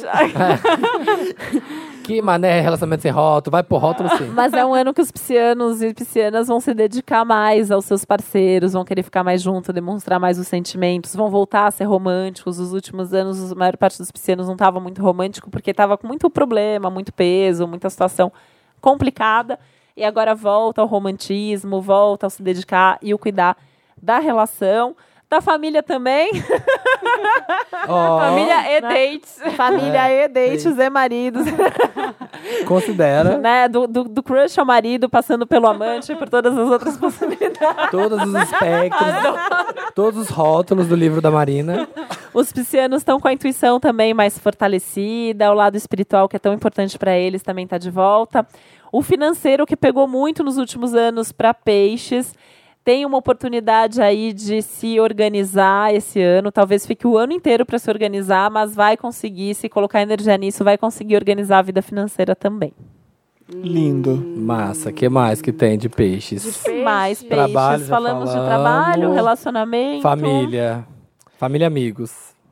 Que mané, relacionamento sem rótulo. Vai por rótulo, sim. Mas é um ano que os piscianos e piscianas vão se dedicar mais aos seus parceiros, vão querer ficar mais junto, demonstrar mais os sentimentos, vão voltar a ser românticos. Nos últimos anos, a maior parte dos piscianos não estava muito romântico, porque estava com muito problema, muito peso, muita situação complicada. E agora volta ao romantismo, volta ao se dedicar e o cuidar da relação. Da família também. Ó, Família e dates. Família e dates e maridos. considera Né? Do crush ao marido, passando pelo amante, por todas as outras possibilidades. todos os espectros, todos os rótulos do livro da Marina. Os piscianos estão com a intuição também mais fortalecida, o lado espiritual que é tão importante para eles também está de volta. O financeiro que pegou muito nos últimos anos para peixes, tem uma oportunidade aí de se organizar esse ano, talvez fique o ano inteiro para se organizar, mas vai conseguir, se colocar energia nisso, vai conseguir organizar a vida financeira também. Lindo. Massa, que mais que tem de peixes? Mais peixes, Trabalho, já falamos de falamos. trabalho, relacionamento. Família. Família, amigos.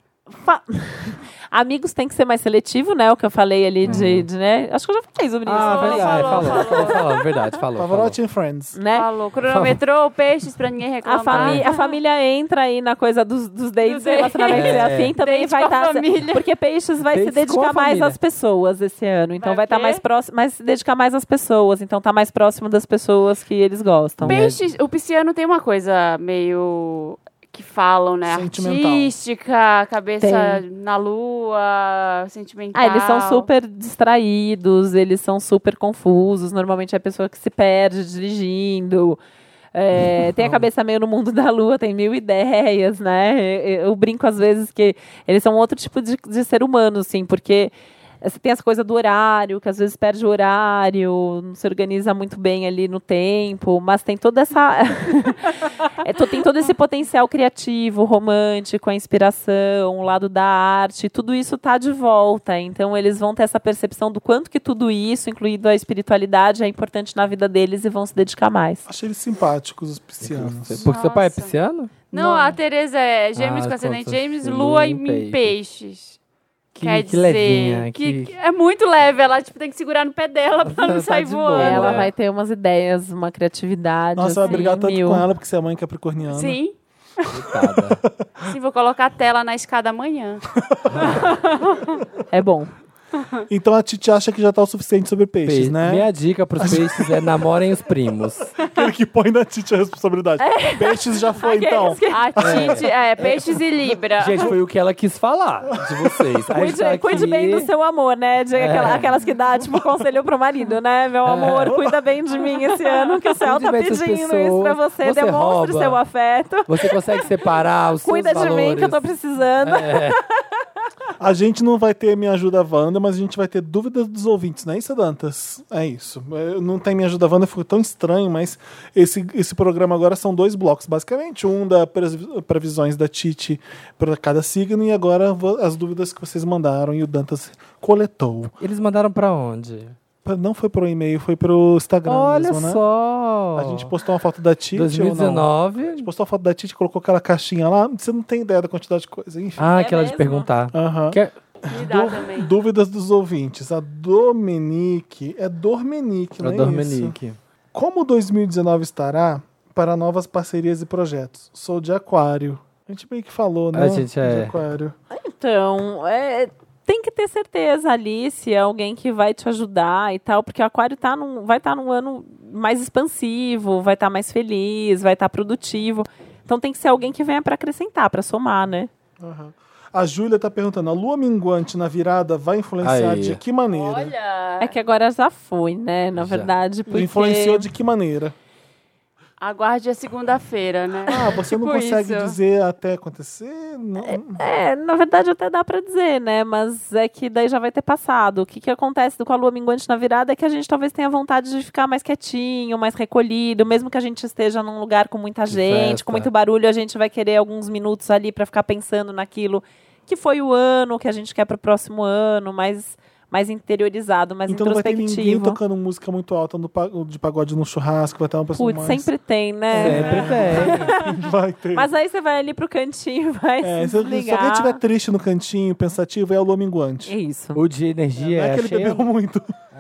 Amigos tem que ser mais seletivo, né? O que eu falei ali né? Acho que eu já falei sobre isso. Ah, né? verdade, falou. falou, verdade, falou. Pavarotti and Friends. Né? Falou, cronometrou peixes pra ninguém reclamar. A família entra aí na coisa dos dates, Do relacionamentos e date. afim, também Date vai com a estar... família. Porque Peixes vai Peixes se com dedicar a mais família. às pessoas esse ano. Então Vai vai o estar quê? mais próximo, mas se dedicar mais às pessoas. Então tá mais próximo das pessoas que eles gostam. Peixes, o pisciano tem uma coisa meio que falam, né? Sentimental. Artística, cabeça Tem. na lua, sentimental. Ah, eles são super distraídos, eles são super confusos. Normalmente é a pessoa que se perde dirigindo. Tem a cabeça meio no mundo da lua, tem 1000 ideias, né? Eu brinco às vezes que eles são outro tipo de ser humano, assim, porque você tem essa coisa do horário, que às vezes perde o horário, não se organiza muito bem ali no tempo, mas tem toda essa... tem todo esse potencial criativo, romântico, a inspiração, o lado da arte, tudo isso tá de volta. Então, eles vão ter essa percepção do quanto que tudo isso, incluindo a espiritualidade, é importante na vida deles e vão se dedicar mais. Achei eles simpáticos, os piscianos. Porque seu pai é Nossa. pisciano? Não, a Tereza é gêmeos Ah, com ascendente conta- gêmeos, lua lua em em peixes. Quer Que dizer levinha. que é muito leve, ela tipo, tem que segurar no pé dela pra não Tá sair de voando. boa. Ela vai ter umas ideias, uma criatividade. Nossa, eu ia assim, brigar tanto mil. com ela porque você é mãe capricorniana. Sim, Coitada. sim, vou colocar a tela na escada amanhã. É bom. Então a Titi acha que já tá o suficiente sobre peixes, né? Minha dica pros peixes é namorem os primos. Aquele que põe na Titi a responsabilidade. Peixes já foi, então. A Titi, peixes e Libra. Gente, foi o que ela quis falar de vocês. A gente tá Cuide aqui- bem do seu amor, né? Aquelas que dá, tipo, conselho pro marido, né? Meu amor, cuida bem de mim esse ano, que o céu Cuide tá bem dessas pedindo isso pra pessoas. você. Você Demonstre rouba. seu afeto. Você consegue separar os Cuida seus de valores. mim, que eu tô precisando. A gente não vai ter Me Ajuda Wanda, mas a gente vai ter dúvidas dos ouvintes, não é isso, Dantas? É isso. Não tem Me Ajuda Wanda, ficou tão estranho, mas esse programa agora são 2 blocos, basicamente. Um da previsões da Titi para cada signo e agora as dúvidas que vocês mandaram e o Dantas coletou. Eles mandaram pra onde? Não foi pro e-mail, foi pro Instagram Olha mesmo, né? só. A gente postou uma foto da Titi ou não? A 2019. gente postou a foto da Titi, colocou aquela caixinha lá, você não tem ideia da quantidade de coisa, enfim. Ah, É aquela de mesmo? perguntar. Aham. Quer- Me dá também. Dúvidas dos ouvintes. A Dominique, Dormenique, não Pra é Dormenique. isso? Como 2019 estará para novas parcerias e projetos? Sou de Aquário. A gente meio que falou, né? A gente é. De Aquário. Então, tem que ter certeza ali se é alguém que vai te ajudar e tal, porque o Aquário vai estar num ano mais expansivo, vai estar mais feliz, vai estar produtivo. Então tem que ser alguém que venha para acrescentar, para somar, né? Aham. A Júlia tá perguntando, a lua minguante na virada vai influenciar Aí. de que maneira? Olha, É que agora já foi, né? Na Já. verdade, porque... Influenciou de que maneira? Aguarde a segunda-feira, né? Você não Tipo consegue isso. dizer até acontecer? Não. Na verdade até dá pra dizer, né? Mas é que daí já vai ter passado. O que acontece com a lua minguante na virada é que a gente talvez tenha vontade de ficar mais quietinho, mais recolhido, mesmo que a gente esteja num lugar com muita gente, festa. com muito barulho, a gente vai querer alguns minutos ali pra ficar pensando naquilo que foi o ano, que a gente quer pro próximo ano, mais interiorizado, mais Então não vai ter ninguém introspectivo. tocando música muito alta de pagode no churrasco, vai ter uma pessoa Putz, mais... sempre tem, né? Sempre tem. Vai ter. Mas aí você vai ali pro cantinho, vai se Se desligar. alguém estiver triste no cantinho, pensativo, é a lua minguante. É isso. O de energia Não é que ele cheio, bebeu muito.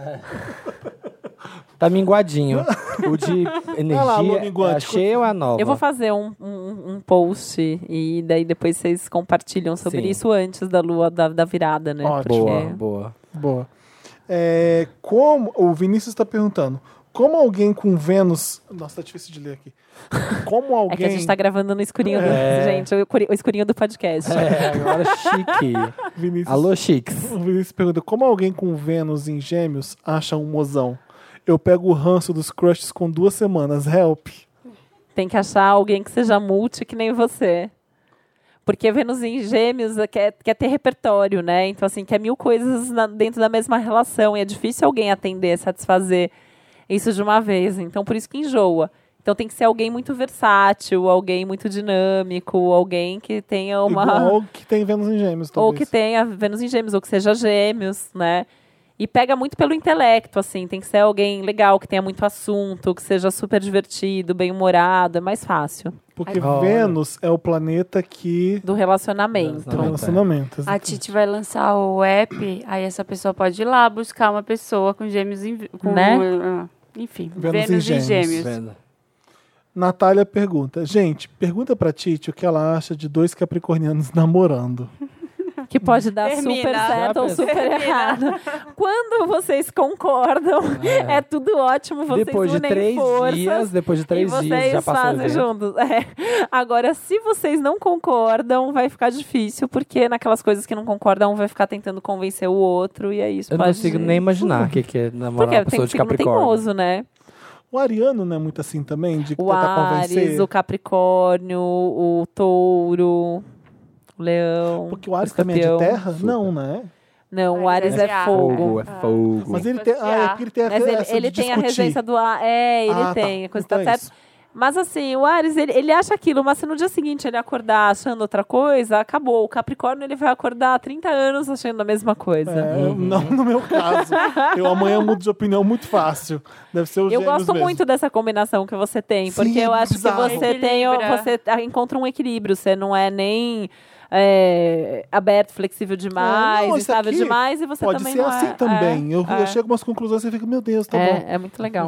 tá minguadinho. O de Olha lá, lua energia minguante. é cheio ou a nova? Eu vou fazer um post e daí depois vocês compartilham sobre Sim. isso antes da lua da virada, né? Ótimo. Boa, Porque- boa. Boa. Como o Vinícius está perguntando, como alguém com Vênus... Nossa, tá difícil de ler aqui. Como alguém... É que a gente tá gravando no escurinho, gente, o escurinho do podcast. É, agora chique. Vinícius, Alô, chiques. o Vinícius pergunta, como alguém com Vênus em Gêmeos acha um mozão? Eu pego o ranço dos crushes com 2 semanas. Help. Tem que achar alguém que seja multi que nem você. Porque Vênus em Gêmeos quer ter repertório, né? Então, assim, quer 1000 coisas dentro da mesma relação. E é difícil alguém atender, satisfazer isso de uma vez. Então, por isso que enjoa. Então, tem que ser alguém muito versátil, alguém muito dinâmico, alguém que tenha uma... Igual que tem Vênus em Gêmeos, talvez. Ou que tenha Vênus em Gêmeos, ou que seja Gêmeos, né? E pega muito pelo intelecto, assim. Tem que ser alguém legal, que tenha muito assunto, que seja super divertido, bem-humorado. É mais fácil. Porque Olha. Vênus é o planeta que... Do relacionamento. do relacionamento. A Titi vai lançar o app, aí essa pessoa pode ir lá buscar uma pessoa com gêmeos Né? enfim, Vênus Vênus em em Gêmeos. gêmeos. Vendo? Natália pergunta, gente, pergunta pra Titi o que ela acha de 2 capricornianos namorando. Que pode dar Termina. super certo ou Já super errado. Quando vocês concordam, é tudo ótimo, vocês Depois de unem 3 forças. dias, depois de 3 E dias já vocês passou o fazem evento. juntos. É. Agora, se vocês não concordam, vai ficar difícil, porque naquelas coisas que não concordam, um vai ficar tentando convencer o outro, e aí isso Eu não pode... consigo nem imaginar o que é namorar Porque uma tem pessoa de signo Capricórnio. teimoso, né? O Ariano não é muito assim também, de O tentar Áries, convencer? o Capricórnio, o Touro, o Leão. Porque o Ares o também é de Escorpião. terra? Super. Não, né? Não, o Áries é É fogo. É fogo. Mas ele tem, é porque ele tem Mas essa ele de tem a discutir. regência do ar. É, ele Ah, tem. tá. A coisa Então tá é certa. isso. Mas assim, o Áries, ele acha aquilo, mas se no dia seguinte ele acordar achando outra coisa, acabou. O Capricórnio, ele vai acordar há 30 anos achando a mesma coisa. Não no meu caso. Eu amanhã mudo de opinião muito fácil. Deve ser o Eu Gêmeos gosto mesmo. muito dessa combinação que você tem, Sim, porque eu é acho bizarro. que você tem, Equilibra. você encontra um equilíbrio. Você não é nem aberto, flexível demais, não, isso estável aqui demais, e você Pode também ser não assim é. também. Eu chego a umas conclusões e fico, meu Deus, tá bom. É muito legal.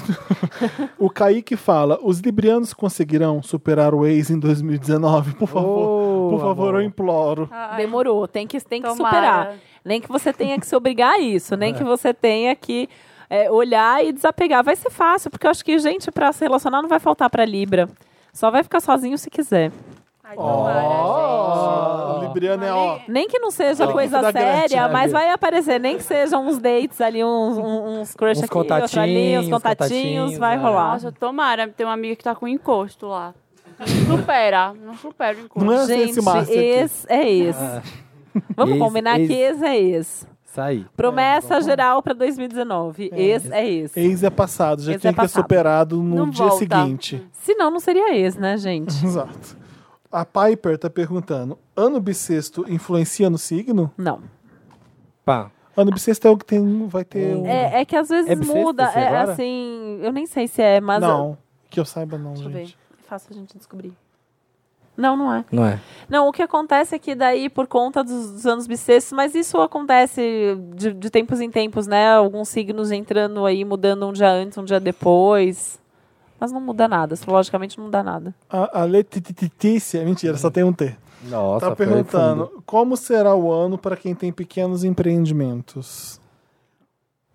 O Kaique fala, os librianos conseguirão superar o ex em 2019? Por favor, Oh, por favor, amor. eu imploro. Demorou, tem que Tomara. superar. Nem que você tenha que se obrigar a isso, nem que você tenha que olhar e desapegar. Vai ser fácil, porque eu acho que gente pra se relacionar não vai faltar pra Libra. Só vai ficar sozinho se quiser. Ai, tomara, O libriano é, ó... Nem que não seja Ó, coisa da Gretchen, séria, mas né? vai aparecer. Nem que sejam uns dates ali, uns crush Uns aqui, outro ali, uns contatinhos, contatinhos, vai é. rolar. Nossa, tomara. Tem uma amiga que tá com encosto lá. Não supera o encosto. Não é Gente, esse Márcio aqui. esse é esse. Vamos Ex- combinar ex- que esse é esse. Isso aí. Promessa geral pra 2019. Esse é esse. Ex é passado, já Ex tinha é que ter passado. superado no Não dia volta. seguinte. Senão não seria esse, né, gente? Exato. A Piper tá perguntando, ano bissexto influencia no signo? Não. Pá. Ano bissexto é o que tem, vai ter... um- É que às vezes É bissexto muda. esse agora? Assim, eu nem sei se é, mas. Não, que eu saiba não, Deixa eu ver. gente. É fácil a gente descobrir. Não, não é. Não é? Não, o que acontece é que daí, por conta dos anos bissextos, mas isso acontece de tempos em tempos, né? Alguns signos entrando aí, mudando um dia antes, um dia depois. Mas não muda nada, astrologicamente não muda nada. A Letícia, mentira, só tem um T. Nossa, Tá foi perguntando, fundo. como será o ano para quem tem pequenos empreendimentos?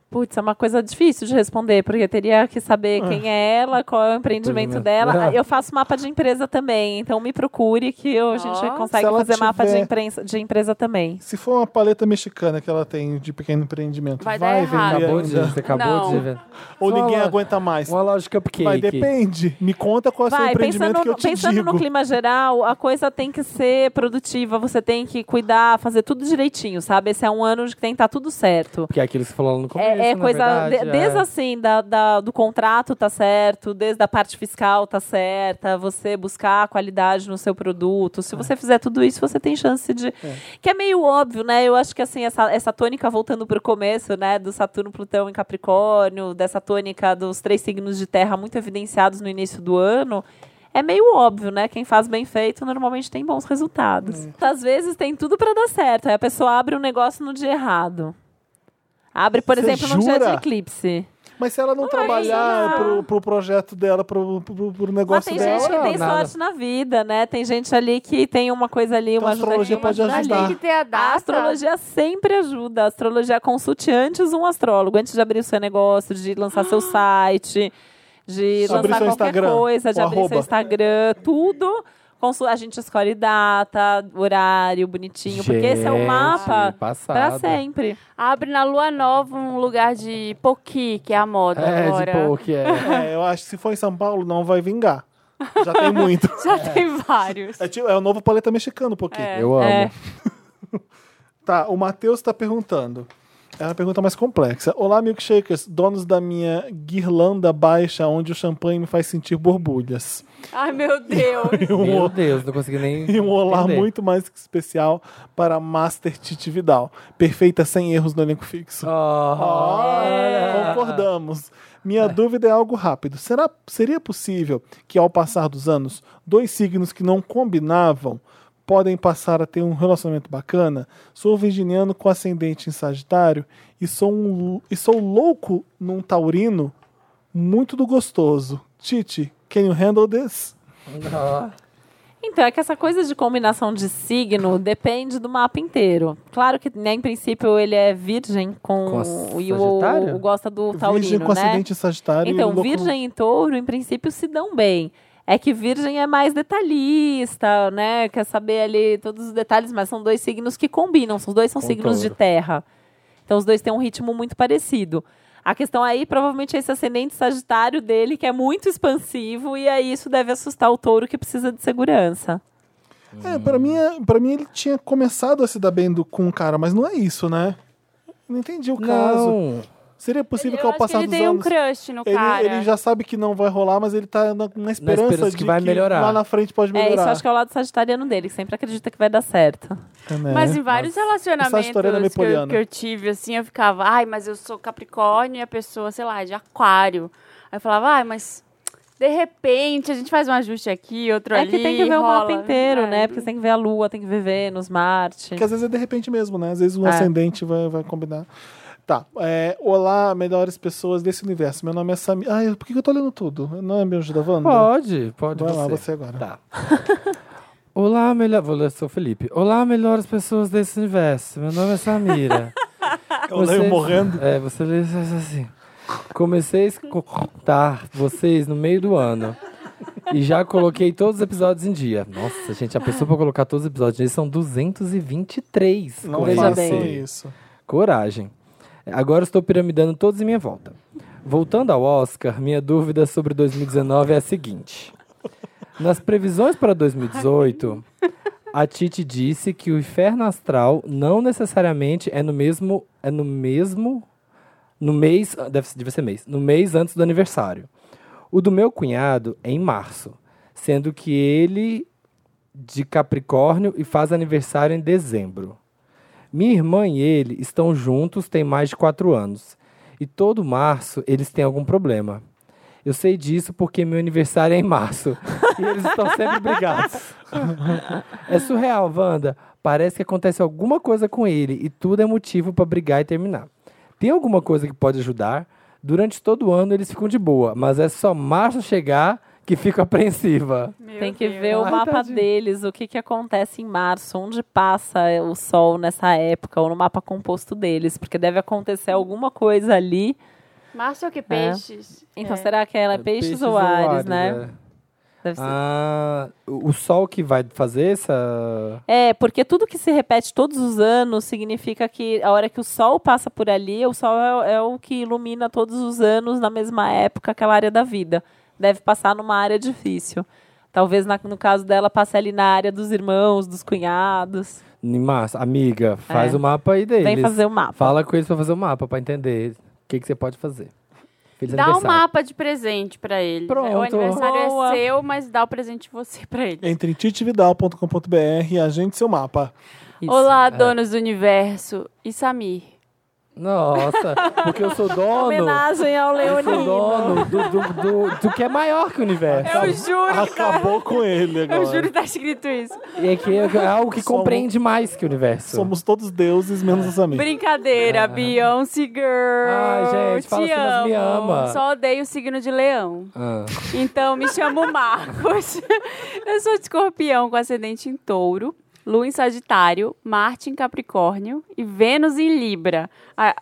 Putz, é uma coisa difícil de responder, porque eu teria que saber quem é ela, qual é o empreendimento dela. Eu faço mapa de empresa também, então me procure que a gente consegue fazer mapa de empresa também. Se for uma paleta mexicana que ela tem de pequeno empreendimento, vai dar errado. Você acabou de ver. Ou ninguém aguenta mais? Uma loja de cupcake. Mas depende. Me conta qual é o seu empreendimento que eu te pensando digo. no clima geral, a coisa tem que ser produtiva, você tem que cuidar, fazer tudo direitinho, sabe? Esse é um ano de que tem que estar tudo certo. Porque é aquilo que você falou no começo, desde assim, do contrato tá certo, desde a parte fiscal tá certa, você buscar a qualidade no seu produto. Se você fizer tudo isso, você tem chance de... Que é meio óbvio, né? Eu acho que assim, essa tônica, voltando pro começo, né? Do Saturno, Plutão em Capricórnio, dessa tônica dos 3 signos de terra muito evidenciados no início do ano... É meio óbvio, né? Quem faz bem feito normalmente tem bons resultados. Às vezes tem tudo para dar certo. Aí a pessoa abre um negócio no dia errado. Abre, por exemplo, no dia de eclipse. Mas se ela não trabalhar pro projeto dela, pro negócio dela... Mas tem gente que tem sorte na vida, né? Tem gente ali que tem uma coisa ali, então uma ajuda aqui, uma ajuda ali. Tem que ter a data. A astrologia sempre ajuda. A astrologia consulte antes um astrólogo. Antes de abrir o seu negócio, de lançar seu site... de lançar qualquer coisa, de abrir seu Instagram, tudo. A gente escolhe data, horário, bonitinho, porque esse é o mapa pra sempre. Abre na lua nova um lugar de poki, que é a moda agora. De poki, eu acho que se for em São Paulo, não vai vingar. Já tem muito. Já tem vários. É o novo paleta mexicano, poki. Eu amo. Tá, o Matheus tá perguntando. É uma pergunta mais complexa. Olá, milkshakers, donos da minha guirlanda baixa, onde o champanhe me faz sentir borbulhas. Ai, meu Deus. Meu Deus, não consegui nem E um olá entender. muito mais que especial para a Master Titi Vidal. Perfeita, sem erros no elenco fixo. Concordamos. Minha dúvida é algo rápido. Seria possível que, ao passar dos anos, 2 signos que não combinavam podem passar a ter um relacionamento bacana? Sou virginiano com ascendente em Sagitário e sou louco num taurino muito do gostoso. Titi, can you handle this? Então, é que essa coisa de combinação de signo depende do mapa inteiro. Claro que, né, em princípio, ele é virgem e o gosta do taurino, virgem com ascendente em Sagitário. Então, virgem e touro, em princípio, se dão bem. É que virgem é mais detalhista, né? Quer saber ali todos os detalhes, mas são 2 signos que combinam. Os 2 são signos de terra. Então, os 2 têm um ritmo muito parecido. A questão aí, provavelmente, é esse ascendente Sagitário dele, que é muito expansivo, e aí isso deve assustar o touro que precisa de segurança. Pra mim ele tinha começado a se dar bem com o cara, mas não é isso, né? Não entendi o caso. Seria possível que ao passar dos anos... ele tem um crush no cara. Ele já sabe que não vai rolar, mas ele tá na esperança de que vai melhorar. Lá na frente pode melhorar. Isso acho que é o lado sagitariano dele, que sempre acredita que vai dar certo. Mas em vários relacionamentos que eu tive, assim, eu ficava... Ai, mas eu sou Capricórnio e a pessoa, sei lá, é de Aquário. Aí eu falava, ai, mas... De repente, a gente faz um ajuste aqui, outro ali. É que tem que ver o mapa inteiro, né? Porque você tem que ver a Lua, tem que ver Vênus, Marte. Porque às vezes é de repente mesmo, né? Às vezes o ascendente vai combinar. Tá. Olá, melhores pessoas desse universo. Meu nome é Samir. Ai, por que eu tô lendo tudo? Não é meu da Wanda? Pode Vai lá, você agora. Tá. Olá, vou ler o seu Felipe. Olá, melhores pessoas desse universo. Meu nome é Samira. Eu leio morrendo. Você lê assim. Comecei a escutar vocês no meio do ano. E já coloquei todos os episódios em dia. Nossa, gente, a pessoa pra colocar todos os episódios em dia são 223. Não veja bem isso. Coragem. Agora estou piramidando todos em minha volta. Voltando ao Oscar, minha dúvida sobre 2019 é a seguinte. Nas previsões para 2018, a Titi disse que o inferno astral não necessariamente é no mês, deve ser mês, no mês antes do aniversário. O do meu cunhado é em março, sendo que ele de Capricórnio e faz aniversário em dezembro. Minha irmã e ele estão juntos tem mais de 4 anos. E todo março eles têm algum problema. Eu sei disso porque meu aniversário é em março. E eles estão sempre brigados. É surreal, Wanda. Parece que acontece alguma coisa com ele e tudo é motivo para brigar e terminar. Tem alguma coisa que pode ajudar? Durante todo o ano eles ficam de boa, mas é só março chegar que fico apreensiva. Tem que ver o Ai, mapa tadinho. deles, o que acontece em março, onde passa o sol nessa época, ou no mapa composto deles, porque deve acontecer alguma coisa ali. Março é o que? Peixes. Então, será que ela é peixes ou Ares, né? Deve ser. O sol que vai fazer essa... Porque tudo que se repete todos os anos significa que a hora que o sol passa por ali, o sol é o que ilumina todos os anos na mesma época aquela área da vida. Deve passar numa área difícil. Talvez no caso dela passe ali na área dos irmãos, dos cunhados. Massa, amiga, faz o mapa aí deles. Vem fazer o mapa. Fala com eles pra fazer o mapa, pra entender o que você pode fazer. Feliz Dá um aniversário. mapa de presente pra ele. Pronto. O aniversário Boa. é seu, mas dá o presente de você pra ele. Entre em titividal.com.br e agende seu mapa. Isso. Olá, donos do universo. E Samir. Nossa, porque eu sou dono... Homenagem ao Eu sou Leonino. dono do que é maior que o universo. Eu juro, Acabou com ele agora. eu juro que tá escrito isso. E é, que é algo que Somos- compreende mais que o universo. Somos todos deuses, menos os amigos. Brincadeira, Beyoncé Girl. Ai, gente, fala te assim, mas amo. me ama. Só odeio o signo de leão. Ah. Então, me chamo Marcos. Eu sou de escorpião com ascendente em touro, lua em sagitário, Marte em capricórnio e Vênus em Libra.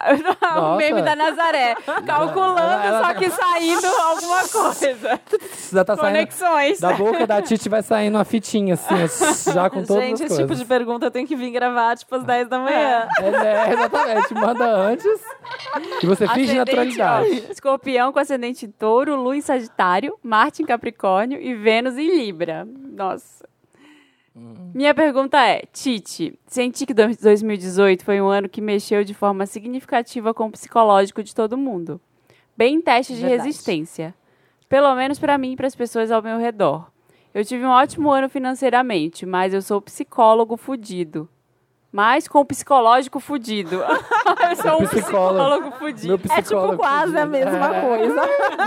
O Nossa. meme da Nazaré. Calculando, Ela- só que saindo alguma coisa. Já tá saindo... Conexões. Da boca da Titi vai saindo uma fitinha, assim, já com todas Gente, as esse coisas. tipo de pergunta eu tenho que vir gravar, tipo, às 10 da manhã. Exatamente. Manda antes e você finge naturalidade. Ó, escorpião com ascendente em touro, lua em sagitário, Marte em capricórnio e Vênus em Libra. Nossa. Minha pergunta é, Titi, senti que 2018 foi um ano que mexeu de forma significativa com o psicológico de todo mundo. Bem teste de Verdade. resistência. Pelo menos para mim e para as pessoas ao meu redor. Eu tive um ótimo ano financeiramente, mas eu sou psicólogo fudido. Mas com o psicológico fudido. Eu sou um psicólogo fudido. Meu É tipo psicólogo quase a mesma coisa.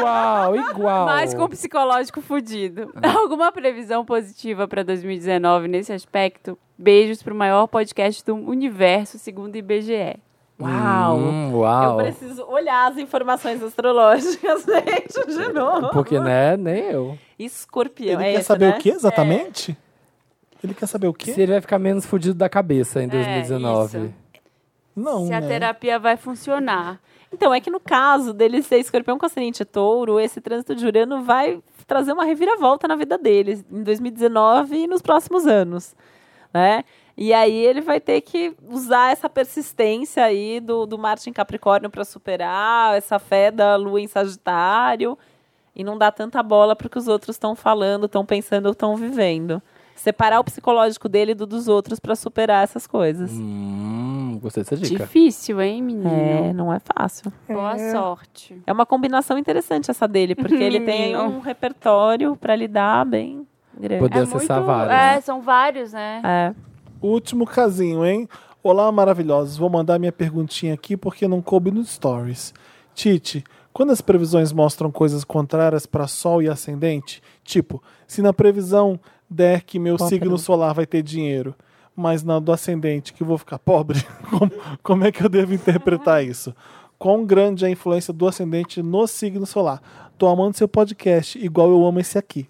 Igual. Mas com o psicológico fudido. Alguma previsão positiva para 2019 nesse aspecto? Beijos pro maior podcast do universo, segundo o IBGE. Uau. Uau. Eu preciso olhar as informações astrológicas, gente, de novo. Porque, né, nem eu. Escorpião, Ele é quer esse, saber né? o que exatamente? Ele quer saber o quê? Se ele vai ficar menos fudido da cabeça em 2019. isso. Não, Se a né? terapia vai funcionar. Então, é que no caso dele ser escorpião com ascendente touro, esse trânsito de Urano vai trazer uma reviravolta na vida dele em 2019 e nos próximos anos, né? E aí ele vai ter que usar essa persistência aí do Marte em Capricórnio para superar, essa fé da Lua em Sagitário e não dar tanta bola para o que os outros estão falando, estão pensando ou estão vivendo. Separar o psicológico dele do dos outros para superar essas coisas. Gostei dessa dica. Difícil, hein, menino? Não é fácil. Boa sorte. É uma combinação interessante essa dele, porque ele tem Menino. um repertório para lidar bem grande. Poder acessar vários. né? São vários, né? Último casinho, hein? Olá, maravilhosos. Vou mandar minha perguntinha aqui porque não coube nos stories. Titi, quando as previsões mostram coisas contrárias para Sol e Ascendente, tipo, se na previsão der que meu Qual signo pergunta? solar vai ter dinheiro, mas na do Ascendente que eu vou ficar pobre, como é que eu devo interpretar isso? Quão grande é a influência do Ascendente no signo solar? Tô amando seu podcast, igual eu amo esse aqui.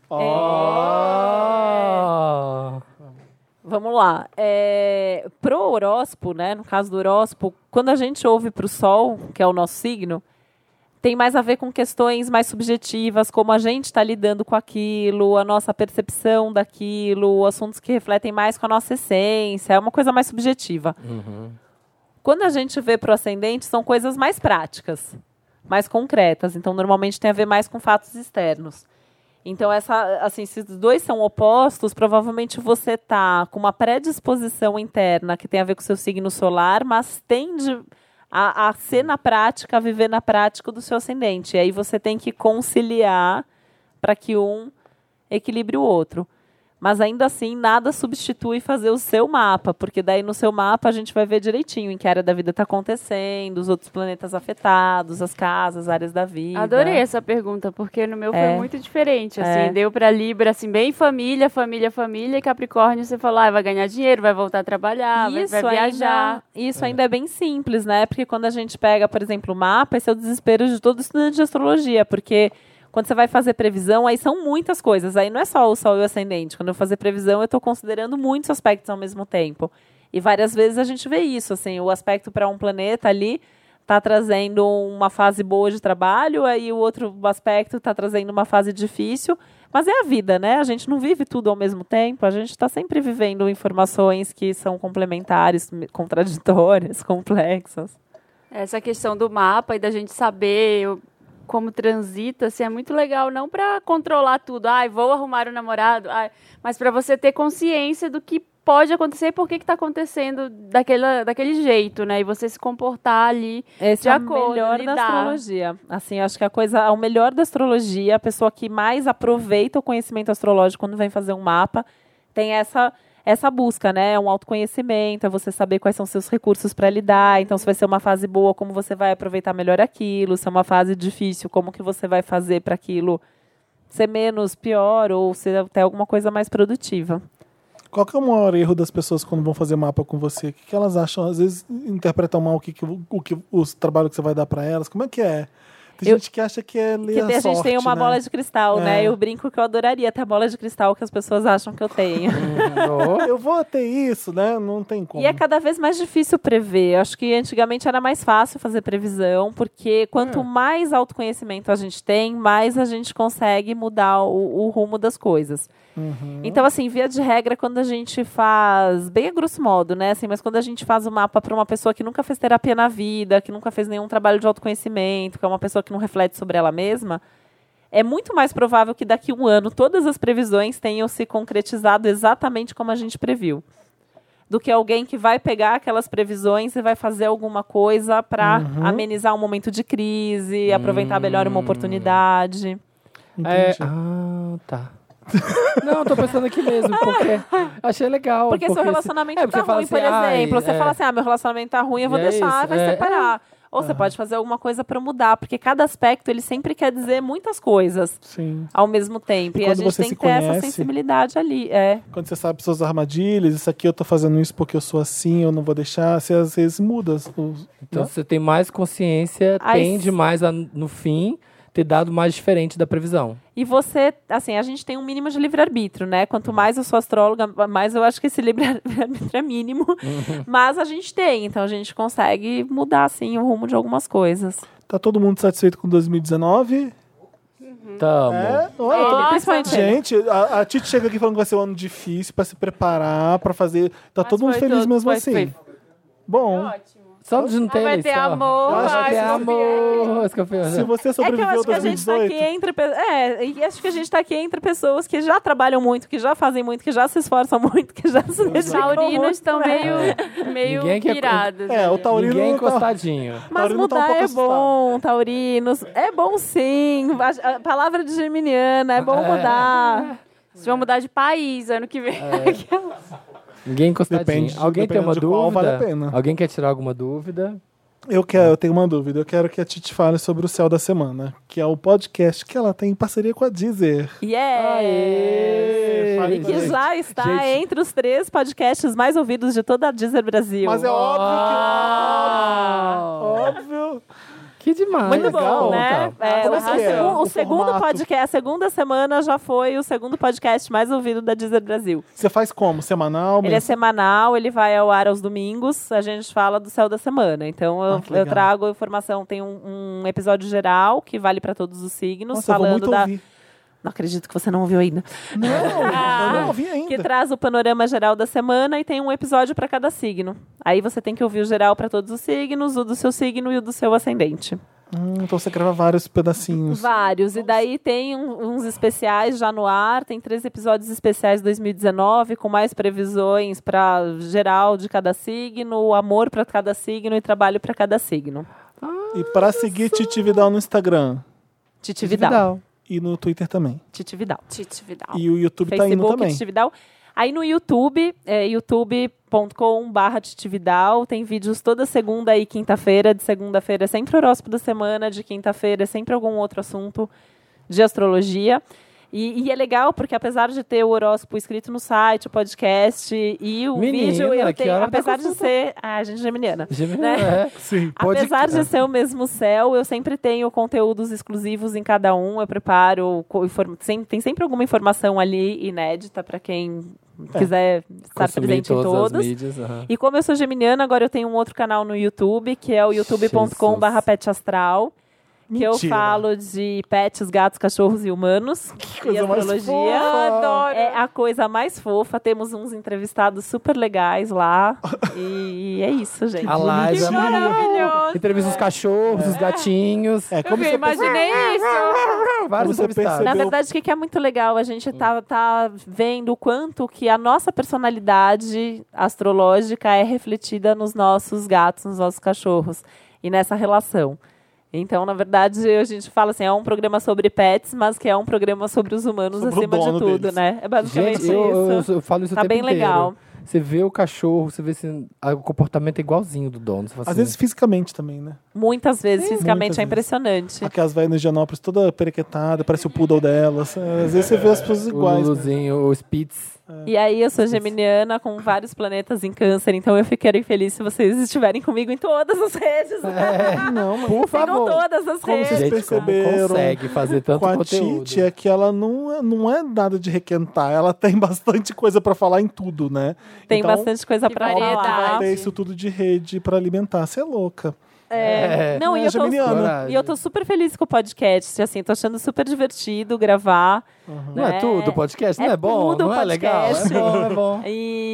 Oh. Vamos lá. Pro horóscopo, né? No caso do horóscopo, quando a gente ouve pro Sol, que é o nosso signo, tem mais a ver com questões mais subjetivas, como a gente está lidando com aquilo, a nossa percepção daquilo, assuntos que refletem mais com a nossa essência, é uma coisa mais subjetiva. Quando a gente vê pro ascendente, são coisas mais práticas, mais concretas. Então, normalmente tem a ver mais com fatos externos. Então, se os dois são opostos, provavelmente você tá com uma predisposição interna que tem a ver com o seu signo solar, mas tende a ser na prática, a viver na prática do seu ascendente. E aí você tem que conciliar para que um equilibre o outro. Mas ainda assim, nada substitui fazer o seu mapa, porque daí no seu mapa a gente vai ver direitinho em que área da vida está acontecendo, os outros planetas afetados, as casas, áreas da vida. Adorei essa pergunta, porque no meu foi muito diferente, assim, É. deu pra Libra, assim, bem família, e Capricórnio, você falou, vai ganhar dinheiro, vai voltar a trabalhar, vai viajar. Isso ainda é bem simples, né? Porque quando a gente pega, por exemplo, o mapa, esse é o desespero de todo estudante de astrologia, porque quando você vai fazer previsão, aí são muitas coisas. Aí não é só o Sol e o Ascendente. Quando eu fazer previsão, eu estou considerando muitos aspectos ao mesmo tempo. E várias vezes a gente vê isso, assim, o aspecto para um planeta ali está trazendo uma fase boa de trabalho, aí o outro aspecto está trazendo uma fase difícil. Mas é a vida, né? A gente não vive tudo ao mesmo tempo, a gente está sempre vivendo informações que são complementares, contraditórias, complexas. Essa questão do mapa e da gente saber como transita, assim, é muito legal, não para controlar tudo, vou arrumar um namorado, mas para você ter consciência do que pode acontecer e por que está acontecendo daquele jeito, né? E você se comportar ali Esse de é acordo, o melhor lidar. da astrologia. Assim, acho que o melhor da astrologia, a pessoa que mais aproveita o conhecimento astrológico quando vem fazer um mapa, tem essa busca, né? Um autoconhecimento, é você saber quais são seus recursos para lidar. Então, se vai ser uma fase boa, como você vai aproveitar melhor aquilo. Se é uma fase difícil, como que você vai fazer para aquilo ser menos pior ou ser até alguma coisa mais produtiva. Qual que é o maior erro das pessoas quando vão fazer mapa com você? O que elas acham? Às vezes interpretam mal os trabalhos que você vai dar para elas. Como é que é? Tem gente que acha que é ler Que a a gente sorte, tem uma né? bola de cristal, É. né? Eu brinco que eu adoraria ter a bola de cristal que as pessoas acham que eu tenho. Eu vou ter isso, né? Não tem como. E é cada vez mais difícil prever. Acho que antigamente era mais fácil fazer previsão, porque quanto mais autoconhecimento a gente tem, mais a gente consegue mudar o rumo das coisas. Então, assim, via de regra, quando a gente faz, bem a grosso modo, né? Assim, mas quando a gente faz o mapa para uma pessoa que nunca fez terapia na vida, que nunca fez nenhum trabalho de autoconhecimento, que é uma pessoa que não reflete sobre ela mesma, é muito mais provável que daqui a um ano todas as previsões tenham se concretizado exatamente como a gente previu. Do que alguém que vai pegar aquelas previsões e vai fazer alguma coisa para amenizar um momento de crise, aproveitar melhor uma oportunidade. Entendi. Tá. Não, tô pensando aqui mesmo, porque achei legal. Porque seu relacionamento tá você fala ruim, por assim, exemplo. Você fala assim, meu relacionamento tá ruim, eu vou E é deixar, isso, vai separar. Ou você pode fazer alguma coisa para mudar, porque cada aspecto, ele sempre quer dizer muitas coisas Sim. ao mesmo tempo. E E a quando gente você tem se que ter essa conhece- sensibilidade ali. Quando você sabe suas armadilhas, isso aqui eu tô fazendo isso porque eu sou assim, eu não vou deixar, você às vezes muda. Então Né? você tem mais consciência, Aí tende mais a, no fim, ter dado mais diferente da previsão. E você, assim, a gente tem um mínimo de livre-arbítrio, né? Quanto mais eu sou astróloga, mais eu acho que esse livre-arbítrio é mínimo. Mas a gente tem, então a gente consegue mudar, assim, o rumo de algumas coisas. Tá todo mundo satisfeito com 2019? Tamo. Olha, Principalmente ele. gente, a Titi chega aqui falando que vai ser um ano difícil pra se preparar, pra fazer. Tá todo mundo feliz mesmo assim. Bom, Só de não ter Vai ter eleição. amor, Eu acho Vai que ter vai amor. Os campeões. se você É que eu sobreviveu a acho que a gente tá 2018. aqui e acho que a gente tá aqui entre pessoas que já trabalham muito, que já fazem muito, que já se esforçam muito, que já se Os dedicam taurinos muito, estão né? meio Ninguém quer- pirados. O taurino Ninguém não tá- encostadinho. Mas Taurino tá um mudar pouco é assustado. bom, taurinos. É bom sim. A palavra de geminiana, é bom mudar. Vocês vão mudar de país ano que vem. Ninguém encostadinho. Depende- Alguém tem uma dependendo de qual, dúvida? vale a pena. Alguém quer tirar alguma dúvida? Eu tenho uma dúvida. Eu quero que a Titi fale sobre o Céu da Semana, que é o podcast que ela tem em parceria com a Deezer. Aê! Fale E pra que gente. já está Gente. entre os 3 podcasts mais ouvidos de toda a Deezer Brasil. Mas é óbvio Ah! que... Óbvio. Que demais. Muito legal, bom, né? tá. É, Como o é que é o o segundo formato? podcast, a segunda semana já foi o segundo podcast mais ouvido da Deezer Brasil. Você faz como? Semanal? Ele é semanal, ele vai ao ar aos domingos, a gente fala do céu da semana. Então que legal. eu trago informação, tem um episódio geral que vale para todos os signos, Nossa, eu vou falando muito da. ouvir. Não acredito que você não ouviu ainda. Não, eu não ouvi ainda. Que traz o panorama geral da semana e tem um episódio para cada signo. Aí você tem que ouvir o geral para todos os signos, o do seu signo e o do seu ascendente. Então você grava vários pedacinhos. Vários. E daí tem uns especiais já no ar. Tem 3 episódios especiais 2019, com mais previsões para geral de cada signo, amor para cada signo e trabalho para cada signo. E para seguir Titi Vidal no Instagram Titi Vidal. e no Twitter também. Titi Vidal. Titi Vidal. E o YouTube tá indo Facebook, também. Titi Vidal. Aí no YouTube, youtube.com/Titi Vidal, tem vídeos toda segunda e quinta-feira. De segunda-feira é sempre o horóscopo da semana, de quinta-feira é sempre algum outro assunto de astrologia. E é legal, porque apesar de ter o horóscopo escrito no site, o podcast e o Menina, vídeo, eu que tenho, hora da apesar de consulta. ser... Ah, gente geminiana. Geminiana, Né? é. Sim. Apesar de ser o mesmo céu, eu sempre tenho conteúdos exclusivos em cada um. Eu preparo, tem sempre alguma informação ali inédita para quem quiser estar Consumir presente em todas as todos. mídias, aham. E como eu sou geminiana, agora eu tenho um outro canal no YouTube, que é o youtube.com/petastral. Que eu Mentira. falo de pets, gatos, cachorros e humanos. coisa e mais astrologia. fofa. Adoro. É a coisa mais fofa. Temos uns entrevistados super legais lá. E é isso, gente. A live. Que maravilhoso. Entrevista os cachorros, os gatinhos. É como Eu você imaginei isso. Vários você entrevistados. Na percebeu- verdade, o que é muito legal, a gente tá vendo o quanto que a nossa personalidade astrológica é refletida nos nossos gatos, nos nossos cachorros. E nessa relação. Então, na verdade, a gente fala assim, é um programa sobre pets, mas que é um programa sobre os humanos Sobre o acima de dono tudo, deles. né? É basicamente Gente, isso. eu falo isso Tá o tempo bem inteiro. legal. Você vê o cachorro, você vê assim, o comportamento é igualzinho do dono. Você fala Às assim, vezes fisicamente também, né? Muitas vezes, fisicamente, muitas é vezes. impressionante. Aquelas velhas no Higienópolis toda perequetada, parece o poodle delas. Às vezes você vê as pessoas o iguais. né? Luluzinho, o Spitz. E aí, eu sou geminiana com vários planetas em câncer, então eu ficarei feliz se vocês estiverem comigo em todas as redes. Não, mas Por Sigam favor. todas as Como redes. vocês Gente, perceberam como consegue fazer tanto com a conteúdo? Titi é que ela não é nada de requentar. Ela tem bastante coisa pra falar em tudo, né? Tem Então, bastante coisa Que pra variedade. falar. vai ter isso tudo de rede pra alimentar. Você é louca. Não, É e eu tô geminiana. Coragem. E eu tô super feliz com o podcast, assim, tô achando super divertido gravar. Não é tudo podcast? Não é bom? tudo Não é legal? podcast. É bom, é bom.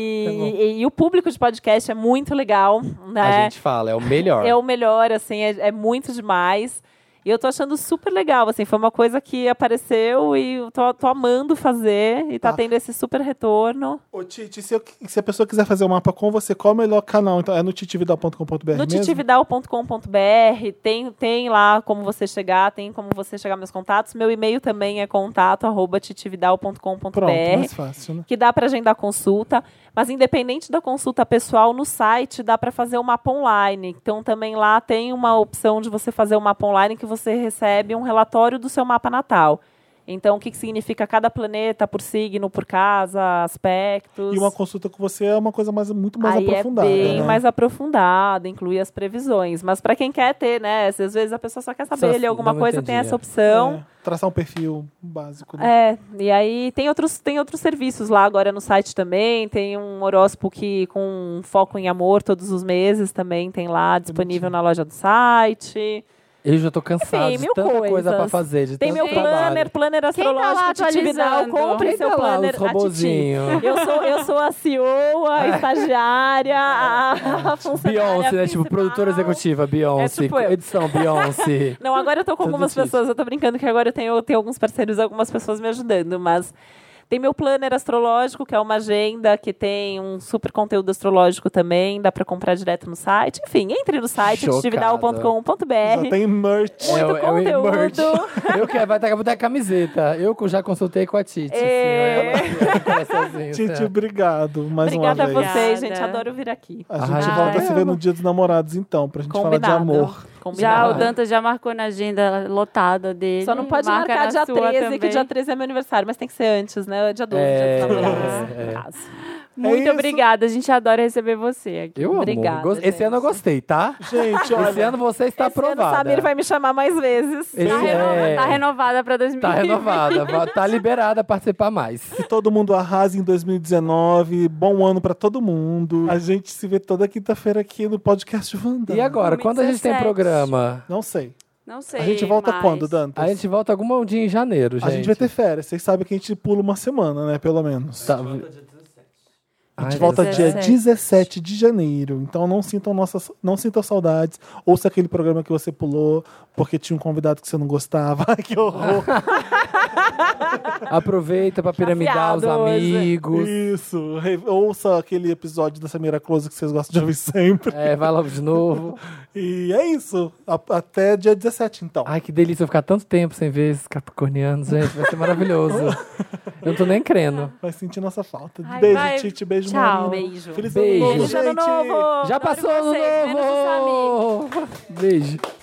E o público de podcast é muito legal, A né? gente fala, é o melhor. É o melhor, assim, é muito demais. E eu tô achando super legal, assim, foi uma coisa que apareceu e eu tô amando fazer e tá Tá. tendo esse super retorno. Ô, Titi, se a pessoa quiser fazer o mapa com você, qual é o melhor canal? Então, é no titividal.com.br No mesmo? titividal.com.br tem lá como você chegar, tem como você chegar meus contatos. Meu e-mail também é contato@titividal.com.br. Pronto, mais fácil, né? Que dá para agendar consulta, mas independente da consulta pessoal no site, dá para fazer o mapa online. Então também lá tem uma opção de você fazer o mapa online que você recebe um relatório do seu mapa natal. Então, o que significa cada planeta por signo, por casa, aspectos. E uma consulta com você é uma coisa muito mais Aí aprofundada. é bem né? mais aprofundada, inclui as previsões. Mas para quem quer ter, né? Às vezes a pessoa só quer saber ali alguma não coisa, entendi, tem essa é. opção. Traçar um perfil básico. Né? E aí tem outros serviços lá agora no site também. Tem um horóscopo com um foco em amor todos os meses também. Tem lá disponível na loja do site. Eu já tô cansado Enfim, de mil tanta coisa coisas. pra fazer, de Tem tanto meu trabalho. planner Quem tá lá astrológico Titividal. atualizando? Compre Quem seu tá lá, planner. os a Titi. robozinhos? Eu sou a CEO, a estagiária, a funcionária Beyoncé, né? Tipo, principal. produtora executiva, Beyoncé. É tipo eu. Edição, Beyoncé. Não, agora eu tô com Tudo algumas disso. pessoas. Eu tô brincando que agora eu tenho alguns parceiros, algumas pessoas me ajudando, mas tem meu planner astrológico, que é uma agenda que tem um super conteúdo astrológico também, dá pra comprar direto no site. Enfim, entre no site, Chocado. titividal.com.br. Já tem merch. Muito o conteúdo. merch. Eu quero, vai ter a camiseta. Eu já consultei com a Titi. É. Assim, Titi, obrigado mais Obrigada a uma vez. vocês, Obrigada. gente. Adoro vir aqui. A gente Ai, volta a se ver amo. no Dia dos Namorados, então, pra gente falar de Combinado. amor. Já Combinado. o Dantas já marcou na agenda lotada dele. Só não pode Marca marcar na dia sua 13, que também. dia 13 é meu aniversário, mas tem que ser antes, né? Dia 12, É, dia dos namorados, é. no caso. Muito isso. obrigada, a gente adora receber você aqui. Eu amo. Obrigada, Esse gente. ano eu gostei, tá? Gente, Esse olha, ano você está Esse ano o aprovada. Samir vai me chamar mais vezes. Esse Tá renovada pra 2020. Tá renovada. Tá liberada a participar mais. que todo mundo arrase em 2019. Bom ano pra todo mundo. A gente se vê toda quinta-feira aqui no podcast Wanda. E agora, quando a gente tem 2017. programa? Não sei. Não sei. A gente volta mais. quando, Dantas? A gente volta algum dia em janeiro, gente. A gente vai ter férias. Vocês sabem que a gente pula uma semana, né? Pelo menos. Tá. A gente Ai, volta Deus. dia 17. 17 de janeiro. Então não sintam saudades. Ouça aquele programa que você pulou porque tinha um convidado que você não gostava. Ai, que horror. Aproveita pra piramidar os Chafiado hoje. amigos. Isso. Ouça aquele episódio da Samira Close que vocês gostam de ouvir sempre. É, vai logo de novo. E é isso. Até dia 17, então. Ai, que delícia eu ficar tanto tempo sem ver esses capricornianos, gente. Vai ser maravilhoso. Eu não tô nem crendo. Vai sentir nossa falta. Ai, Beijo, vai. Titi. Beijo, Tchau. Manu. Beijo. Feliz Beijo. ano novo, Feliz ano gente. novo! Já Adoro passou ano vocês, menos o novo! Beijo.